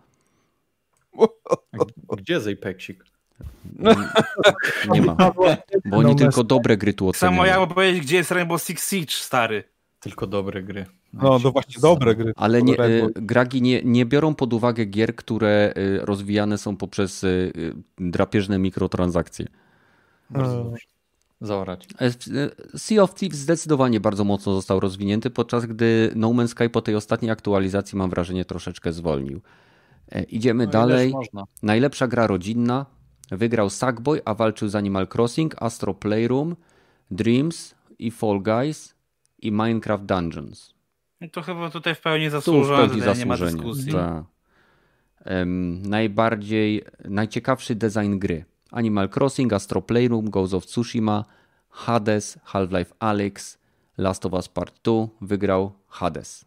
a gdzie jest Apexik?
Nie ma, bo oni
No Man's
tylko dobre gry tu
Samo ja
oceniają.
bym powiedzieć, gdzie jest Rainbow Six Siege, stary.
Tylko dobre gry.
No, to właśnie dobre gry.
Ale nie,
Red
y,
Bull.
gragi nie, nie biorą pod uwagę gier, które y, rozwijane są poprzez y, y, drapieżne mikrotransakcje.
Bardzo dobrze. Zaorać.
E, Sea of Thieves zdecydowanie bardzo mocno został rozwinięty, podczas gdy No Man's Sky po tej ostatniej aktualizacji, mam wrażenie, troszeczkę zwolnił. E, Idziemy
No,
dalej.
ileż można.
Najlepsza gra rodzinna. Wygrał Sackboy, a walczył z Animal Crossing, Astro Playroom, Dreams i Fall Guys i Minecraft Dungeons.
No to chyba tutaj w pełni
Tu w
zasłużone,
pełni
tutaj nie ma
zasłużenie.
dyskusji.
Tak. Em, najbardziej, najciekawszy design gry. Animal Crossing, Astro Playroom, Ghost of Tsushima, Hades, Half-Life Alyx, Last of Us Part dwa. Wygrał Hades.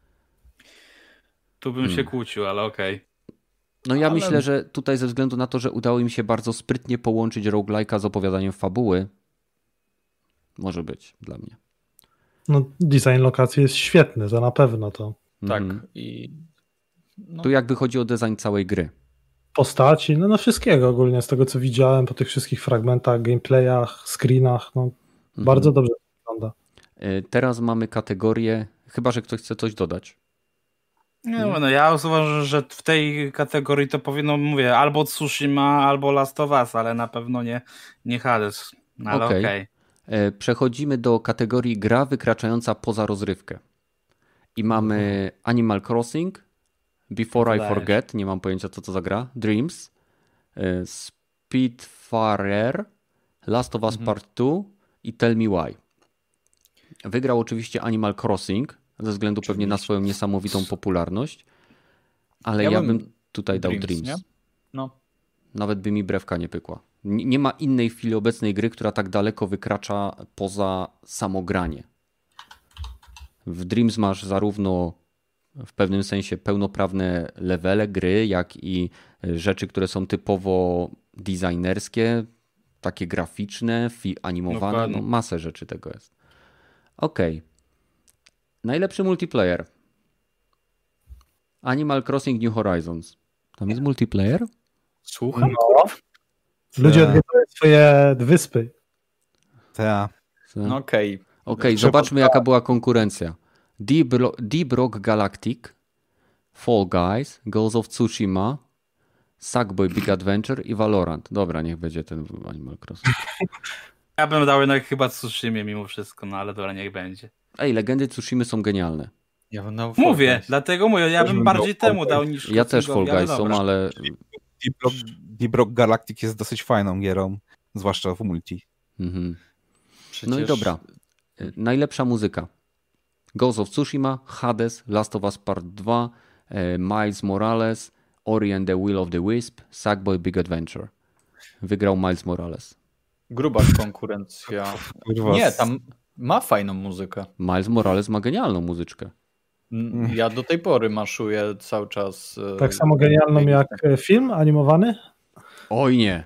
Tu bym się kłócił, ale okej.
No ja
Ale-
myślę, że tutaj ze względu na to, że udało im się bardzo sprytnie połączyć roguelike'a z opowiadaniem fabuły, może być dla mnie.
No, design lokacji jest świetny, to na pewno to.
Tak.
Mhm.
I no,
Tu jakby chodzi o design całej gry.
Postaci, no, no wszystkiego ogólnie, z tego co widziałem po tych wszystkich fragmentach, gameplayach, screenach, no mhm. bardzo dobrze to wygląda.
Teraz mamy kategorię, chyba że ktoś chce coś dodać.
Nie, no ja uważam, że w tej kategorii to powinno, mówię, albo Tsushima, albo Last of Us, ale na pewno nie, nie Hades. Ale okej. Okay.
Okay. Przechodzimy do kategorii gra wykraczająca poza rozrywkę. I mamy mhm. Animal Crossing, Before I Forget, nie mam pojęcia co to za gra, Dreams, Speedfarer, Last of Us mhm. Part dwa i Tell Me Why. Wygrał oczywiście Animal Crossing, ze względu oczywiście. pewnie na swoją niesamowitą popularność, ale ja, ja bym tutaj Dreams, dał Dreams.
No.
Nawet by mi brewka nie pykła. Nie, nie ma innej w chwili obecnej gry, która tak daleko wykracza poza samogranie. W Dreams masz zarówno w pewnym sensie pełnoprawne levele gry, jak i rzeczy, które są typowo designerskie, takie graficzne, animowane, no, masę rzeczy tego jest. Okej. Okay. Najlepszy multiplayer. Animal Crossing New Horizons. Tam jest multiplayer?
Słucham?
No. Ludzie odwiedzają swoje wyspy.
Tak.
No okej. Okay.
Okej, okay, zobaczmy jaka była konkurencja. Deep, Deep Rock Galactic, Fall Guys, Ghost of Tsushima, Sackboy Big Adventure i Valorant. Dobra, niech będzie ten Animal Crossing.
Ja bym dał jednak chyba Tsushimie mimo wszystko, no ale dobra, niech będzie.
Ej, legendy Tsushimy są genialne.
Ja bym dał
Mówię, dlatego mówię, ja bym bardziej temu dał niż...
Ja też Fall Guys są, ale...
Deep Rock, Deep Rock Galactic jest dosyć fajną gierą, zwłaszcza w multi.
Mhm. Przecież... No i dobra. Najlepsza muzyka. Ghost of Tsushima, Hades, Last of Us Part dwa, Miles Morales, Ori and the Will of the Wisp, Sackboy Big Adventure. Wygrał Miles Morales.
Gruba konkurencja. Nie, tam ma fajną muzykę.
Miles Morales ma genialną muzyczkę.
Ja do tej pory maszuję cały czas.
Tak samo genialną jak film animowany?
Oj nie.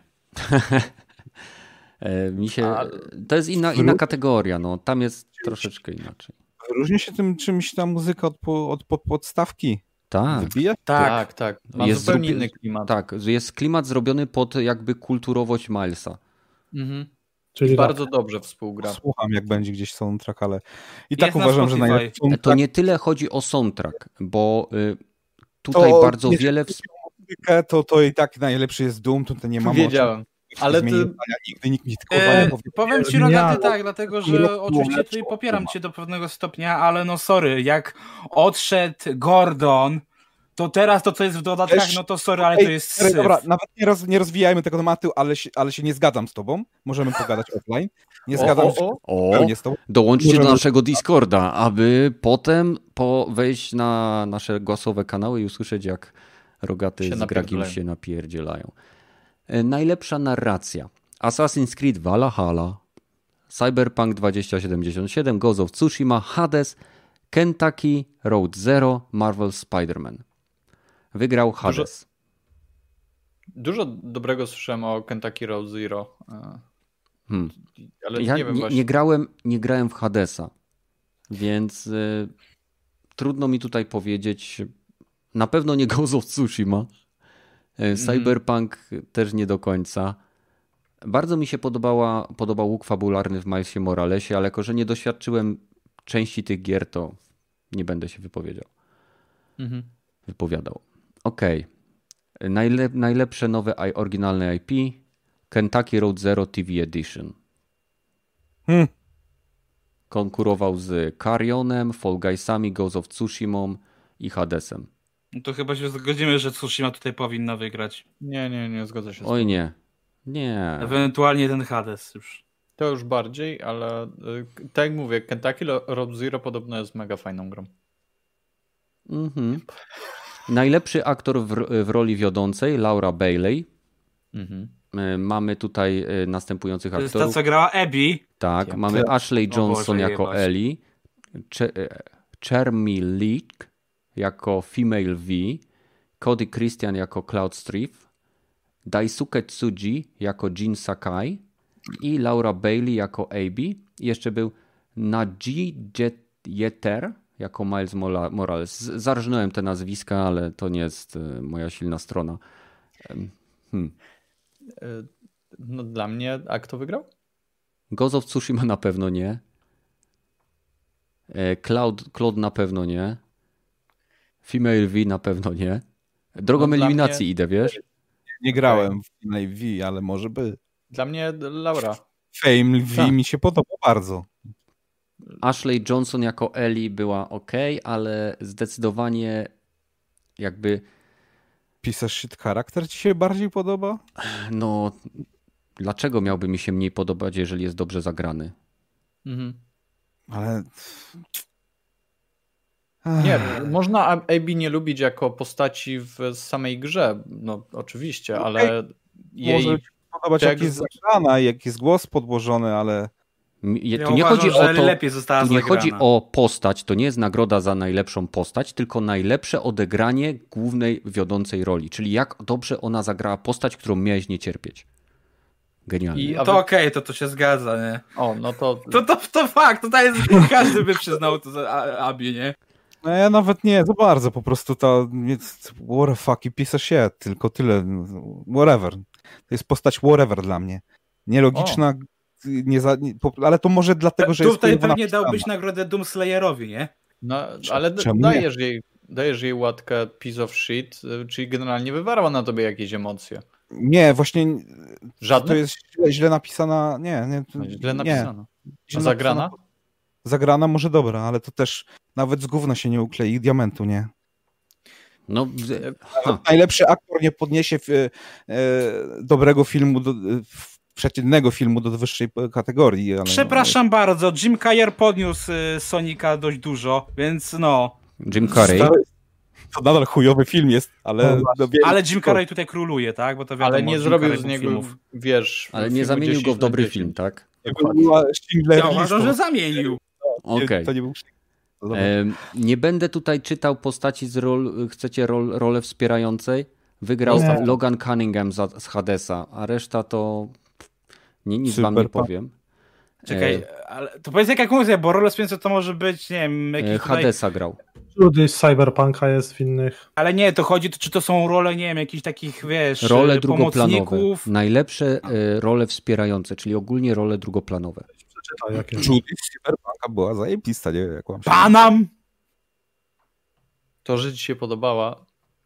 Mi się... To jest inna, inna kategoria. No. Tam jest troszeczkę inaczej.
Różni się tym czymś ta muzyka od, od, od podstawki.
Tak.
Wybija?
Tak, tak. tak. Ma
jest
zupełnie
zrób...
inny klimat.
Tak, jest klimat zrobiony pod jakby kulturowość Milesa.
Mhm. Czyli bardzo tak. dobrze współgra.
Słucham, jak będzie gdzieś soundtrack, ale i tak jest uważam, że najlepszy soundtrack...
To nie tyle chodzi o soundtrack, bo y, tutaj to bardzo wiele... W...
To, to i tak najlepszy jest Doom, tutaj nie mam
Wiedziałem. Ale ty...
nigdy nikt nie
e, powiem ci, Rogaty, tak, dlatego że oczywiście tutaj popieram cię do pewnego stopnia, ale no sorry, jak odszedł Gordon, to teraz to, co jest w dodatkach, no to sorry, ale
Ej,
to jest syf.
Dobra, nawet nie, roz, nie rozwijajmy tego tematu, ale się, ale się nie zgadzam z tobą. Możemy pogadać offline. Nie zgadzam
o,
się
o, o. z tobą. Dołączcie Możemy... do naszego Discorda, aby potem po wejść na nasze głosowe kanały i usłyszeć, jak Rogaty się z Gragim się napierdzielają. Najlepsza narracja. Assassin's Creed Valhalla, Cyberpunk dwa tysiące siedemdziesiąt siedem, Ghost of Tsushima, Hades, Kentucky Road Zero, Marvel Spider-Man. Wygrał Hades.
Dużo, dużo dobrego słyszałem o Kentucky Road Zero.
Hmm.
Ale
ja
nie wiem
nie,
właśnie.
Nie grałem, nie grałem w Hadesa, więc y, trudno mi tutaj powiedzieć. Na pewno nie Ghost of Tsushima. Cyberpunk mm. też nie do końca. Bardzo mi się podobała, podobał łuk fabularny w Milesie Moralesie, ale jako, że nie doświadczyłem części tych gier, to nie będę się wypowiedział. Mm-hmm. Wypowiadał. Okej. Okay. Najle- najlepsze nowe oryginalne I P Kentucky Road Zero T V Edition. Hmm. Konkurował z Carrionem, Fall Guysami, Ghost of Tsushimą i Hadesem.
No to chyba się zgodzimy, że Tsushima tutaj powinna wygrać.
Nie, nie, nie zgodzę się z
Oj nie. Nie.
Ewentualnie ten Hades już.
To już bardziej, ale tak jak mówię, Kentucky Road Zero podobno jest mega fajną grą.
Mhm. Najlepszy aktor w, w roli wiodącej Laura Bailey. Mhm. Mamy tutaj następujących aktorów. To
jest ta, co grała Abby.
Tak, ja mamy to... Ashley Johnson Boże, jako jebać. Ellie, Chermi Leak jako Female V, Cody Christian jako Cloud Strife, Daisuke Tsuji jako Jin Sakai i Laura Bailey jako Abby. I jeszcze był Naji Jeter jako Miles Morales. Zarżnąłem te nazwiska, ale to nie jest moja silna strona. Hmm.
No dla mnie, a kto wygrał?
Ghost of Tsushima na pewno nie. Cloud, Cloud na pewno nie. Female V na pewno nie. Drogą no eliminacji mnie... idę, wiesz?
Nie grałem w Female V, ale może by.
Dla mnie Laura.
Female V tak. mi się podoba bardzo.
Ashley Johnson jako Ellie była ok, ale zdecydowanie jakby...
Piece of shit charakter ci się bardziej podoba?
No, dlaczego miałby mi się mniej podobać, jeżeli jest dobrze zagrany?
Mhm.
Ale...
Nie, można Abby nie lubić jako postaci w samej grze, no oczywiście, okay. ale jej...
Może podobać jak jest zagrana, jak jest głos podłożony, ale...
Ja,
tu
nie
uważam,
chodzi o to,
lepiej została
tu nie
zagrana.
chodzi o postać, to nie jest nagroda za najlepszą postać, tylko najlepsze odegranie głównej wiodącej roli, czyli jak dobrze ona zagrała postać, którą miałeś nie cierpieć. Genialnie.
I, to wy... okej, okay, to to się zgadza, nie?
O, no to...
To, to, to fakt, tutaj jest, każdy by przyznał to za Abby, nie?
No ja nawet nie, za bardzo, po prostu to what the fuck i piece of shit, tylko tyle, whatever. To jest postać whatever dla mnie. Nielogiczna, nie za, nie, ale to może dlatego, że
tutaj
jest...
Tutaj pewnie dałbyś nagrodę Doomslayerowi, nie?
No, ale dajesz jej, dajesz jej łatkę piece of shit, czyli generalnie wywarła na tobie jakieś emocje.
Nie, właśnie
żadne?
To jest źle, źle napisana, nie, nie.
No, źle napisana.
Nie.
A zagrana?
Napisana, zagrana może dobra, ale to też nawet z gówna się nie uklei diamentu, nie?
No,
najlepszy aktor nie podniesie w, e, dobrego filmu, do, w, przeciętnego filmu do wyższej kategorii. Ale
Przepraszam no, bardzo, Jim Carrey podniósł Sonika dość dużo, więc no.
Jim Carrey?
To nadal chujowy film jest, ale...
No, no, ale Jim Carrey tutaj króluje, tak? Bo to wiadomo,
ale nie
Jim
zrobił
Carrey
z niego,
filmów.
wiesz...
Ale nie zamienił go w dobry film, tak?
Ja uważam, że zamienił.
Okej. Okay. Nie, e, nie będę tutaj czytał postaci z rol, chcecie rol, rolę wspierającej. Wygrał nie. Logan Cunningham za, z Hadesa, a reszta to nie, nic Super, wam nie powiem.
Czekaj, e, ale to powiedz jaka konkluzja, bo rolę wspierającą to może być, nie wiem...
E, Hadesa
tutaj...
grał.
Ludy z Cyberpunka jest w innych.
Ale nie, to chodzi, czy to są role, nie wiem, jakichś takich, wiesz,
role drugoplanowe. Najlepsze y, role wspierające, czyli ogólnie role drugoplanowe.
Przeczytaj, jakie. Judy z Cyberpunka była zajebista, nie wiem, jak mam się...
Panam!
To, że ci się podobała.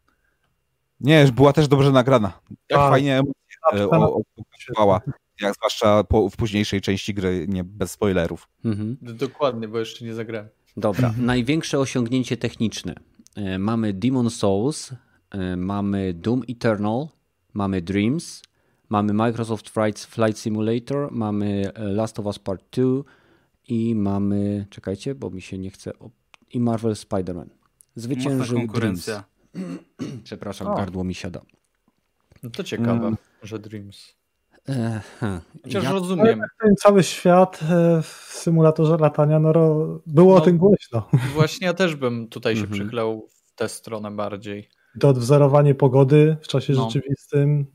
Nie, była też dobrze nagrana. Jak A, fajnie okupowała. Jak zwłaszcza po, w późniejszej części gry, nie bez spoilerów.
Mhm. Dokładnie, bo jeszcze nie zagrałem.
Dobra, największe osiągnięcie techniczne. Mamy Demon's Souls, mamy Doom Eternal, mamy Dreams, mamy Microsoft Flight, Flight Simulator, mamy Last of Us Part two i mamy, czekajcie, bo mi się nie chce, i Marvel Spider-Man. Zwyciężył Dreams. Przepraszam, o. Gardło mi siada.
No to ciekawe, hmm. że Dreams.
Aha.
Chociaż ja rozumiem.
Ten cały świat w symulatorze latania, no było no, o tym głośno.
Właśnie ja też bym tutaj się przychlał w tę stronę bardziej.
To odwzorowanie pogody w czasie no. rzeczywistym.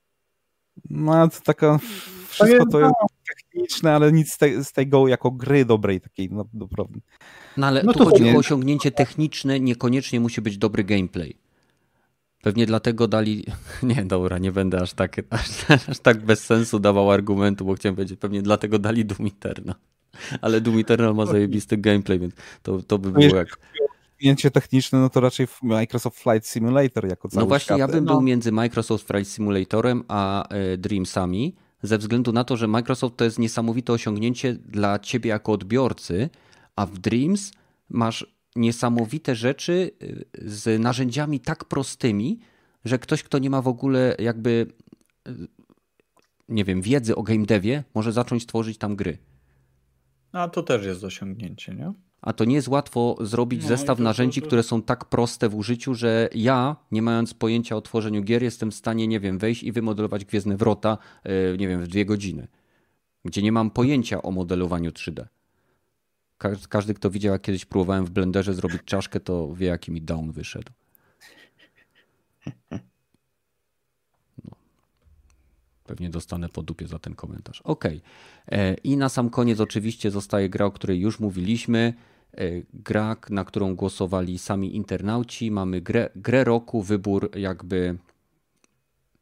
No to taka, wszystko to jest techniczne, ale nic z, te, z tego jako gry dobrej takiej no, naprawdę.
No ale no tu chodzi nie. o osiągnięcie techniczne, niekoniecznie musi być dobry gameplay. Pewnie dlatego dali... Nie, dobra, nie będę aż tak, aż, aż tak bez sensu dawał argumentu, bo chciałem powiedzieć, pewnie dlatego dali Doom Eternal. Ale Doom Eternal ma zajebisty gameplay, więc to, to by było jak...
Osiągnięcie techniczne, no to raczej Microsoft Flight Simulator jako cały
No właśnie,
świat.
ja bym
no.
był między Microsoft Flight Simulatorem a y, Dreamsami, ze względu na to, że Microsoft to jest niesamowite osiągnięcie dla ciebie jako odbiorcy, a w Dreams masz niesamowite rzeczy z narzędziami tak prostymi, że ktoś, kto nie ma w ogóle jakby, nie wiem, wiedzy o game devie, może zacząć tworzyć tam gry.
A to też jest osiągnięcie, nie?
A to nie jest łatwo zrobić no zestaw to, narzędzi, to, to... które są tak proste w użyciu, że ja, nie mając pojęcia o tworzeniu gier, jestem w stanie, nie wiem, wejść i wymodelować Gwiezdne Wrota, nie wiem, w dwie godziny. Gdzie nie mam pojęcia o modelowaniu trzy D. Każdy, kto widział, jak kiedyś próbowałem w Blenderze zrobić czaszkę, to wie, jaki mi down wyszedł. No. Pewnie dostanę po dupie za ten komentarz. Okej. Okay. I na sam koniec oczywiście zostaje gra, o której już mówiliśmy. Gra, na którą głosowali sami internauci. Mamy grę, grę roku, wybór jakby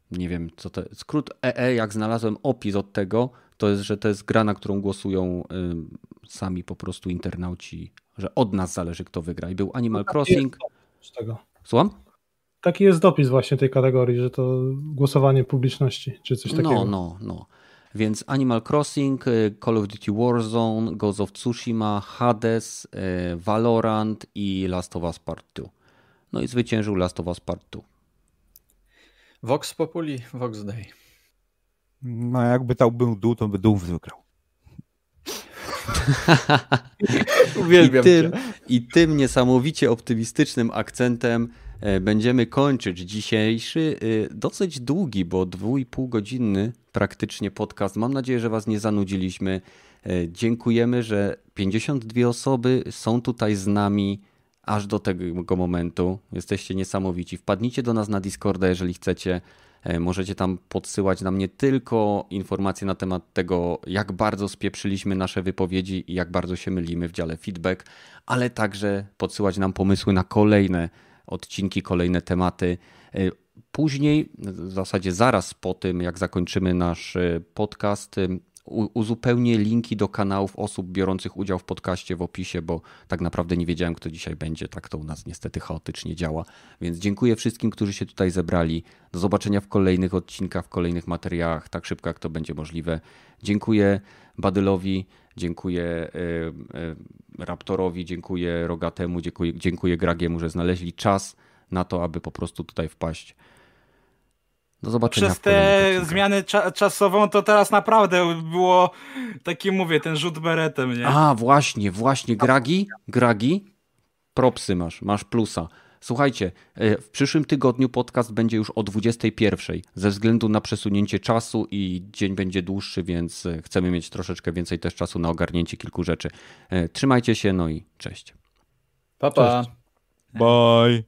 nie wiem co to jest. Skrót E E, jak znalazłem opis od tego, to jest, że to jest gra, na którą głosują y, sami po prostu internauci, że od nas zależy, kto wygra. I był Animal
No,
Crossing.
Tego.
Słucham?
Taki jest dopis właśnie tej kategorii, że to głosowanie publiczności, czy coś takiego.
No, no, no. Więc Animal Crossing, Call of Duty Warzone, Ghost of Tsushima, Hades, Valorant i Last of Us Part dwa. No i zwyciężył Last of Us Part dwa.
Vox Populi, Vox Dei.
No jakby tam był dół, to by dół wygrał.
Uwielbiam I, tym, I tym niesamowicie optymistycznym akcentem będziemy kończyć dzisiejszy, dosyć długi, bo dwu i pół godzinny praktycznie podcast. Mam nadzieję, że was nie zanudziliśmy. Dziękujemy, że pięćdziesiąt dwie osoby są tutaj z nami aż do tego momentu. Jesteście niesamowici. Wpadnijcie do nas na Discorda, jeżeli chcecie. Możecie tam podsyłać nam nie tylko informacje na temat tego, jak bardzo spieprzyliśmy nasze wypowiedzi i jak bardzo się mylimy w dziale feedback, ale także podsyłać nam pomysły na kolejne odcinki, kolejne tematy. Później, w zasadzie zaraz po tym, jak zakończymy nasz podcast, uzupełnię linki do kanałów osób biorących udział w podcaście w opisie, bo tak naprawdę nie wiedziałem, kto dzisiaj będzie. Tak to u nas niestety chaotycznie działa. Więc dziękuję wszystkim, którzy się tutaj zebrali. Do zobaczenia w kolejnych odcinkach, w kolejnych materiałach, tak szybko jak to będzie możliwe. Dziękuję Badylowi, dziękuję y, y, Raptorowi, dziękuję Rogatemu, dziękuję, dziękuję Gragiemu, że znaleźli czas na to, aby po prostu tutaj wpaść. Do zobaczenia.
Przez te zmiany cza- czasową to teraz naprawdę było taki, mówię, ten rzut beretem, nie?
A, właśnie, właśnie, Gragi, Gragi, propsy masz, masz plusa. Słuchajcie, w przyszłym tygodniu podcast będzie już o dwudziestej pierwszej ze względu na przesunięcie czasu i dzień będzie dłuższy, więc chcemy mieć troszeczkę więcej też czasu na ogarnięcie kilku rzeczy. Trzymajcie się, no i cześć.
Pa, pa.
Cześć. Bye.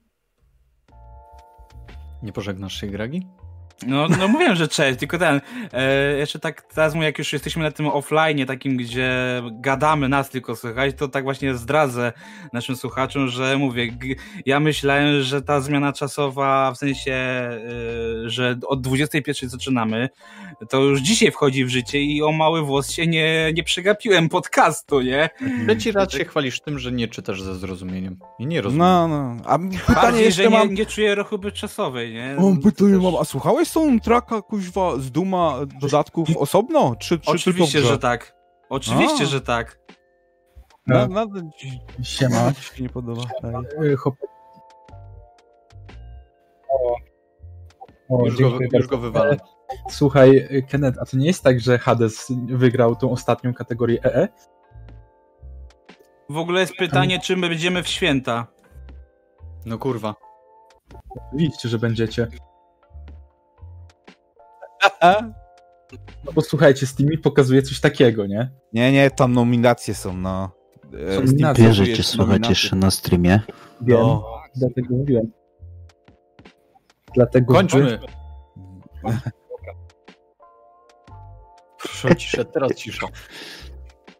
Nie pożegnasz się, Gragi?
No, no mówiłem, że cześć, tylko ten, e, jeszcze tak teraz jak już jesteśmy na tym offline, takim, gdzie gadamy, nas tylko słychać, to tak właśnie zdradzę naszym słuchaczom, że mówię, g- ja myślałem, że ta zmiana czasowa, w sensie, e, że od dwudziestej pierwszej zaczynamy, to już dzisiaj wchodzi w życie i o mały włos się nie, nie przegapiłem podcastu, nie?
Trzeci raz się chwalisz tym, że nie czytasz ze zrozumieniem. I nie rozumiem.
No, no. A pytanie
Bardziej,
jeszcze
że
mam...
nie, nie czuję rochuby czasowej, nie?
O, pytanie
Też...
mam, a słuchałeś soundtracka kuźwa z Duma dodatków osobno? Czy, czy
Oczywiście,
tylko
że tak. Oczywiście,
A.
że tak.
Na, na, ci,
Siema.
ci się nie podoba.
Y, Hop... O, o,
Już go,
dziękuję
już
bardzo.
go wywalam.
Słuchaj, Kenneth, a to nie jest tak, że Hades wygrał tą ostatnią kategorię E E?
W ogóle jest pytanie, czy my będziemy w święta.
No kurwa.
Oczywiście, że będziecie. No bo słuchajcie, Steam pokazuje coś takiego, nie?
Nie, nie, tam nominacje są, no. E,
Są
Steam
nominacje.
pokazuje
Bierzecie słuchać
nominacje.
jeszcze na streamie.
Wiem,
No.
dlatego mówiłem. Dlatego
Kończmy. Proszę o ciszę, teraz cisza.